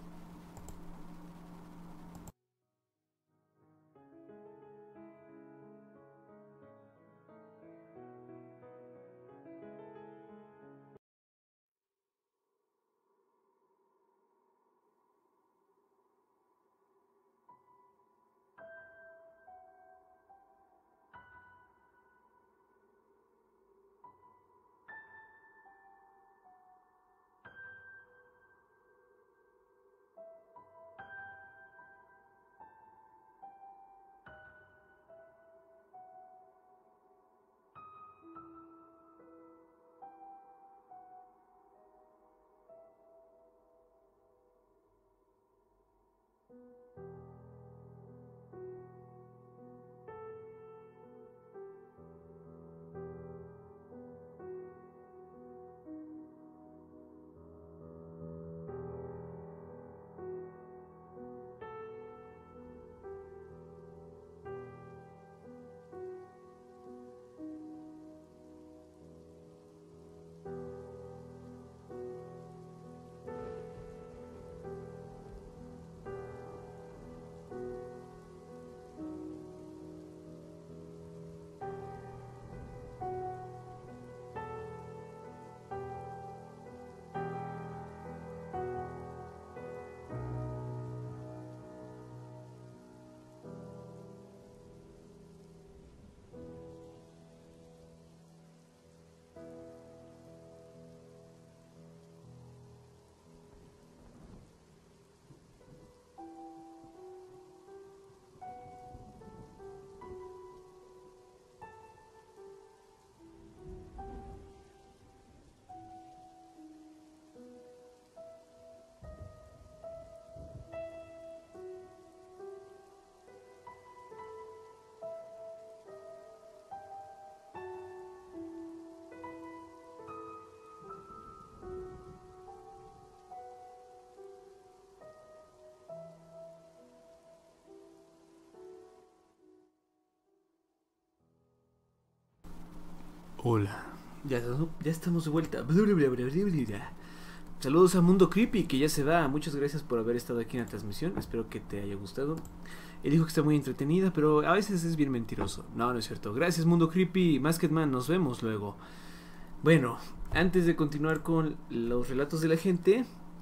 Hola, ya estamos de vuelta. Saludos a Mundo Creepy, que ya se va. Muchas gracias por haber estado aquí en la transmisión. Espero que te haya gustado. Él dijo que está muy entretenida, pero a veces es bien mentiroso. No, no es cierto. Gracias, Mundo Creepy. Masketman, nos vemos luego. Bueno, antes de continuar con los relatos de la gente,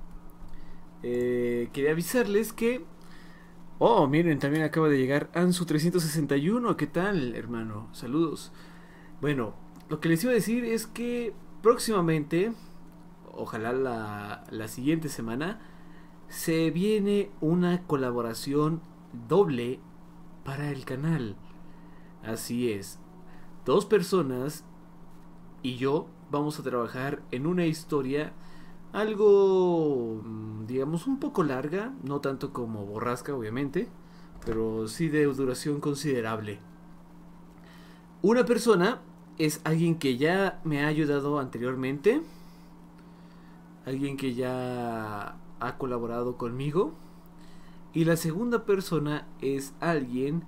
quería avisarles que... Oh, miren, también acaba de llegar Ansu361. ¿Qué tal, hermano? Saludos. Bueno, lo que les iba a decir es que próximamente, ojalá la siguiente semana, se viene una colaboración doble para el canal. Así es, 2 personas y yo vamos a trabajar en una historia algo, digamos, un poco larga, no tanto como Borrasca, obviamente, pero sí de duración considerable. Una persona es alguien que ya me ha ayudado anteriormente, alguien que ya ha colaborado conmigo, y la segunda persona es alguien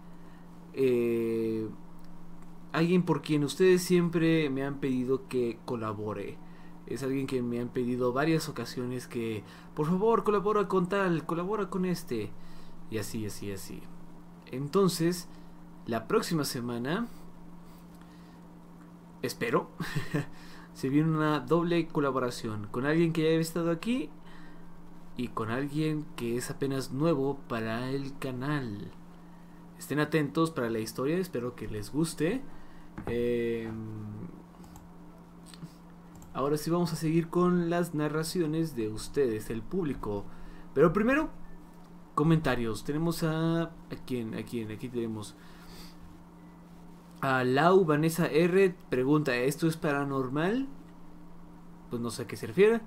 por quien ustedes siempre me han pedido que colabore. Es alguien que me han pedido varias ocasiones que, por favor, colabora con tal, colabora con este, y así. Entonces, la próxima semana, espero, se viene una doble colaboración con alguien que ya ha estado aquí y con alguien que es apenas nuevo para el canal. Estén atentos para la historia, espero que les guste. Ahora sí vamos a seguir con las narraciones de ustedes, el público. Pero primero, comentarios. Tenemos a quién, aquí tenemos a Lau Vanessa R. Pregunta, ¿esto es paranormal? Pues no sé a qué se refiere.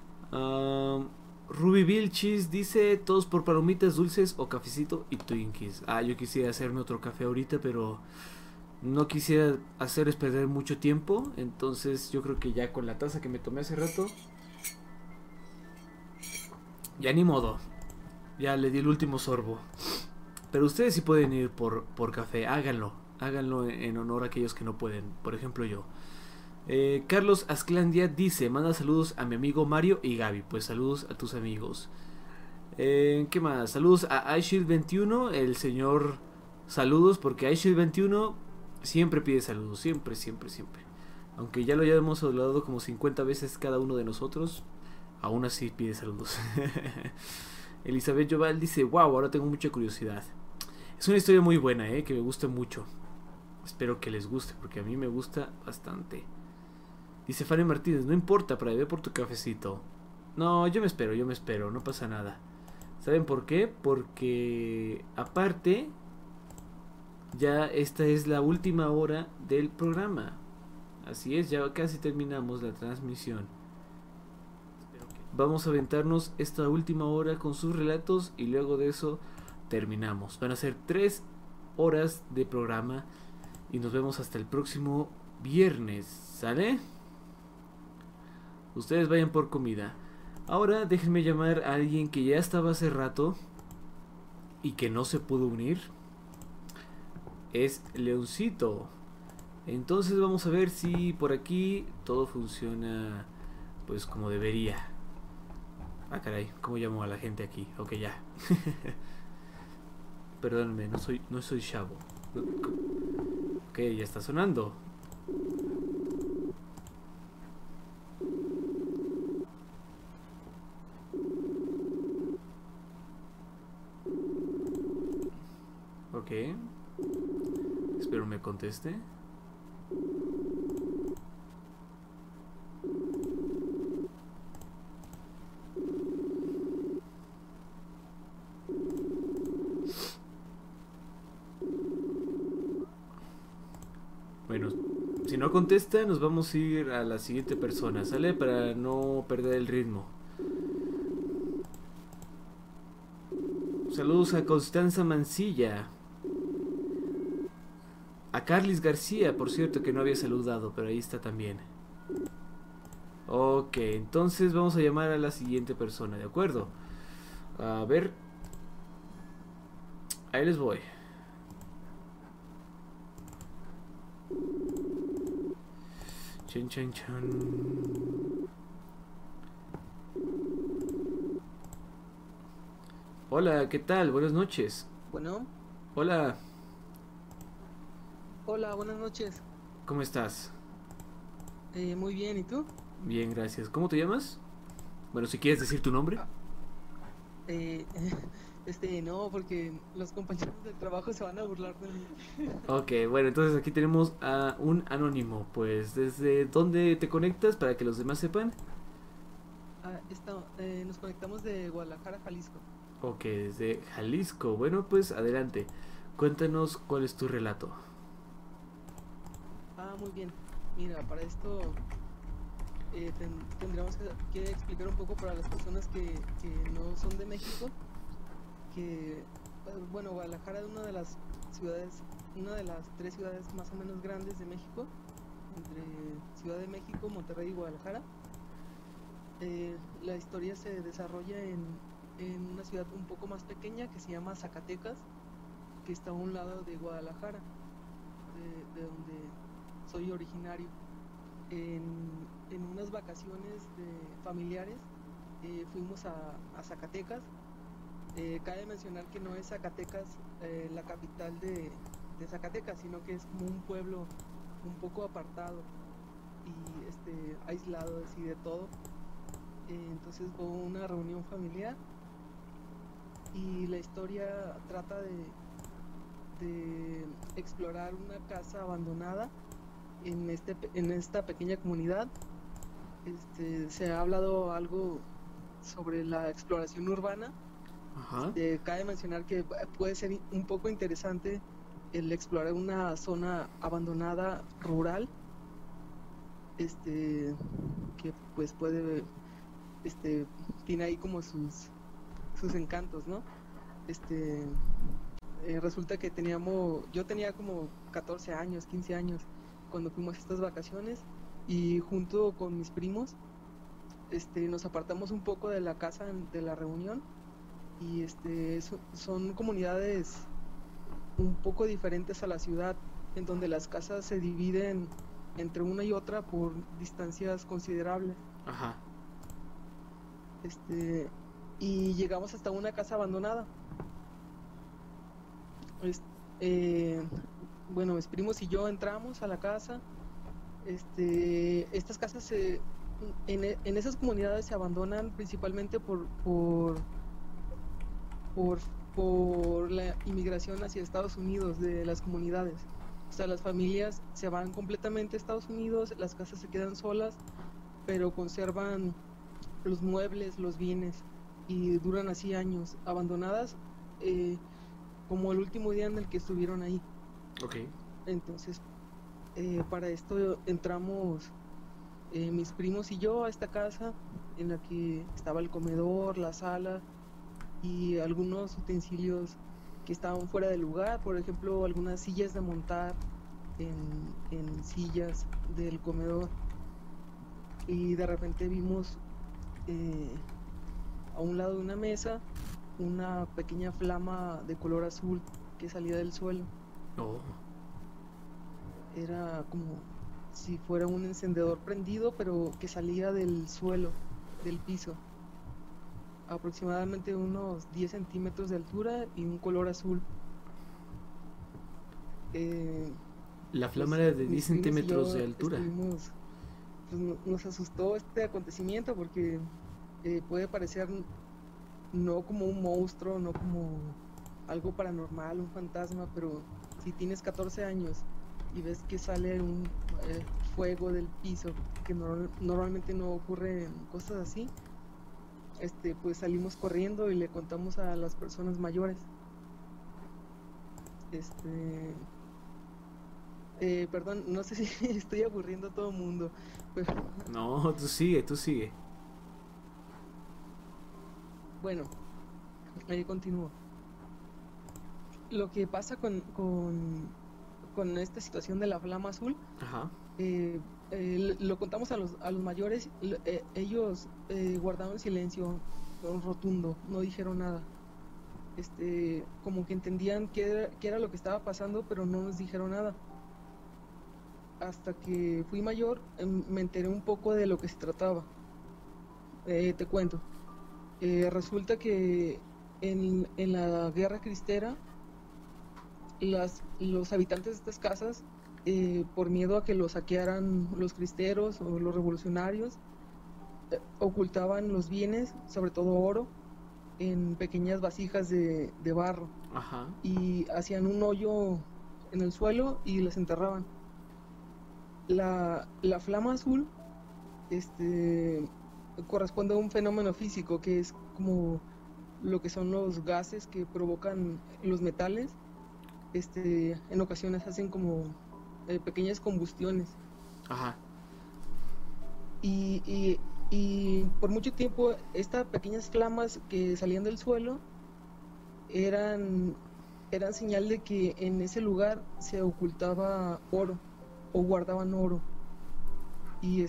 Ruby Vilchis dice, todos por palomitas dulces o cafecito y Twinkies. Yo quisiera hacerme otro café ahorita, pero no quisiera hacerles perder mucho tiempo. Entonces yo creo que ya con la taza que me tomé hace rato, ya ni modo, ya le di el último sorbo. Pero ustedes sí pueden ir por café, háganlo en honor a aquellos que no pueden, por ejemplo yo. Carlos Asclandia dice, manda saludos a mi amigo Mario y Gaby. Pues saludos a tus amigos. ¿Qué más? Saludos a iShield21, el señor saludos, porque iShield21 siempre pide saludos, siempre. Aunque ya lo hayamos hablado como 50 veces cada uno de nosotros, aún así pide saludos. Elizabeth Joval dice, wow, ahora tengo mucha curiosidad. Es una historia muy buena, que me gusta mucho. Espero que les guste, porque a mí me gusta bastante. Dice Fanny Martínez, no importa, para beber por tu cafecito. No, yo me espero, no pasa nada. ¿Saben por qué? Porque aparte, ya esta es la última hora del programa. Así es, ya casi terminamos la transmisión. Vamos a aventarnos esta última hora con sus relatos y luego de eso terminamos. Van a ser 3 horas de programa y nos vemos hasta el próximo viernes, ¿sale? Ustedes vayan por comida. Ahora déjenme llamar a alguien que ya estaba hace rato y que no se pudo unir. Es Leoncito. Entonces vamos a ver si por aquí todo funciona pues como debería. Caray, ¿cómo llamo a la gente aquí? Ok, ya. Perdónenme, no soy chavo. Ok, ya está sonando. Ok. Espero me conteste. Bueno, si no contesta, nos vamos a ir a la siguiente persona, ¿sale? Para no perder el ritmo. Saludos a Constanza Mancilla. A Carlis García, por cierto, que no había saludado, pero ahí está también. Ok, entonces vamos a llamar a la siguiente persona, ¿de acuerdo? A ver. Ahí les voy. Chan, chan, chan. Hola, ¿qué tal? Buenas noches. Bueno, Hola, hola, buenas noches. ¿cómo estás? Muy bien, ¿y tú? Bien, gracias. ¿Cómo te llamas? Bueno, si quieres decir tu nombre. Eh, no, porque los compañeros del trabajo se van a burlar de mí. Ok, bueno, entonces aquí tenemos a un anónimo. Pues, ¿desde dónde te conectas para que los demás sepan? Nos conectamos de Guadalajara, Jalisco. Ok, desde Jalisco. Bueno, pues adelante. Cuéntanos cuál es tu relato. Muy bien. Mira, para esto tendríamos que explicar un poco para las personas que no son de México, que, bueno, Guadalajara es una de las ciudades, una de las 3 ciudades más o menos grandes de México, entre Ciudad de México, Monterrey y Guadalajara. La historia se desarrolla en una ciudad un poco más pequeña que se llama Zacatecas, que está a un lado de Guadalajara, de donde soy originario. En unas vacaciones familiares fuimos a Zacatecas. Cabe mencionar que no es Zacatecas la capital de Zacatecas, sino que es como un pueblo un poco apartado y aislado así de todo. Entonces fue una reunión familiar y la historia trata de explorar una casa abandonada en esta pequeña comunidad. Se ha hablado algo sobre la exploración urbana. Ajá. Cabe mencionar que puede ser un poco interesante el explorar una zona abandonada rural, que pues puede, tiene ahí como sus encantos, ¿no? Resulta que yo tenía como 14 años, 15 años cuando fuimos a estas vacaciones, y junto con mis primos nos apartamos un poco de la casa de la reunión, y son comunidades un poco diferentes a la ciudad, en donde las casas se dividen entre una y otra por distancias considerables. Ajá. Y llegamos hasta una casa abandonada. Bueno, mis primos y yo entramos a la casa. Estas casas en esas comunidades se abandonan principalmente por la inmigración hacia Estados Unidos de las comunidades. O sea, las familias se van completamente a Estados Unidos, las casas se quedan solas, pero conservan los muebles, los bienes, y duran así años abandonadas, como el último día en el que estuvieron ahí. Ok. Entonces, para esto entramos mis primos y yo a esta casa, en la que estaba el comedor, la sala y algunos utensilios que estaban fuera del lugar. Por ejemplo, algunas sillas de montar en sillas del comedor. Y de repente vimos a un lado de una mesa una pequeña flama de color azul que salía del suelo. Oh. Era como si fuera un encendedor prendido, pero que salía del suelo, del piso, aproximadamente unos 10 centímetros de altura y un color azul. La flama era de 10 centímetros de altura. Nos asustó este acontecimiento porque puede parecer no como un monstruo, no como algo paranormal, un fantasma, pero si tienes 14 años y ves que sale un fuego del piso, que normalmente no ocurre en cosas así, pues salimos corriendo y le contamos a las personas mayores. Perdón, no sé si estoy aburriendo a todo el mundo, pero... No, tú sigue, tú sigue. Bueno, ahí continúo. Lo que pasa con esta situación de la flama azul, Ajá. lo contamos a los mayores. Ellos guardaron silencio rotundo, no dijeron nada. Como que entendían qué era lo que estaba pasando, pero no nos dijeron nada. hasta que fui mayor me enteré un poco de lo que se trataba. Te cuento. Resulta que en la guerra cristera, los habitantes de estas casas, por miedo a que los saquearan los cristeros o los revolucionarios, ocultaban los bienes, sobre todo oro, en pequeñas vasijas de barro. Ajá. Y hacían un hoyo en el suelo y les enterraban. La flama azul corresponde a un fenómeno físico que es como lo que son los gases que provocan los metales. En ocasiones hacen como pequeñas combustiones. Ajá. Y por mucho tiempo estas pequeñas flamas que salían del suelo eran señal de que en ese lugar se ocultaba oro o guardaban oro. Y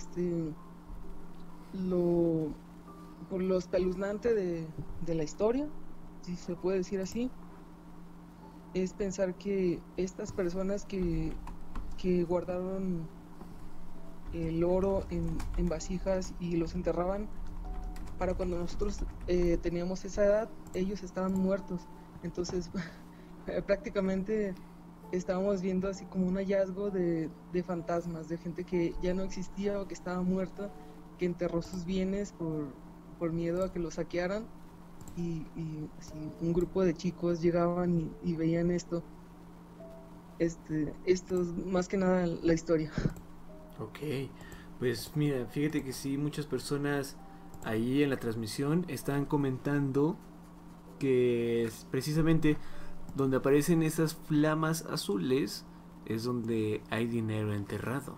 por lo espeluznante de la historia, si se puede decir así, es pensar que estas personas que guardaron el oro en vasijas y los enterraban, para cuando nosotros teníamos esa edad, ellos estaban muertos. Entonces prácticamente estábamos viendo así como un hallazgo de fantasmas, de gente que ya no existía o que estaba muerta, que enterró sus bienes por miedo a que los saquearan, y así un grupo de chicos llegaban y veían esto. Esto es más que nada la historia. Ok, pues mira, fíjate que sí, muchas personas ahí en la transmisión están comentando que es precisamente donde aparecen esas flamas azules es donde hay dinero enterrado.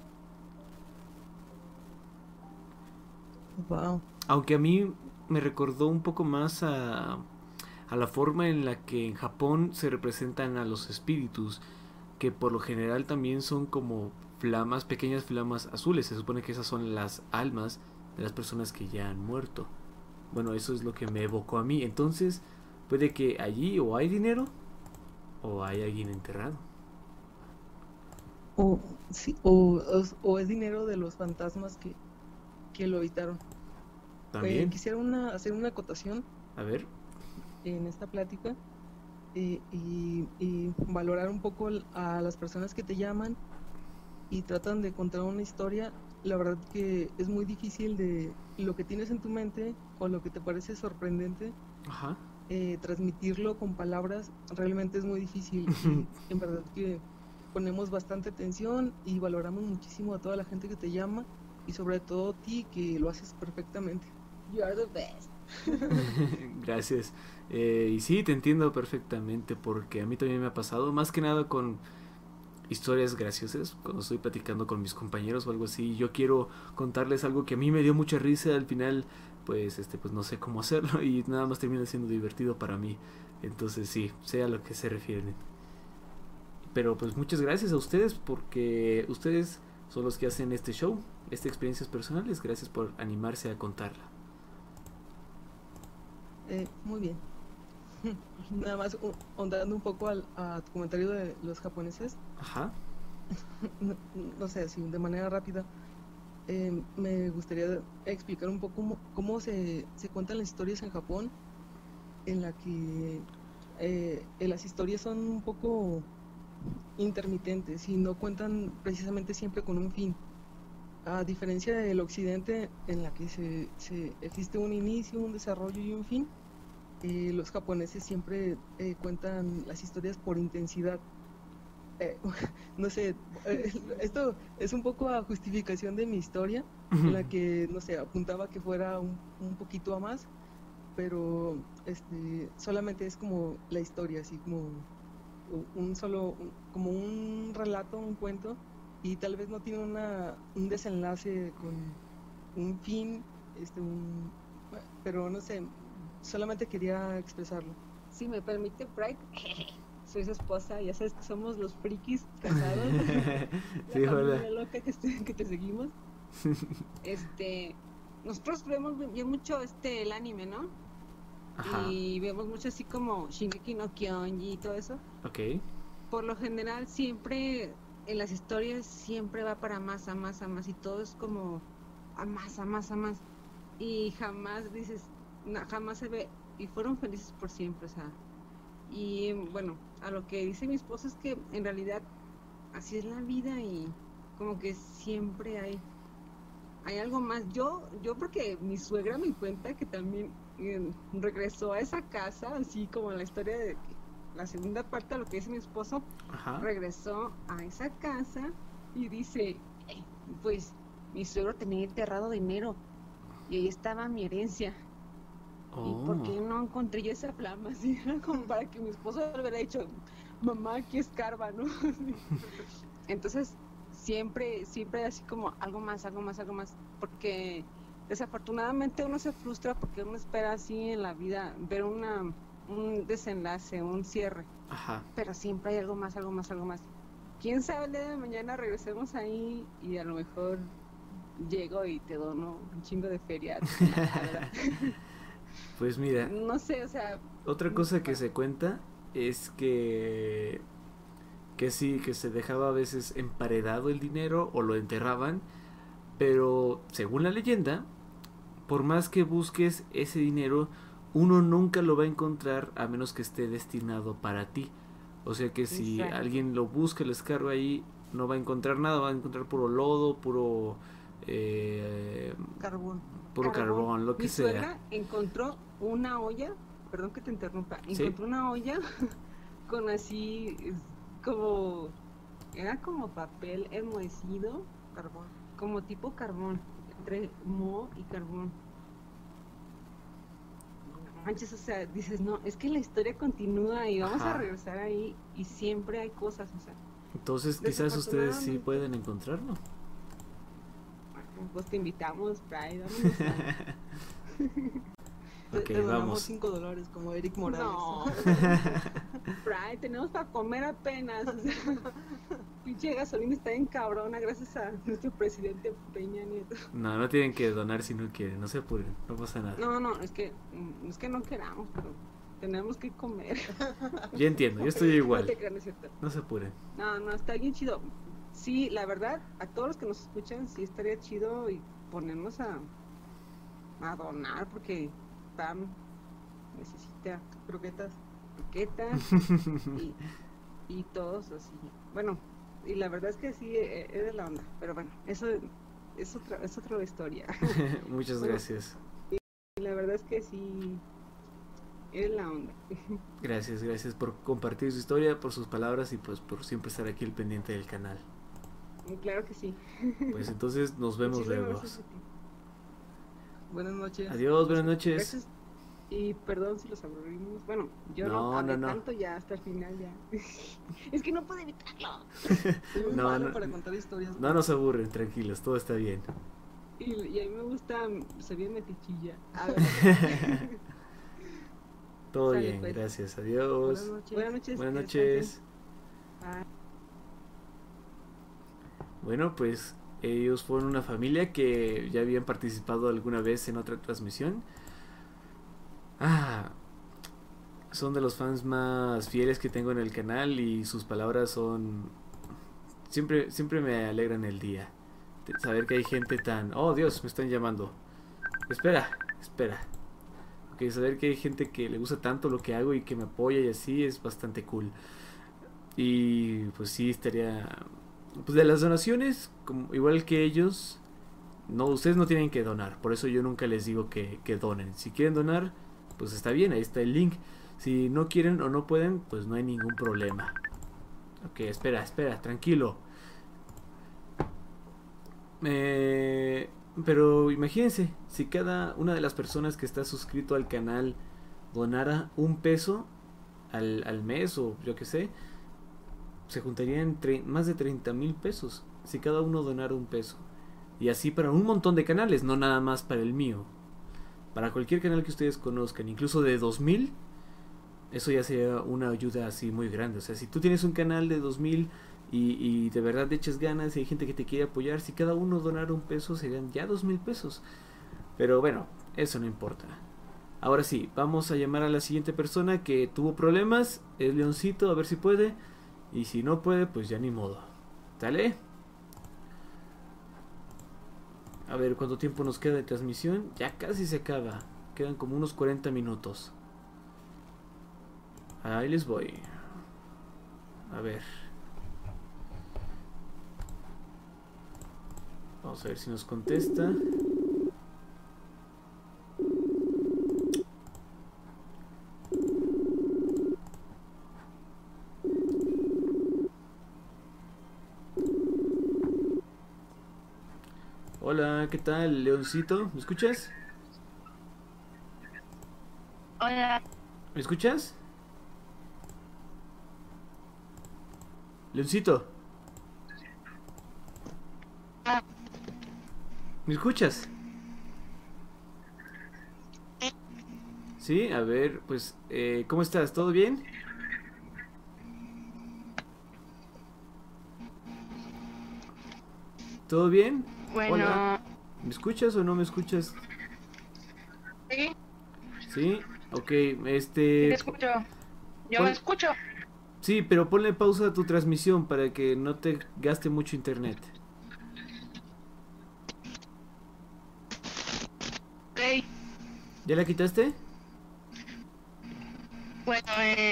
Wow. Aunque a mí me recordó un poco más a la forma en la que en Japón se representan a los espíritus, que por lo general también son como flamas, pequeñas flamas azules. Se supone que esas son las almas de las personas que ya han muerto. Bueno, eso es lo que me evocó a mí. Entonces, puede que allí o hay dinero o hay alguien enterrado. O es dinero de los fantasmas que lo habitaron. También. Quisiera hacer una acotación A ver. en esta plática, y valorar un poco a las personas que te llaman y tratan de contar una historia. La verdad que es muy difícil de lo que tienes en tu mente o lo que te parece sorprendente. Ajá. Transmitirlo con palabras realmente es muy difícil. Y en verdad que ponemos bastante atención y valoramos muchísimo a toda la gente que te llama, y sobre todo a ti, que lo haces perfectamente. You are the best. Gracias. Y sí, te entiendo perfectamente, porque a mí también me ha pasado, más que nada con historias graciosas, cuando estoy platicando con mis compañeros o algo así. Yo quiero contarles algo que a mí me dio mucha risa, al final pues no sé cómo hacerlo y nada más termina siendo divertido para mí. Entonces sí, sé a lo que se refieren. Pero pues muchas gracias a ustedes, porque ustedes son los que hacen este show, experiencias personales. Gracias por animarse a contarla. Muy bien. Nada más ahondando un poco a tu comentario de los japoneses. Ajá. No sé, así de manera rápida, me gustaría explicar un poco cómo se cuentan las historias en Japón, en la que las historias son un poco intermitentes y no cuentan precisamente siempre con un fin, a diferencia del occidente, en la que existe un inicio, un desarrollo y un fin. Los japoneses siempre cuentan las historias por intensidad. No sé, esto es un poco a justificación de mi historia, en la que, no sé, apuntaba que fuera un poquito a más, pero solamente es como la historia, así como como un relato, un cuento, y tal vez no tiene un desenlace con un fin, pero no sé, solamente quería expresarlo. Si me permite, Pride, soy su esposa, ya sabes que somos los frikis casados. Sí, la hola. familia loca que te seguimos. Nosotros vemos bien mucho el anime, ¿no? Ajá. Y vemos mucho así como Shingeki no Kyojin y todo eso. Ok. Por lo general siempre en las historias siempre va para más, a más, a más, y todo es como a más, a más, a más. Y jamás dices, jamás se ve, y fueron felices por siempre, o sea. Y bueno, a lo que dice mi esposo es que en realidad así es la vida y como que siempre hay algo más. Yo porque mi suegra me cuenta que también regresó a esa casa, así como en la historia de la segunda parte de lo que dice mi esposo. Ajá. Regresó a esa casa y dice, pues mi suegro tenía enterrado dinero y ahí estaba mi herencia. ¿Y por qué no encontré yo esa flama? Así era como para que mi esposo le hubiera dicho, mamá, aquí escarba, ¿no? Entonces, siempre así como algo más, algo más, algo más, porque desafortunadamente uno se frustra porque uno espera así en la vida ver un desenlace, un cierre. Ajá. Pero siempre hay algo más, algo más, algo más. ¿Quién sabe el día de mañana regresemos ahí y a lo mejor llego y te dono un chingo de feria? Pues mira, no sé, o sea, otra cosa que se cuenta es que sí, que se dejaba a veces emparedado el dinero o lo enterraban, pero según la leyenda, por más que busques ese dinero, uno nunca lo va a encontrar a menos que esté destinado para ti. O sea que si Exacto. alguien lo busca, lo escarba ahí, no va a encontrar nada, va a encontrar puro lodo, puro Carbón. puro carbón, lo que mi sea. suegra encontró una olla, perdón que te interrumpa, ¿Sí? encontró una olla con así como, era como papel enmohecido, Carbón. como tipo carbón, entre moho y carbón. No manches, o sea, dices, no, es que la historia continúa y vamos Ajá. a regresar ahí y siempre hay cosas, o sea, Entonces quizás ustedes sí pueden encontrarlo. pues te invitamos, Pride, vámonos a... Ok, Te donamos vamos. $5 como Eric Morales. No, Pride, tenemos para comer apenas, o sea, pinche gasolina está bien cabrona gracias a nuestro presidente Peña Nieto. No, no tienen que donar si no quieren, no se apuren, no pasa nada. No, es que no queramos, pero tenemos que comer. Ya entiendo, yo estoy igual. No te creas, no es cierto. No se apuren. No, está bien chido. Sí, la verdad, a todos los que nos escuchan, sí estaría chido y ponernos a donar, porque Pam necesita Croquetas. y todos así. Bueno, y la verdad es que sí, es de la onda, pero bueno, eso es otra historia. Muchas Bueno, gracias. Y la verdad es que sí, es la onda. Gracias por compartir su historia, por sus palabras y pues por siempre estar aquí al pendiente del canal. Claro que sí. Pues entonces nos vemos Muchísimas luego. gracias a ti. Buenas noches. Adiós, buenas noches. Gracias. Y perdón si los aburrimos. Bueno, yo No, no hablé no. tanto ya hasta el final ya. Es que no puedo evitarlo. Soy muy No, malo no. para contar historias. No nos aburren, tranquilos, todo está bien. Y a mí me gusta, se bien metichilla. A ver. Todo Sale, bien, pues. gracias, adiós. Buenas noches. Buenas noches. Buenas que noches. descansen. Bye. Bueno, pues ellos fueron una familia que ya habían participado alguna vez en otra transmisión. Son de los fans más fieles que tengo en el canal y sus palabras son... Siempre me alegran el día. Saber que hay gente tan... Oh, Dios, me están llamando. Espera. Ok, saber que hay gente que le gusta tanto lo que hago y que me apoya y así es bastante cool. Y pues sí, estaría... Pues de las donaciones, como, igual que ellos, no, ustedes no tienen que donar. Por eso yo nunca les digo que donen. Si quieren donar, pues está bien, ahí está el link. Si no quieren o no pueden, pues no hay ningún problema. Ok, espera, tranquilo. Pero imagínense, si cada una de las personas que está suscrito al canal donara $1 al mes o yo que sé, se juntarían más de 30,000 pesos si cada uno donara $1. Y así para un montón de canales, no nada más para el mío. Para cualquier canal que ustedes conozcan, incluso de 2,000, eso ya sería una ayuda así muy grande. O sea, si tú tienes un canal de 2,000 y de verdad te echas ganas y hay gente que te quiere apoyar, si cada uno donara $1 serían ya 2,000 pesos. Pero bueno, eso no importa. Ahora sí, vamos a llamar a la siguiente persona que tuvo problemas. Es Leoncito, a ver si puede. Y si no puede, pues ya ni modo. ¿Sale? A ver, ¿cuánto tiempo nos queda de transmisión? Ya casi se acaba. Quedan como unos 40 minutos. Ahí les voy. A ver. Vamos a ver si nos contesta. Hola, ¿qué tal, Leoncito? ¿Me escuchas? Hola. ¿Me escuchas? Leoncito. ¿Me escuchas? Sí, a ver, pues, ¿cómo estás? ¿Todo bien? ¿Todo bien? Bueno. Hola. ¿Me escuchas o no me escuchas? Sí, Sí, ok, sí te escucho. Yo me escucho. Sí, pero ponle pausa a tu transmisión para que no te gaste mucho internet. Ok. ¿Ya la quitaste? Bueno,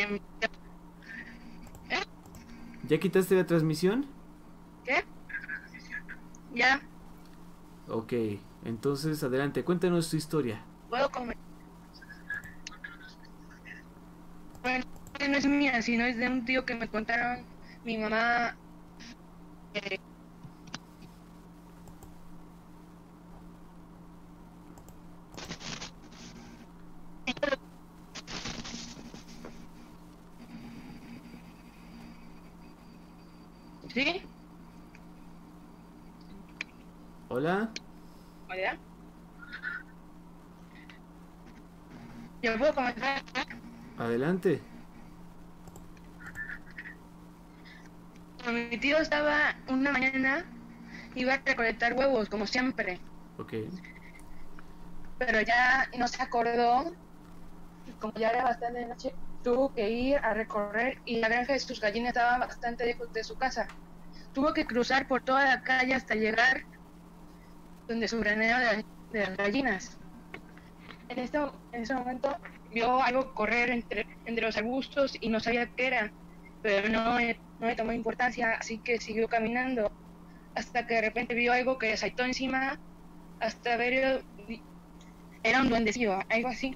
¿Ya quitaste la transmisión? ¿qué? Ya, Ok, entonces adelante, cuéntanos tu historia. puedo comer. Bueno, no es mía, sino es de un tío que me contaron mi mamá. eh, ¿Sí? Hola. ¿Hola? ¿Yo puedo comenzar? Adelante. Mi tío estaba una mañana, iba a recolectar huevos, como siempre, Ok. pero ya no se acordó, como ya era bastante noche, tuvo que ir a recorrer y la granja de sus gallinas estaba bastante lejos de su casa. Tuvo que cruzar por toda la calle hasta llegar donde su granero de las gallinas. En ese momento vio algo correr entre los arbustos y no sabía qué era, pero no le tomó importancia, así que siguió caminando hasta que de repente vio algo que le saltó encima hasta ver, era un duendecillo, algo así.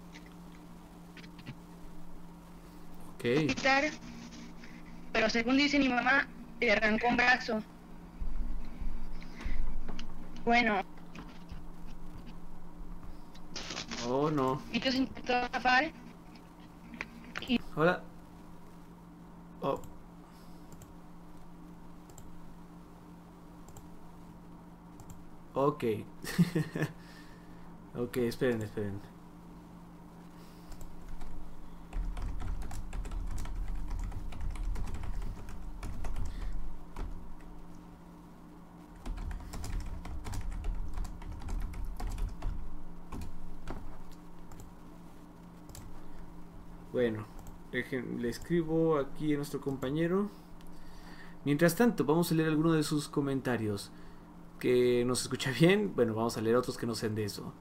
Ok. Quitar, pero según dice mi mamá, le arrancó un brazo. Bueno, Oh, no. y entonces intentó zafar y Hola. Oh. Ok. Ok, esperen, esperen. Bueno, le escribo aquí a nuestro compañero. Mientras tanto, vamos a leer alguno de sus comentarios. Que nos escucha bien. Bueno, vamos a leer otros que no sean de eso.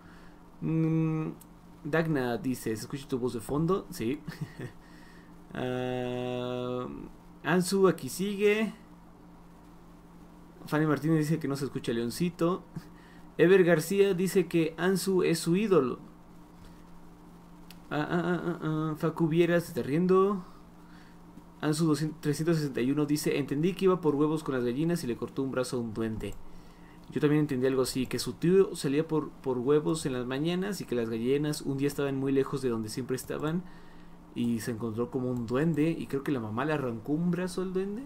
Dagna dice: ¿se escucha tu voz de fondo? Sí. Ansu aquí sigue. Fanny Martínez dice que no se escucha Leoncito. Ever García dice que Ansu es su ídolo. Facu Viera se está riendo. Ansu 361 dice: entendí que iba por huevos con las gallinas y le cortó un brazo a un duende. Yo también entendí algo así, que su tío salía por huevos en las mañanas y que las gallinas un día estaban muy lejos de donde siempre estaban y se encontró como un duende y creo que la mamá le arrancó un brazo al duende.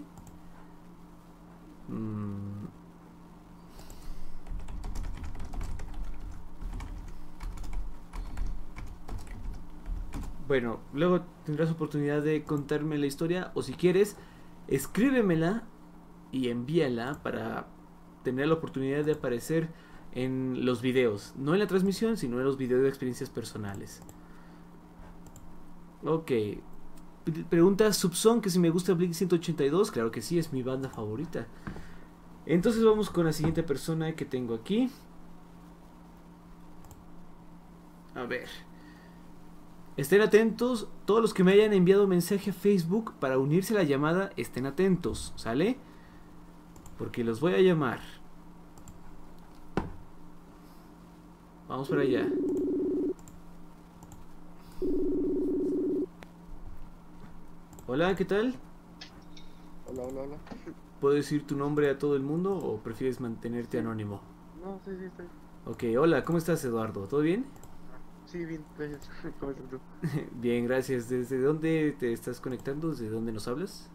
Bueno, luego tendrás oportunidad de contarme la historia o si quieres, escríbemela y envíala para tener la oportunidad de aparecer en los videos. No en la transmisión, sino en los videos de experiencias personales. Ok. Pregunta Subson que si me gusta Blink 182. Claro que sí, es mi banda favorita. Entonces vamos con la siguiente persona que tengo aquí. A ver. Estén atentos. Todos los que me hayan enviado mensaje a Facebook para unirse a la llamada, estén atentos, ¿sale? Porque los voy a llamar. Vamos para allá. Hola, ¿qué tal? Hola, hola, hola. ¿Puedo decir tu nombre a todo el mundo o prefieres mantenerte anónimo? No, sí, estoy. Ok, hola, ¿cómo estás, Eduardo? ¿Todo bien? Sí, bien, gracias. ¿Cómo estás tú? Bien, gracias. ¿Desde dónde te estás conectando? ¿Desde dónde nos hablas?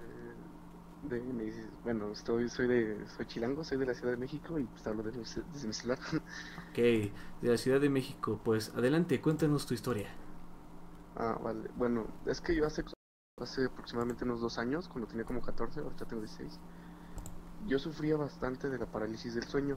Soy chilango, soy de la Ciudad de México y pues hablo desde mi celular. Ok, de la Ciudad de México. Pues adelante, cuéntanos tu historia. Vale. Bueno, es que yo hace aproximadamente unos 2 años, cuando tenía como 14, ahorita tengo 16, yo sufría bastante de la parálisis del sueño.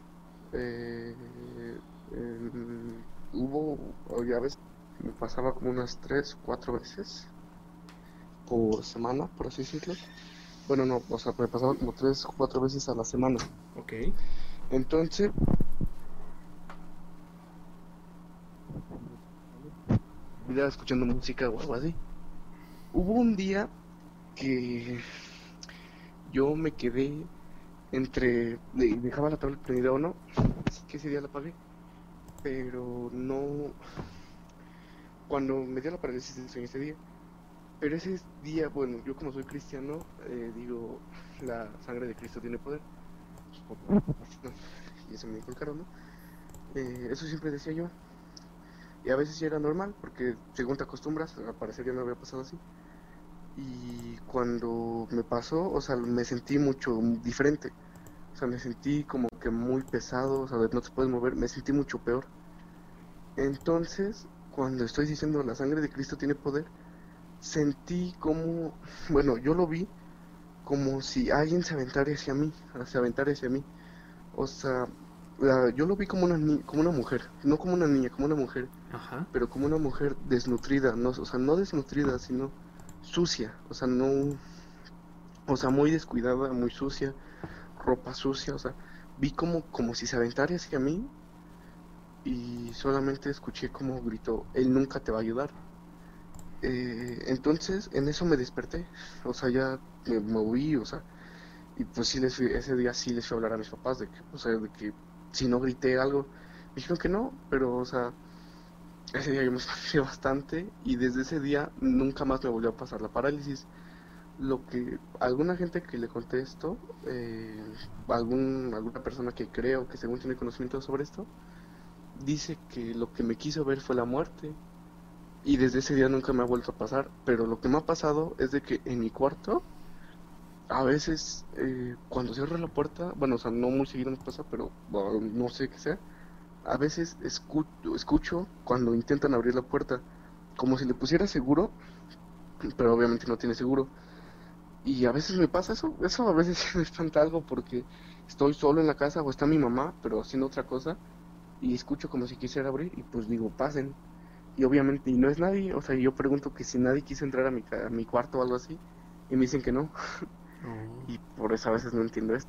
Ya ves, me pasaba como unas 3, 4 veces por semana, por así decirlo. Bueno, no, o sea, me pasaba como 3, 4 veces a la semana. Ok. Entonces, ya escuchando música o algo así. Hubo un día que yo me quedé dejaba la tablet prendida o no, así que ese día la apagué, pero no, cuando me dio la parálisis del sueño ese día, pero ese día, bueno, yo como soy cristiano, digo, la sangre de Cristo tiene poder, y eso me inculcaron, ¿no? Eso siempre decía yo, y a veces ya era normal, porque según te acostumbras, al parecer ya me había pasado así. Y cuando me pasó, o sea, me sentí mucho diferente. O sea, me sentí como que muy pesado, o sea, no te puedes mover, me sentí mucho peor. Entonces, cuando estoy diciendo la sangre de Cristo tiene poder, sentí como, bueno, yo lo vi como si alguien se aventara hacia mí, O sea, yo lo vi como una mujer, no como una niña, como una mujer. Ajá. Pero como una mujer desnutrida, no, o sea, no desnutrida, sino sucia, o sea, no, o sea, muy descuidada, muy sucia, ropa sucia, o sea, vi como si se aventara hacia mí y solamente escuché como gritó, él nunca te va a ayudar. Entonces, en eso me desperté, o sea, ya me moví, o sea, y pues ese día sí les fui a hablar a mis papás de que, o sea, de que si no grité algo, me dijeron que no, pero, o sea, ese día yo me espanté bastante y desde ese día nunca más me volvió a pasar la parálisis. Lo que alguna gente que le conté esto, alguna persona que creo que según tiene conocimiento sobre esto, dice que lo que me quiso ver fue la muerte y desde ese día nunca me ha vuelto a pasar, pero lo que me ha pasado es de que en mi cuarto a veces cuando cierro la puerta, bueno, o sea, no muy seguido me pasa, pero bueno, no sé qué sea, a veces escucho cuando intentan abrir la puerta como si le pusiera seguro, pero obviamente no tiene seguro. Y a veces me pasa eso a veces me espanta algo porque estoy solo en la casa o está mi mamá, pero haciendo otra cosa, y escucho como si quisiera abrir y pues digo, pasen. Y obviamente, y no es nadie, o sea, yo pregunto que si nadie quiso entrar a mi cuarto o algo así, y me dicen que no. Y por eso a veces no entiendo esto.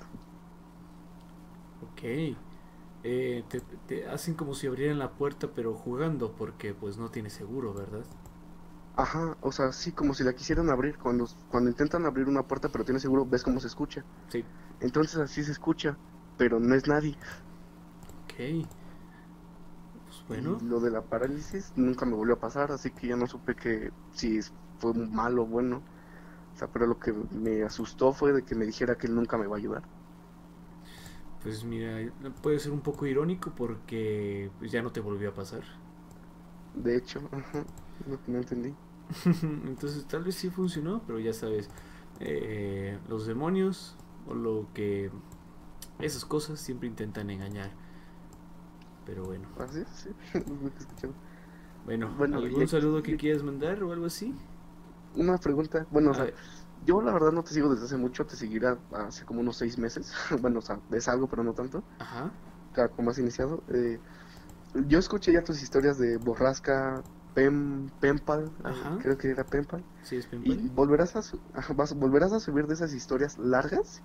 Ok. Te hacen como si abrieran la puerta pero jugando porque pues no tiene seguro, ¿verdad? Ajá, o sea, sí, como si la quisieran abrir. Cuando intentan abrir una puerta pero tiene seguro, ves cómo se escucha. Sí. Entonces así se escucha, pero no es nadie. Ok. Pues bueno. Y lo de la parálisis nunca me volvió a pasar, así que ya no supe que si fue malo o bueno. O sea, pero lo que me asustó fue de que me dijera que él nunca me va a ayudar. Pues mira, puede ser un poco irónico porque pues, ya no te volvió a pasar. De hecho, ajá, lo que no entendí. Entonces tal vez sí funcionó, pero ya sabes, los demonios o lo que... esas cosas siempre intentan engañar. Pero bueno. ¿Ah, sí? Sí, lo que he escuchado. Bueno, Bueno, ¿algún saludo que quieras mandar o algo así? Una pregunta, bueno, o A sea, ver. yo la verdad no te sigo desde hace mucho, te seguirá hace como unos 6 meses. Bueno, o sea, es algo, pero no tanto. Ajá. Claro, como has iniciado. Yo escuché ya tus historias de borrasca, Penpal, Ajá. creo que era Penpal. Sí, es ¿Y Penpal. volverás a subir de esas historias largas?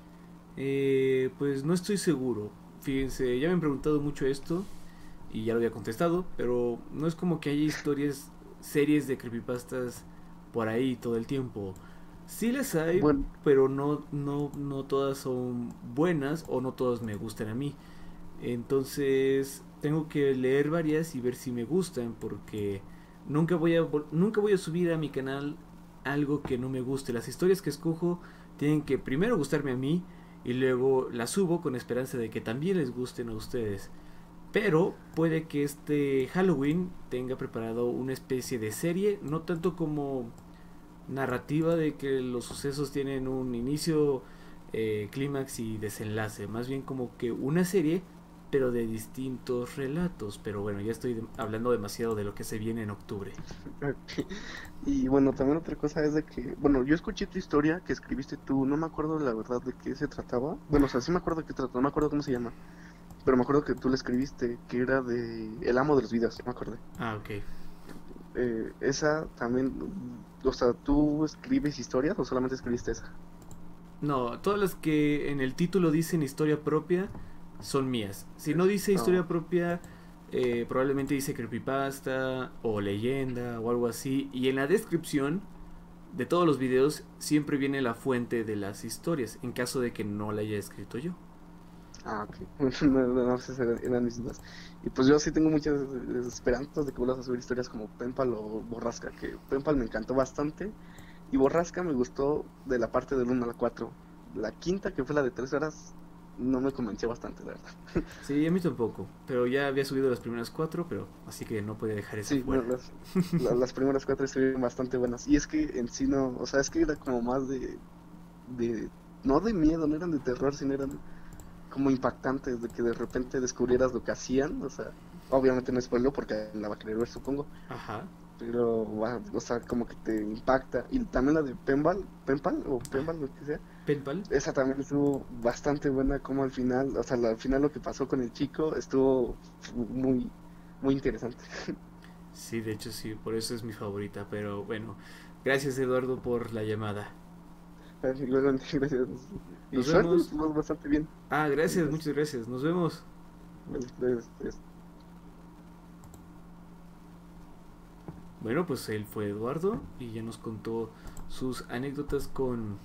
Pues no estoy seguro. Fíjense, ya me han preguntado mucho esto y ya lo había contestado, pero no es como que haya series de creepypastas por ahí todo el tiempo. Sí las hay, Bueno, pero no todas son buenas o no todas me gustan a mí. Entonces tengo que leer varias y ver si me gustan, porque nunca voy a subir a mi canal algo que no me guste. Las historias que escojo tienen que primero gustarme a mí y luego las subo con esperanza de que también les gusten a ustedes. Pero puede que este Halloween tenga preparado una especie de serie, no tanto como narrativa de que los sucesos tienen un inicio, clímax y desenlace, más bien como que una serie, pero de distintos relatos. Pero bueno, ya estoy hablando demasiado de lo que se viene en octubre. y bueno, también otra cosa es de que, bueno, yo escuché tu historia que escribiste tú, no me acuerdo la verdad de qué se trataba. Bueno, o sea, sí me acuerdo de qué trataba, no me acuerdo cómo se llama. Pero me acuerdo que tú la escribiste, que era de El amo de los videos, me acordé. Ah, ok. Esa también, o sea, ¿tú escribes historias o solamente escribiste esa? No, todas las que en el título dicen historia propia son mías. Si no dice historia No. propia, probablemente dice creepypasta o leyenda o algo así. Y en la descripción de todos los videos siempre viene la fuente de las historias, en caso de que no la haya escrito yo. Ah, ok. No sé si eran mis dudas. Y pues yo sí tengo muchas esperanzas de que vuelvas a subir historias como Penpal o Borrasca, que Penpal me encantó bastante y Borrasca me gustó de la parte del 1 a la 4. La quinta, que fue la de 3 horas, no me convenció bastante, la verdad. Sí, a mí tampoco, pero ya había subido las primeras 4, pero así que no podía dejar esa Sí, fuera. no, las primeras 4 estuvieron bastante buenas. Y es que en sí no, o sea, es que era como más no de miedo, no eran de terror, sino eran como impactantes, de que de repente descubrieras lo que hacían, o sea, obviamente no spoiló porque la va a querer ver, supongo, Ajá. pero, o sea, como que te impacta. Y también la de Penpal, o Penpal, lo que sea, Penpal. esa también estuvo bastante buena, como al final, o sea, al final lo que pasó con el chico estuvo muy, muy interesante. Sí, de hecho sí, por eso es mi favorita, pero bueno, gracias Eduardo por la llamada. Igualmente, gracias. Y Nos suerte, vemos. estuvo bastante bien. Ah, gracias, muchas gracias. Nos vemos. Bueno, pues él fue Eduardo y ya nos contó sus anécdotas con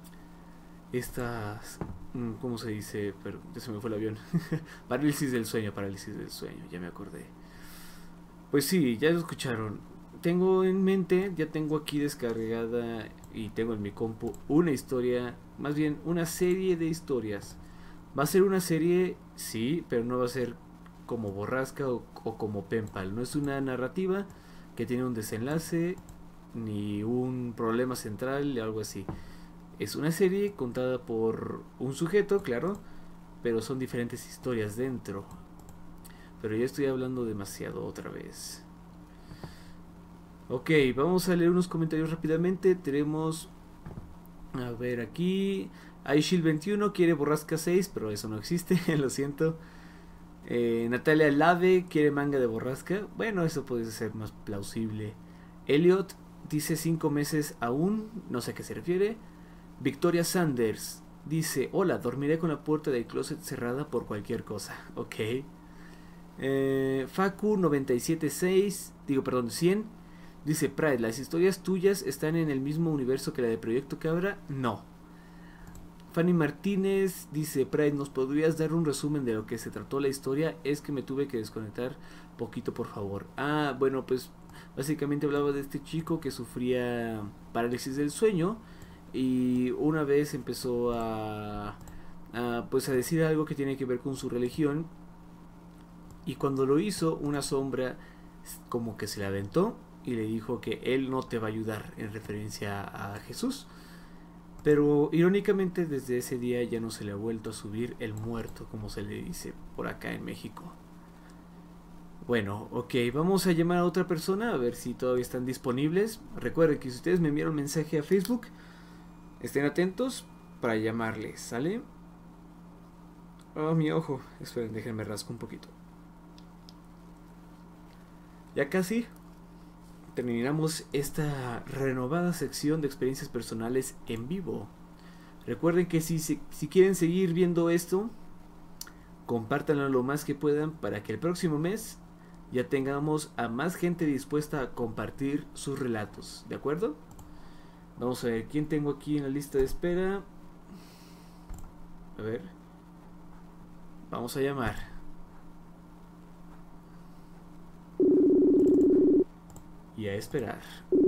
estas, ¿cómo se dice? Pero ya se me fue el avión. Parálisis del sueño, ya me acordé. Pues sí, ya lo escucharon. Tengo en mente, ya tengo aquí descargada y tengo en mi compu una historia, más bien una serie de historias. Va a ser una serie, sí, pero no va a ser como Borrasca o como Penpal. No es una narrativa que tiene un desenlace ni un problema central o algo así. Es una serie contada por un sujeto, claro, pero son diferentes historias dentro. Pero ya estoy hablando demasiado otra vez. Ok, vamos a leer unos comentarios rápidamente. Tenemos, a ver aquí, iShield21 quiere Borrasca 6, pero eso no existe, lo siento. Natalia Lave quiere manga de Borrasca. Bueno, eso puede ser más plausible. Elliot dice 5 meses aún, no sé a qué se refiere. Victoria Sanders dice, hola, dormiré con la puerta del closet cerrada por cualquier cosa. Ok. Facu 976, 100. Dice, Pride, ¿las historias tuyas están en el mismo universo que la de Proyecto Cabra? No. Fanny Martínez dice, Pride, ¿nos podrías dar un resumen de lo que se trató la historia? Es que me tuve que desconectar poquito, por favor. Ah, bueno, pues básicamente hablaba de este chico que sufría parálisis del sueño y una vez empezó pues a decir algo que tiene que ver con su religión, y cuando lo hizo, una sombra como que se le aventó y le dijo que él no te va a ayudar, en referencia a Jesús. Pero irónicamente desde ese día ya no se le ha vuelto a subir el muerto, como se le dice por acá en México. Bueno, ok, vamos a llamar a otra persona a ver si todavía están disponibles. Recuerden que si ustedes me enviaron mensaje a Facebook, estén atentos para llamarles, ¿sale? Oh, mi ojo. Esperen, déjenme rasco un poquito. Ya casi. terminamos esta renovada sección de experiencias personales en vivo. Recuerden que si quieren seguir viendo esto, compártanlo lo más que puedan para que el próximo mes ya tengamos a más gente dispuesta a compartir sus relatos, ¿de acuerdo? Vamos a ver, ¿quién tengo aquí en la lista de espera? A ver. Vamos a llamar. Y a esperar.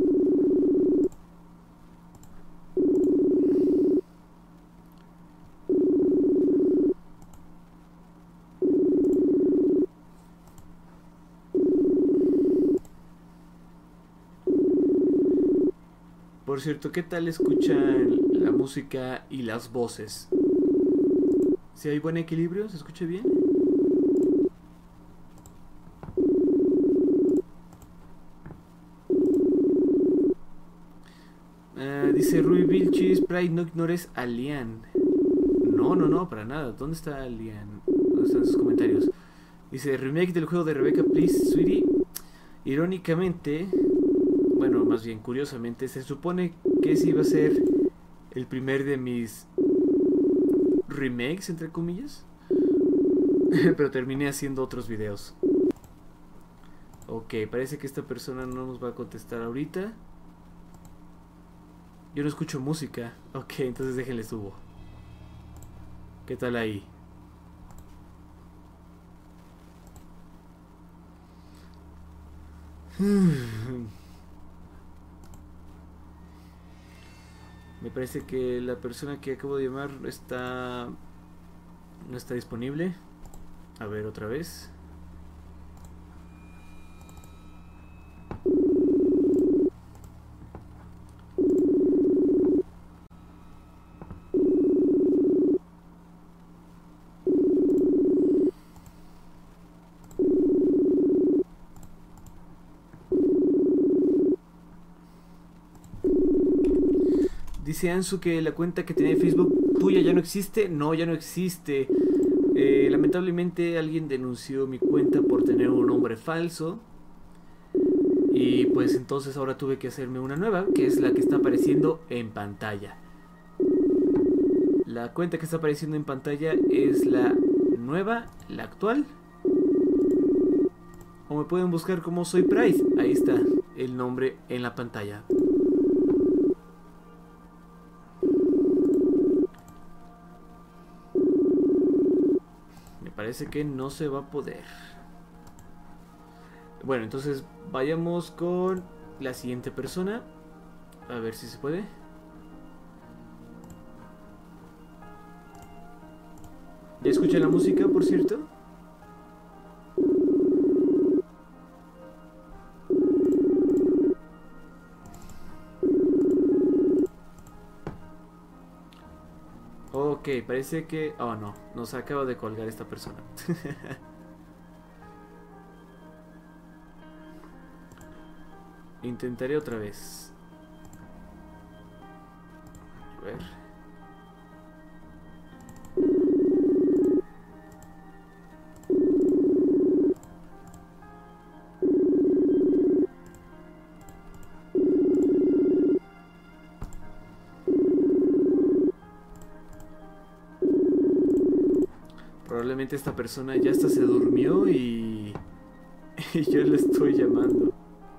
Por cierto, ¿qué tal escuchan la música y las voces? ¿Si hay buen equilibrio? ¿Se escucha bien? Dice Rui Vilchis, Pride, no ignores a Lian. No, para nada. ¿Dónde está Lian? ¿Dónde están sus comentarios? Dice, remake del juego de Rebecca, please, sweetie. Irónicamente, bueno, más bien curiosamente, se supone que ese iba a ser el primer de mis remakes, entre comillas. Pero terminé haciendo otros videos. Ok, parece que esta persona no nos va a contestar ahorita. Yo no escucho música. Ok, entonces déjenle subo. ¿Qué tal ahí? Me parece que la persona que acabo de llamar no está disponible. A ver otra vez. Dice Ansu que la cuenta que tenía de Facebook tuya ya no existe. No, ya no existe. Lamentablemente alguien denunció mi cuenta por tener un nombre falso. Y pues entonces ahora tuve que hacerme una nueva, que es la que está apareciendo en pantalla. La cuenta que está apareciendo en pantalla es la nueva, la actual. O me pueden buscar como Soy Pride. Ahí está el nombre en la pantalla. Parece que no se va a poder. Bueno, entonces vayamos con la siguiente persona. A ver si se puede. ¿Ya escuchan la música, por cierto? Ok, parece que... Oh, no. Nos acaba de colgar esta persona. Intentaré otra vez. A ver. Probablemente esta persona ya hasta se durmió y yo le estoy llamando.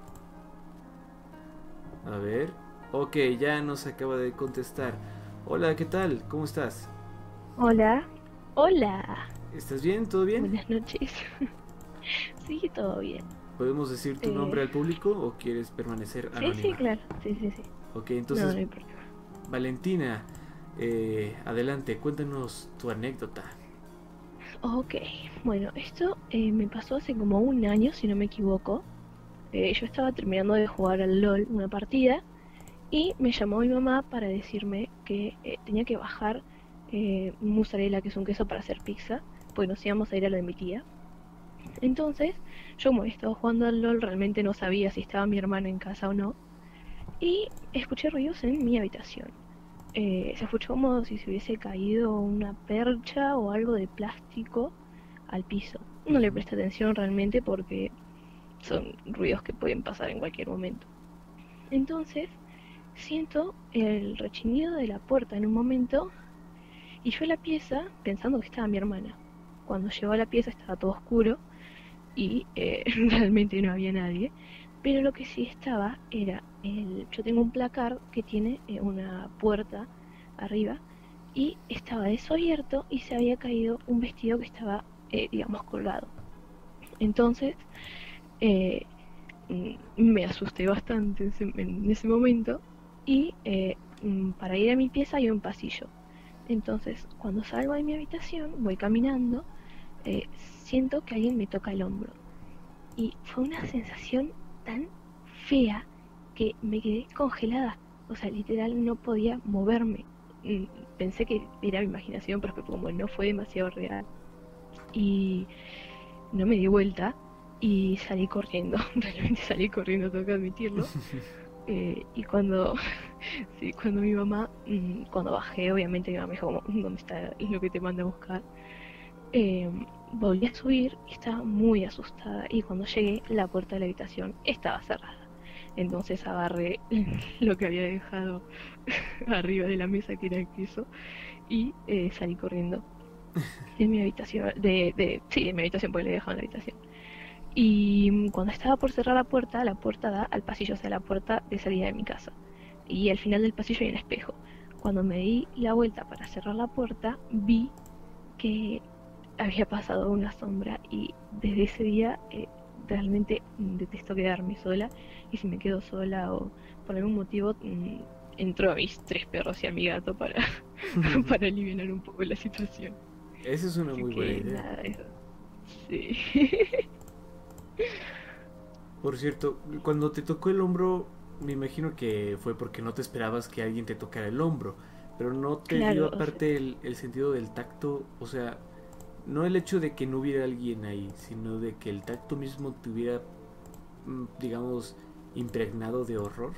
A ver. Ok, ya nos acaba de contestar. Hola, ¿qué tal? ¿Cómo estás? Hola. Hola. ¿Estás bien? ¿Todo bien? Buenas noches. Sí, todo bien. ¿Podemos decir tu nombre al público o quieres permanecer anónima? Sí, claro. Sí. Ok, entonces, No hay problema. Valentina, adelante, cuéntanos tu anécdota. Ok, bueno, esto me pasó hace como un año, si no me equivoco. Yo estaba terminando de jugar al LOL una partida y me llamó mi mamá para decirme que tenía que bajar mozzarella, que es un queso para hacer pizza, pues nos íbamos a ir a lo de mi tía. Entonces, yo como estaba jugando al LOL, realmente no sabía si estaba mi hermano en casa o no. Y escuché ruidos en mi habitación. Se escuchó como si se hubiese caído una percha o algo de plástico al piso. No le presté atención realmente porque son ruidos que pueden pasar en cualquier momento. Entonces siento el rechinido de la puerta en un momento y yo a la pieza pensando que estaba mi hermana. Cuando llegó a la pieza estaba todo oscuro y realmente no había nadie, pero lo que sí estaba era yo tengo un placard que tiene una puerta arriba y estaba desabierto y se había caído un vestido que estaba digamos colgado. Entonces me asusté bastante en ese momento y para ir a mi pieza hay un pasillo. Entonces cuando salgo de mi habitación voy caminando, siento que alguien me toca el hombro y fue una sensación tan fea que me quedé congelada, o sea, literal no podía moverme. Pensé que era mi imaginación, pero como no fue demasiado real y no me di vuelta y salí corriendo, realmente salí corriendo, tengo que admitirlo. Y cuando mi mamá, cuando bajé, obviamente mi mamá me dijo como, ¿dónde está lo que te manda a buscar? Volví a subir y estaba muy asustada y cuando llegué la puerta de la habitación estaba cerrada. Entonces agarré lo que había dejado arriba de la mesa, que era el queso, y salí corriendo de mi habitación, de mi habitación, porque le dejaba en la habitación. Y cuando estaba por cerrar la puerta da al pasillo, o sea, la puerta de salida de mi casa. Y al final del pasillo hay un espejo. Cuando me di la vuelta para cerrar la puerta, vi que había pasado una sombra y desde ese día realmente detesto quedarme sola, y si me quedo sola o por algún motivo entro a mis 3 perros y a mi gato para aliviar un poco la situación. Esa es una Así muy que buena idea. nada, eso. Sí. Por cierto, cuando te tocó el hombro, me imagino que fue porque no te esperabas que alguien te tocara el hombro, pero no te Claro, dio o sea, aparte el sentido del tacto, o sea, no el hecho de que no hubiera alguien ahí, sino de que el tacto mismo te hubiera, digamos, impregnado de horror.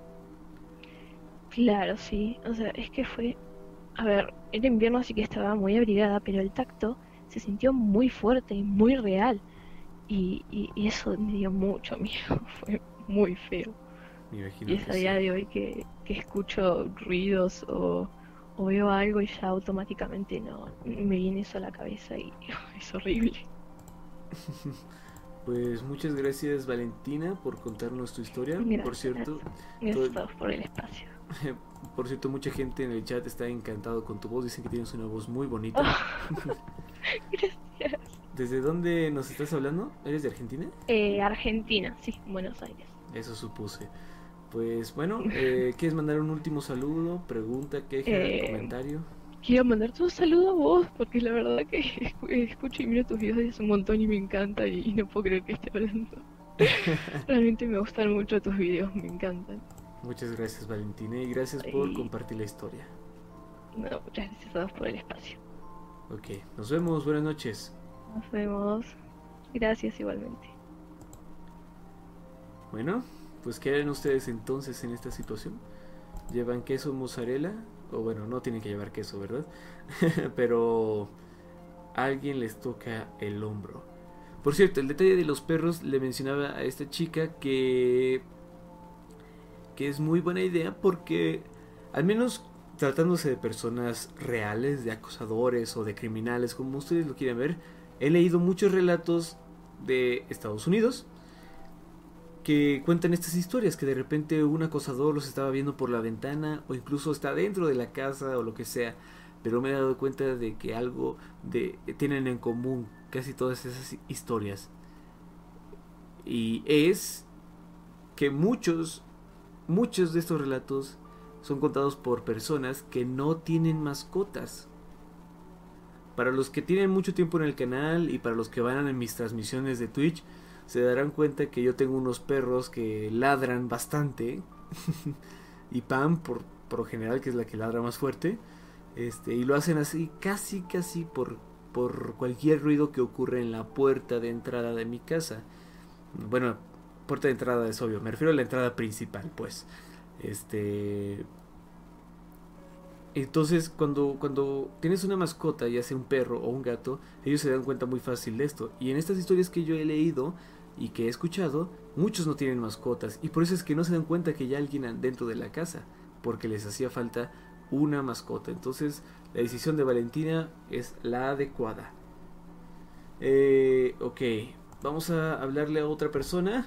claro, sí. O sea, es que fue. A ver, era invierno, así que estaba muy abrigada, pero el tacto se sintió muy fuerte y muy real. Y eso me dio mucho miedo. Fue muy feo. Me imagino Y es que a sí. día de hoy que escucho ruidos o veo algo y ya automáticamente no me viene eso a la cabeza y es horrible. Pues muchas gracias, Valentina, por contarnos tu historia. Por Gracias, cierto, gracias a todo- todos por el espacio. por cierto, mucha gente en el chat está encantado con tu voz, dicen que tienes una voz muy bonita. Gracias. ¿Desde dónde nos estás hablando? ¿Eres de Argentina? Argentina, sí, Buenos Aires. Eso supuse. Pues bueno, ¿quieres mandar un último saludo, pregunta, queja, comentario? Quiero mandarte un saludo a vos, porque la verdad que escucho y miro tus videos desde un montón y me encanta y no puedo creer que esté hablando. Realmente me gustan mucho tus videos, me encantan. Muchas gracias, Valentina, y gracias por compartir la historia. No, muchas gracias a todos por el espacio. Ok, nos vemos, buenas noches. Nos vemos. Gracias igualmente. Bueno, pues ¿qué harán ustedes entonces en esta situación? ¿Llevan queso mozzarella? O bueno, no tienen que llevar queso, ¿verdad? Pero a alguien les toca el hombro. Por cierto, el detalle de los perros, le mencionaba a esta chica que es muy buena idea porque al menos tratándose de personas reales, de acosadores o de criminales, como ustedes lo quieran ver, he leído muchos relatos de Estados Unidos que cuentan estas historias, que de repente un acosador los estaba viendo por la ventana o incluso está dentro de la casa o lo que sea, pero me he dado cuenta de que algo tienen en común casi todas esas historias, y es que muchos de estos relatos son contados por personas que no tienen mascotas. Para los que tienen mucho tiempo en el canal y para los que van en mis transmisiones de Twitch, se darán cuenta que yo tengo unos perros que ladran bastante. Y Pam, por lo general, que es la que ladra más fuerte, y lo hacen así casi por cualquier ruido que ocurre en la puerta de entrada de mi casa. Bueno, puerta de entrada es obvio, me refiero a la entrada principal, pues. Entonces, cuando tienes una mascota, ya sea un perro o un gato, ellos se dan cuenta muy fácil de esto. Y en estas historias que yo he leído, y que he escuchado, muchos no tienen mascotas y por eso es que no se dan cuenta que hay alguien dentro de la casa, porque les hacía falta una mascota. Entonces la decisión de Valentina es la adecuada. Ok, vamos a hablarle a otra persona.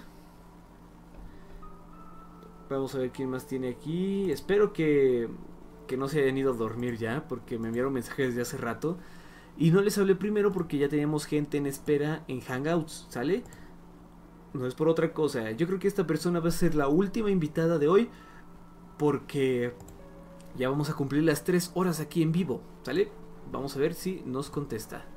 Vamos a ver quién más tiene aquí. Espero que no se hayan ido a dormir ya, porque me enviaron mensajes desde hace rato. Y no les hablé primero porque ya teníamos gente en espera en Hangouts, ¿sale? No es por otra cosa. Yo creo que esta persona va a ser la última invitada de hoy, porque ya vamos a cumplir las 3 horas aquí en vivo, ¿sale? Vamos a ver si nos contesta.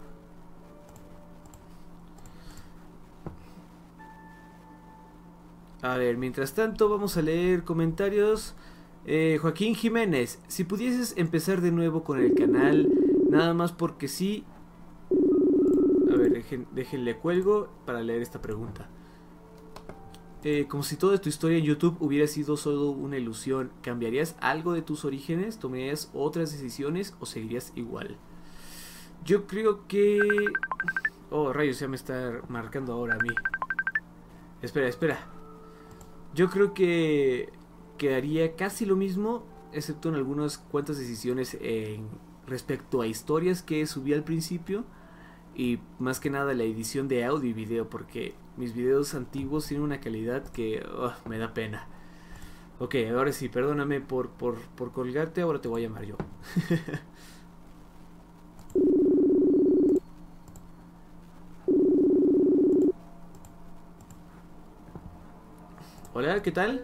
A ver, mientras tanto vamos a leer comentarios. Joaquín Jiménez, si pudieses empezar de nuevo con el canal, nada más porque sí. A ver, déjenle cuelgo para leer esta pregunta. Como si toda tu historia en YouTube hubiera sido solo una ilusión, ¿cambiarías algo de tus orígenes? ¿Tomarías otras decisiones o seguirías igual? Yo creo que... Oh, rayos, ya me está marcando ahora a mí. Espera. Yo creo que haría casi lo mismo, excepto en algunas cuantas decisiones respecto a historias que subí al principio. Y más que nada la edición de audio y video, porque mis videos antiguos tienen una calidad que me da pena. Ok, ahora sí, perdóname por colgarte, ahora te voy a llamar yo. Hola, ¿qué tal?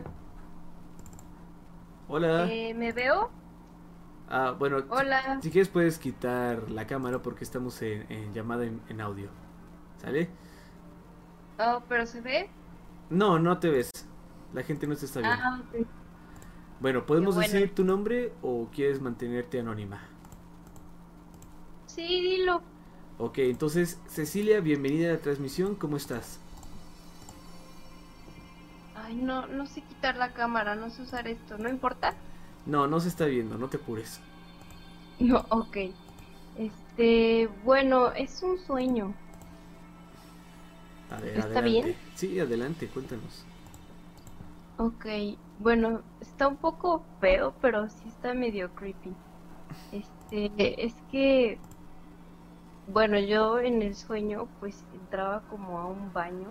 Hola. ¿Me veo? Ah, bueno, Hola. Si quieres puedes quitar la cámara porque estamos en llamada en audio. ¿Sale? Oh, ¿pero se ve? No, no te ves. La gente no te está viendo. Ah, ok. Bueno, ¿podemos Qué bueno. decir tu nombre o quieres mantenerte anónima? Sí, dilo. Ok, entonces, Cecilia, bienvenida a la transmisión. ¿Cómo estás? Ay, no sé quitar la cámara, no sé usar esto, ¿no importa? No, no se está viendo, no te apures. No, ok. Bueno, es un sueño. A ver, ¿Está adelante. bien? Sí, adelante, cuéntanos. Ok, bueno, está un poco feo, pero sí está medio creepy. Es que, bueno, yo en el sueño pues entraba como a un baño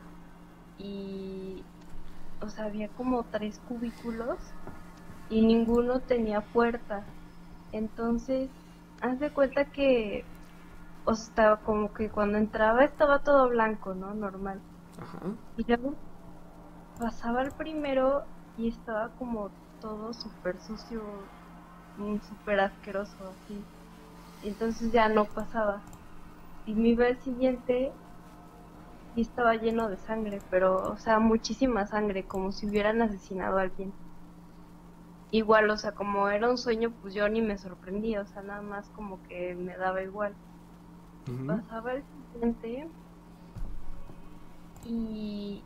y, o sea, había como 3 cubículos y ninguno tenía puerta. Entonces, haz de cuenta que, o sea, estaba como que cuando entraba estaba todo blanco, ¿no? Normal. Ajá. Y luego pasaba el primero y estaba como todo súper sucio, súper asqueroso, así. Y entonces ya no pasaba. Y me iba al siguiente y estaba lleno de sangre, pero, o sea, muchísima sangre, como si hubieran asesinado a alguien. Igual, o sea, como era un sueño, pues yo ni me sorprendía, o sea, nada más como que me daba igual. Ujú. Pasaba el siguiente y...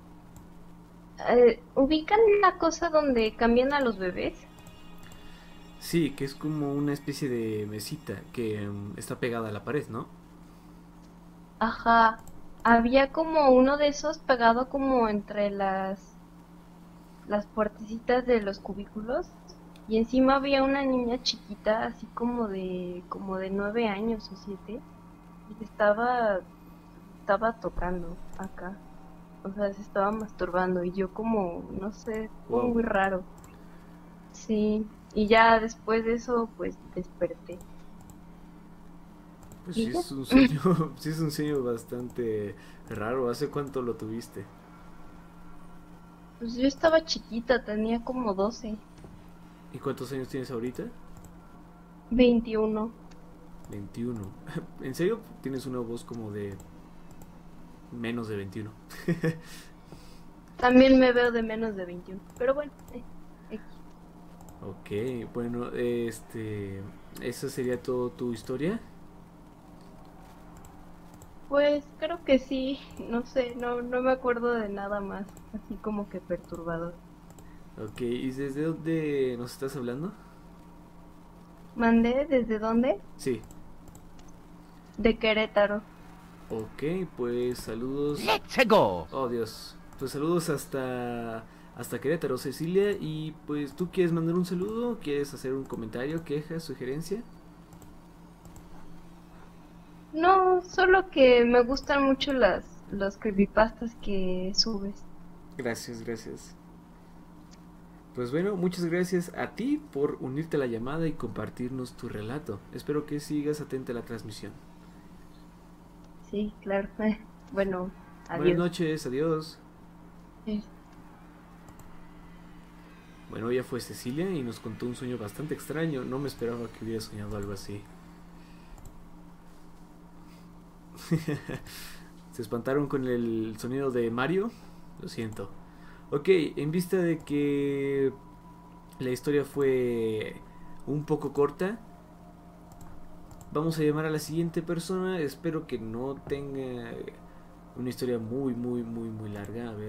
¿ubican la cosa donde cambian a los bebés? Sí, que es como una especie de mesita que está pegada a la pared, ¿no? Ajá, había como uno de esos pegado como entre las puertecitas de los cubículos y encima había una niña chiquita así como de 9 años o 7 y estaba tocando acá, o sea, se estaba masturbando y yo como, no sé, fue Wow. muy raro. Sí, y ya después de eso pues desperté. Pues ¿Y sí ya? es un sueño, sí es un sueño bastante raro. ¿Hace cuánto lo tuviste? Pues yo estaba chiquita, tenía como 12, ¿Y cuántos años tienes ahorita? 21. 21. ¿En serio? Tienes una voz como de menos de 21. También me veo de menos de 21, pero bueno, X. Ok, bueno, ¿esa sería todo tu historia? Pues creo que sí, no sé, no me acuerdo de nada más, así como que perturbador. Ok, ¿y desde dónde nos estás hablando? ¿Mandé desde dónde? Sí. De Querétaro. Ok, pues saludos. ¡Let's go! Oh, Dios. Pues saludos hasta Querétaro, Cecilia. Y pues, ¿tú quieres mandar un saludo? ¿Quieres hacer un comentario, queja, sugerencia? No, solo que me gustan mucho los creepypastas que subes. Gracias, gracias. Pues bueno, muchas gracias a ti por unirte a la llamada y compartirnos tu relato. Espero que sigas atenta a la transmisión. Sí, claro. Bueno, adiós. Buenas noches, adiós. Sí. Bueno, ella fue Cecilia y nos contó un sueño bastante extraño. No me esperaba que hubiera soñado algo así. ¿Se espantaron con el sonido de Mario? Lo siento. Ok, en vista de que la historia fue un poco corta, vamos a llamar a la siguiente persona. Espero que no tenga una historia muy larga. A ver,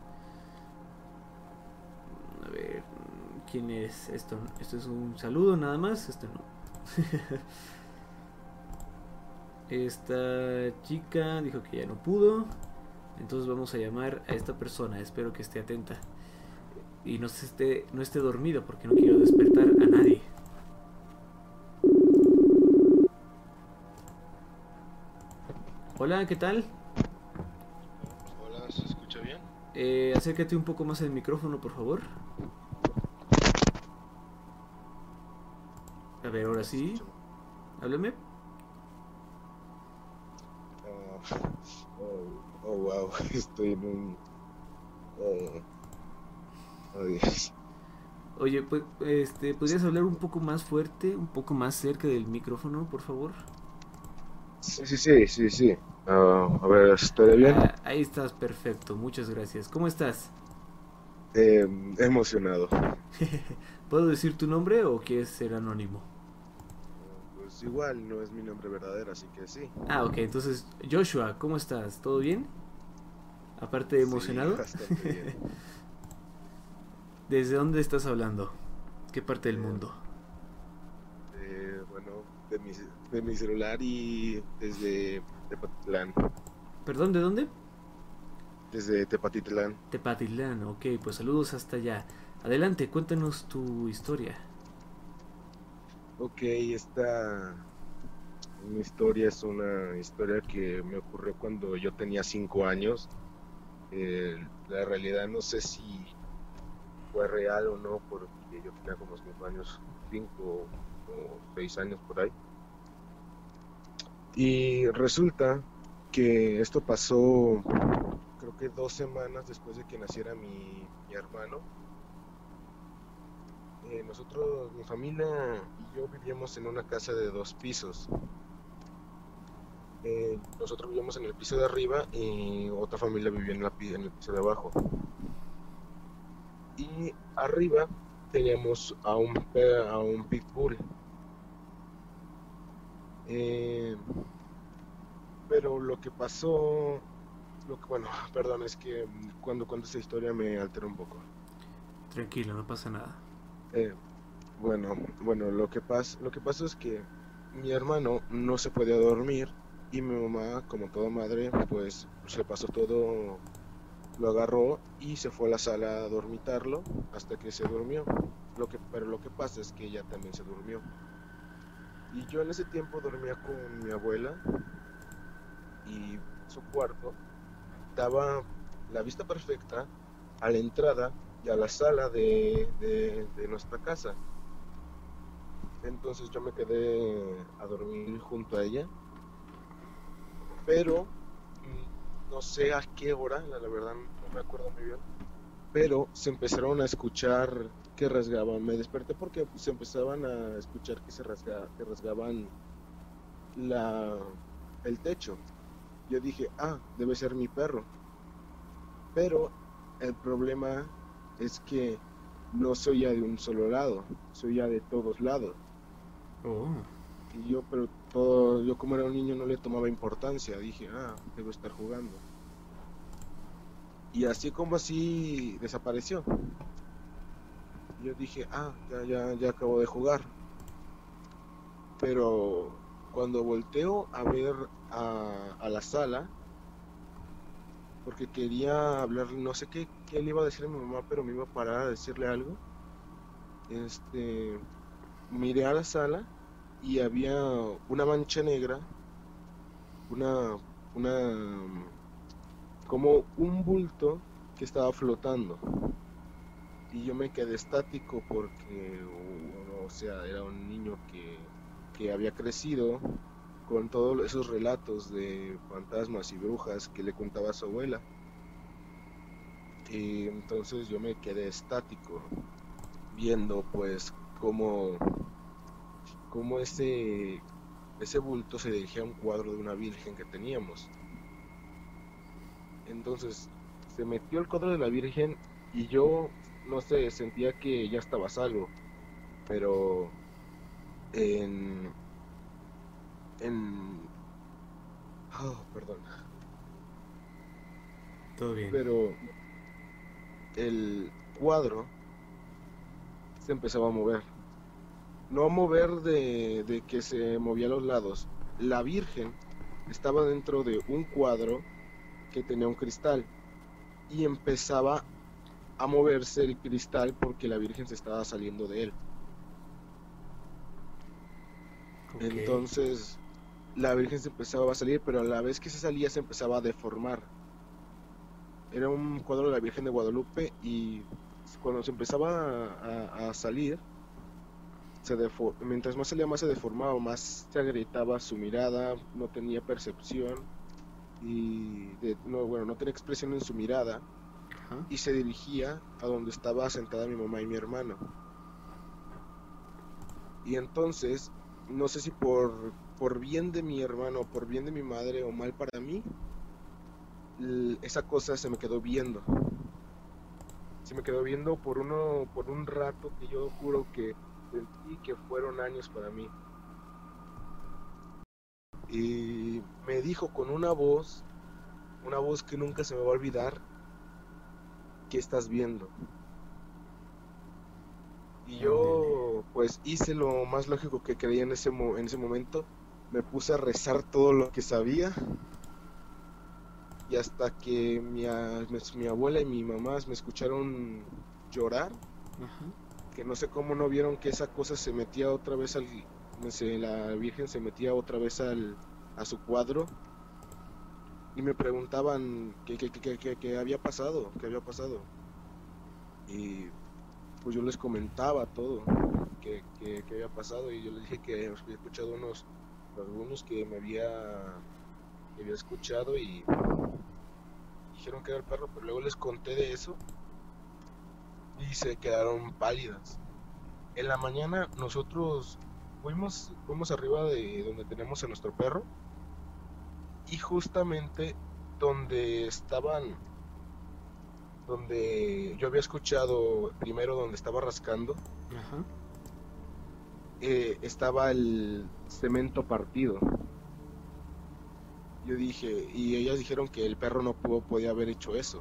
¿quién es? Esto es un saludo nada más. Esto no. Esta chica dijo que ya no pudo. Entonces vamos a llamar a esta persona. Espero que esté atenta y no esté dormido, porque no quiero despertar a nadie. Hola, ¿qué tal? Hola, ¿se escucha bien? Acércate un poco más al micrófono, por favor. A ver, ahora sí. Háblame. Oh, wow, estoy en un... Oh, Dios. Oye, pues, ¿podrías hablar un poco más fuerte, un poco más cerca del micrófono, por favor? Sí. A ver, ¿estoy bien? Ahí estás, perfecto, muchas gracias. ¿Cómo estás? Emocionado. ¿Puedo decir tu nombre o quieres ser anónimo? Pues igual, no es mi nombre verdadero, así que sí. Ah, ok, entonces, Joshua, ¿cómo estás? ¿Todo bien? Aparte de emocionado. Sí, bastante bien. ¿Desde dónde estás hablando? ¿Qué parte del mundo? Bueno, de mi celular y desde Tepatitlán. ¿Perdón, de dónde? Desde Tepatitlán. Tepatitlán, ok, pues saludos hasta allá. Adelante, cuéntanos tu historia. Ok, mi historia es una historia que me ocurrió cuando yo tenía 5 años. La realidad no sé si fue real o no, porque yo tenía como 5 años, 5 o 6 años por ahí. Y resulta que esto pasó, creo que 2 semanas después de que naciera mi hermano. Nosotros, mi familia y yo vivíamos en una casa de 2 pisos. Nosotros vivíamos en el piso de arriba y otra familia vivía en el piso de abajo. Y arriba teníamos a un pitbull. Pero lo que pasó, bueno, perdón, es que cuando cuento esta historia me altera un poco. Tranquilo, no pasa nada. Bueno, lo que pasó es que mi hermano no se podía dormir y mi mamá, como toda madre, pues se pasó todo, lo agarró y se fue a la sala a dormitarlo hasta que se durmió. Pero lo que pasa es que ella también se durmió. Y yo en ese tiempo dormía con mi abuela y su cuarto daba la vista perfecta a la entrada y a la sala de nuestra casa. Entonces yo me quedé a dormir junto a ella, pero no sé a qué hora, la verdad no me acuerdo muy bien, pero se empezaron a escuchar que rasgaban. Me desperté porque se empezaban a escuchar que rasgaban el techo. Yo dije, debe ser mi perro. Pero el problema es que no se oía de un solo lado, se oía de todos lados. Oh. Y yo como era un niño no le tomaba importancia, dije, debo estar jugando. Y así como así desapareció. Yo dije, ya acabo de jugar. Pero cuando volteo a ver a la sala, porque quería hablar, no sé qué le iba a decir a mi mamá, pero me iba a parar a decirle algo. Miré a la sala y había una mancha negra, una como un bulto que estaba flotando. Y yo me quedé estático porque, o sea, era un niño que había crecido con todos esos relatos de fantasmas y brujas que le contaba a su abuela. Y entonces yo me quedé estático viendo pues cómo ese bulto se dirigía a un cuadro de una virgen que teníamos. Entonces se metió el cuadro de la virgen y yo, no sé, sentía que ya estaba a salvo, pero perdón. Todo bien. Pero el cuadro se empezaba a mover. No a mover de que se movía a los lados. La Virgen estaba dentro de un cuadro que tenía un cristal y empezaba a moverse el cristal porque la Virgen se estaba saliendo de él. Okay. Entonces la Virgen se empezaba a salir, pero a la vez que se salía se empezaba a deformar. Era un cuadro de la Virgen de Guadalupe y cuando se empezaba a salir, mientras más salía más se deformaba, más se agrietaba su mirada, no tenía percepción y no tenía expresión en su mirada. Ajá. Y se dirigía a donde estaba sentada mi mamá y mi hermano. Y entonces, no sé si por bien de mi hermano, por bien de mi madre o mal para mí, esa cosa se me quedó viendo. Se me quedó viendo por un rato que yo juro que sentí que fueron años para mí. Y me dijo con una voz que nunca se me va a olvidar: ¿qué estás viendo? Y yo pues hice lo más lógico que creía en ese momento. Me puse a rezar todo lo que sabía. Y hasta que mi abuela y mi mamá me escucharon llorar. Ajá. Que no sé cómo no vieron que esa cosa se metía otra vez la Virgen se metía otra vez a su cuadro. Y me preguntaban qué había pasado, y pues yo les comentaba todo que había pasado, y yo les dije que había escuchado algunos que me había escuchado y dijeron que era el perro, pero luego les conté de eso y se quedaron pálidas. En la mañana nosotros fuimos arriba de donde tenemos a nuestro perro. Y justamente donde yo había escuchado primero, donde estaba rascando, Ajá. estaba el cemento partido. Yo dije, y ellas dijeron que el perro no podía haber hecho eso.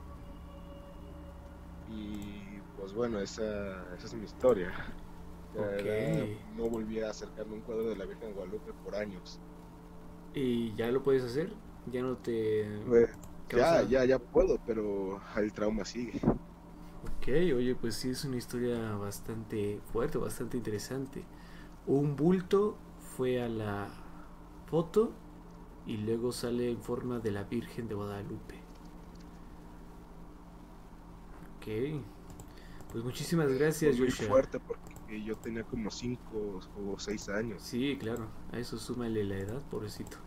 Y pues bueno, esa es mi historia. Okay. No volví a acercarme a un cuadro de la Virgen de Guadalupe por años. ¿Y ya lo puedes hacer? ¿Ya no te Pues, causa? ya puedo, pero el trauma sigue. Ok, oye, pues sí es una historia bastante fuerte, bastante interesante. Un bulto fue a la foto y luego sale en forma de la Virgen de Guadalupe. Ok, pues muchísimas gracias, Muy Joshua. fuerte porque yo tenía como 5 o 6 años. Sí, claro, a eso súmale la edad, pobrecito.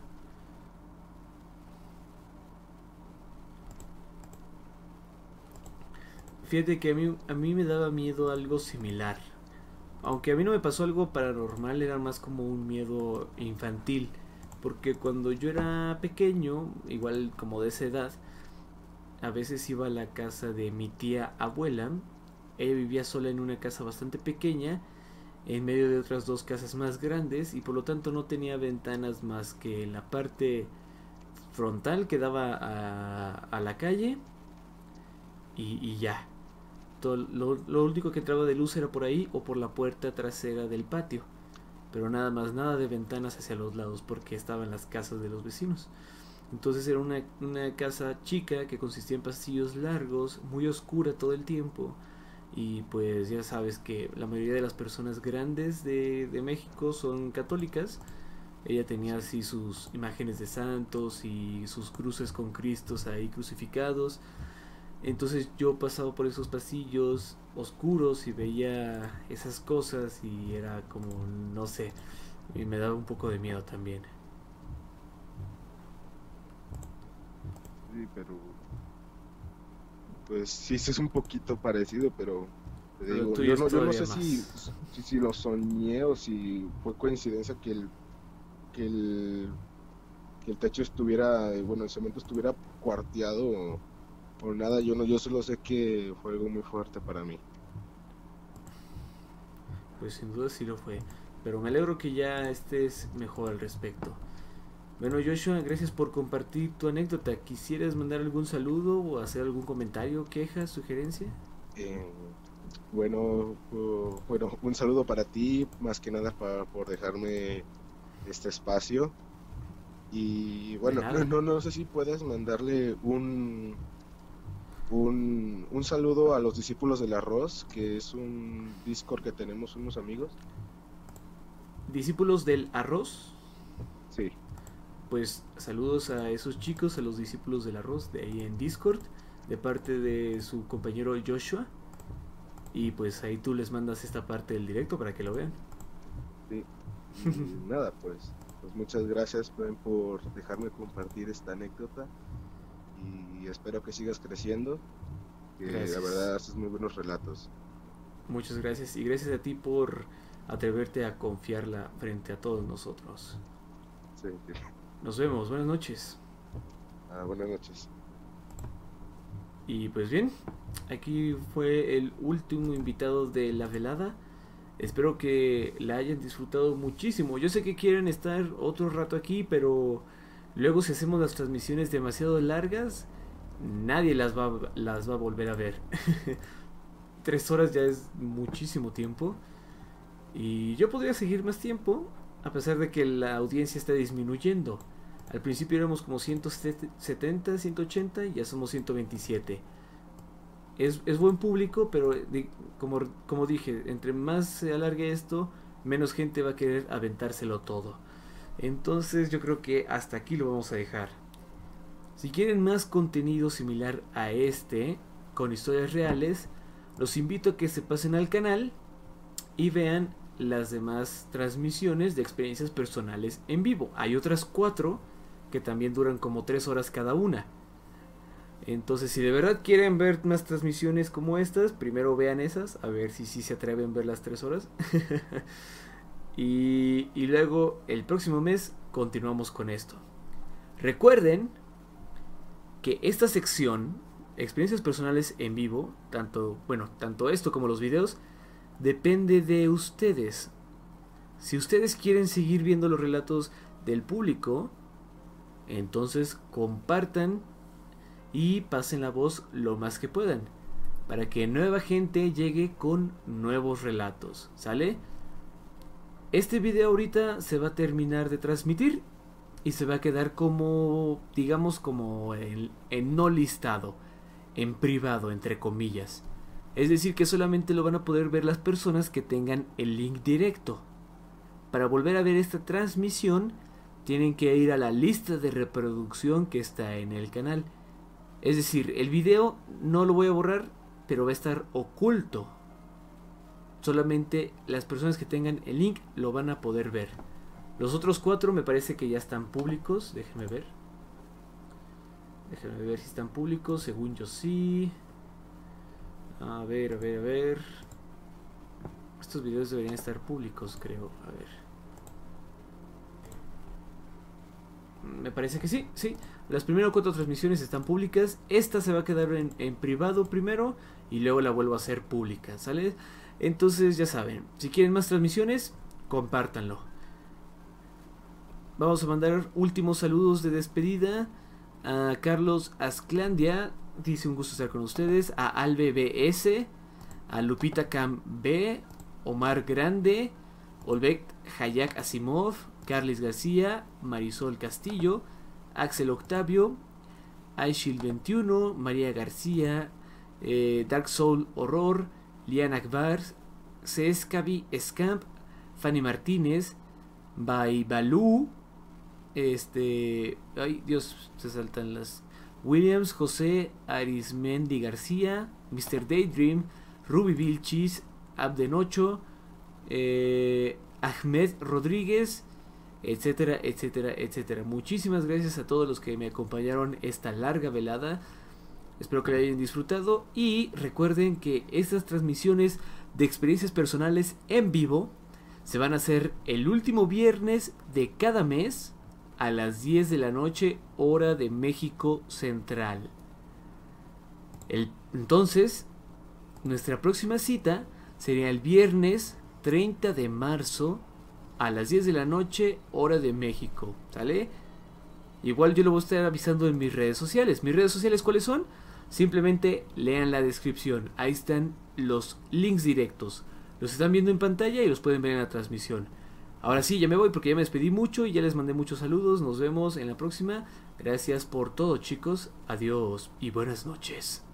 Fíjate que a mí me daba miedo algo similar. Aunque a mí no me pasó algo paranormal, era más como un miedo infantil. Porque cuando yo era pequeño, igual como de esa edad, a veces iba a la casa de mi tía abuela. Ella vivía sola en una casa bastante pequeña, en medio de otras dos casas más grandes, y por lo tanto no tenía ventanas más que en la parte frontal que daba a la calle, y ya. Lo único que entraba de luz era por ahí o por la puerta trasera del patio. pero nada más, nada de ventanas hacia los lados porque estaban las casas de los vecinos. Entonces era una casa chica que consistía en pasillos largos, muy oscura todo el tiempo. Y pues ya sabes que la mayoría de las personas grandes de México son católicas. Ella tenía así sus imágenes de santos y sus cruces con Cristos ahí crucificados. Entonces yo pasaba por esos pasillos oscuros y veía esas cosas y era como, no sé, y me daba un poco de miedo también. Sí, pero pues sí, sí es un poquito parecido, pero te Pero digo, tuyo es yo no todavía sé más. si lo soñé o si fue coincidencia que el techo estuviera, bueno, el cemento estuviera cuarteado o nada. Yo solo sé que fue algo muy fuerte para mí. Pues sin duda sí lo fue, pero me alegro que ya estés mejor al respecto. Bueno, Joshua, gracias por compartir tu anécdota. ¿Quisieras mandar algún saludo o hacer algún comentario, queja, sugerencia? Bueno, un saludo para ti, más que nada por dejarme este espacio. Y bueno, nada. no sé si puedes mandarle un saludo a los discípulos del arroz, que es un Discord que tenemos unos amigos. ¿Discípulos del arroz? Sí. Pues saludos a esos chicos, a los discípulos del arroz de ahí en Discord, de parte de su compañero Joshua. Y pues ahí tú les mandas esta parte del directo para que lo vean. Sí. Y nada, pues muchas gracias por dejarme compartir esta anécdota y espero que sigas creciendo, que Gracias. la verdad haces muy buenos relatos. Muchas gracias y gracias a ti por atreverte a confiarla frente a todos nosotros. Sí, sí. Nos vemos, buenas noches. Buenas noches. Y pues bien, aquí fue el último invitado de la velada. Espero que la hayan disfrutado muchísimo. Yo sé que quieren estar otro rato aquí, pero luego si hacemos las transmisiones demasiado largas, nadie las va a volver a ver. 3 horas ya es muchísimo tiempo. Y yo podría seguir más tiempo, a pesar de que la audiencia está disminuyendo. Al principio éramos como 170, 180 y ya somos 127. Es buen público, pero como dije, entre más se alargue esto, menos gente va a querer aventárselo todo. Entonces yo creo que hasta aquí lo vamos a dejar. Si quieren más contenido similar a este, con historias reales, los invito a que se pasen al canal y vean las demás transmisiones de experiencias personales en vivo. Hay otras 4 que también duran como 3 horas cada una. Entonces, si de verdad quieren ver más transmisiones como estas, primero vean esas, a ver si se atreven a ver las 3 horas. y luego, el próximo mes, continuamos con esto. Recuerden que esta sección, experiencias personales en vivo, tanto esto como los videos, depende de ustedes. Si ustedes quieren seguir viendo los relatos del público, entonces compartan y pasen la voz lo más que puedan, para que nueva gente llegue con nuevos relatos, ¿sale? Este video ahorita se va a terminar de transmitir y se va a quedar como, digamos, como en no listado, en privado, entre comillas. Es decir, que solamente lo van a poder ver las personas que tengan el link directo. Para volver a ver esta transmisión, tienen que ir a la lista de reproducción que está en el canal. Es decir, el video no lo voy a borrar, pero va a estar oculto. Solamente las personas que tengan el link lo van a poder ver. Los otros 4 me parece que ya están públicos. Déjenme ver. Déjenme ver si están públicos. Según yo sí. A ver. Estos videos deberían estar públicos, creo. A ver. Me parece que sí. Las primeras 4 transmisiones están públicas. Esta se va a quedar en privado primero y luego la vuelvo a hacer pública, ¿sale? Entonces ya saben, si quieren más transmisiones, compártanlo. Vamos a mandar últimos saludos de despedida a Carlos Asclandia, dice un gusto estar con ustedes, a Albe BS, a Lupita Cam B, Omar Grande, Olbek Hayak Asimov, Carles García, Marisol Castillo, Axel Octavio, Aishil 21, María García, Dark Soul Horror, Lian Akbar, Seskabi Scamp, Fanny Martínez, Baibalú, ay Dios, se saltan las Williams, José Arismendi García, Mr. Daydream, Ruby Vilchis, Abdenocho, Ahmed Rodríguez, etcétera, etcétera, etcétera. Muchísimas gracias a todos los que me acompañaron esta larga velada. Espero que la hayan disfrutado y recuerden que estas transmisiones de experiencias personales en vivo se van a hacer el último viernes de cada mes a las 10 de la noche, hora de México Central. Entonces, nuestra próxima cita sería el viernes 30 de marzo a las 10 de la noche, hora de México. ¿Sale? Igual yo lo voy a estar avisando en mis redes sociales. ¿Mis redes sociales cuáles son? Simplemente lean la descripción. Ahí están los links directos. Los están viendo en pantalla y los pueden ver en la transmisión. Ahora sí, ya me voy porque ya me despedí mucho y ya les mandé muchos saludos. Nos vemos en la próxima. Gracias por todo, chicos. Adiós y buenas noches.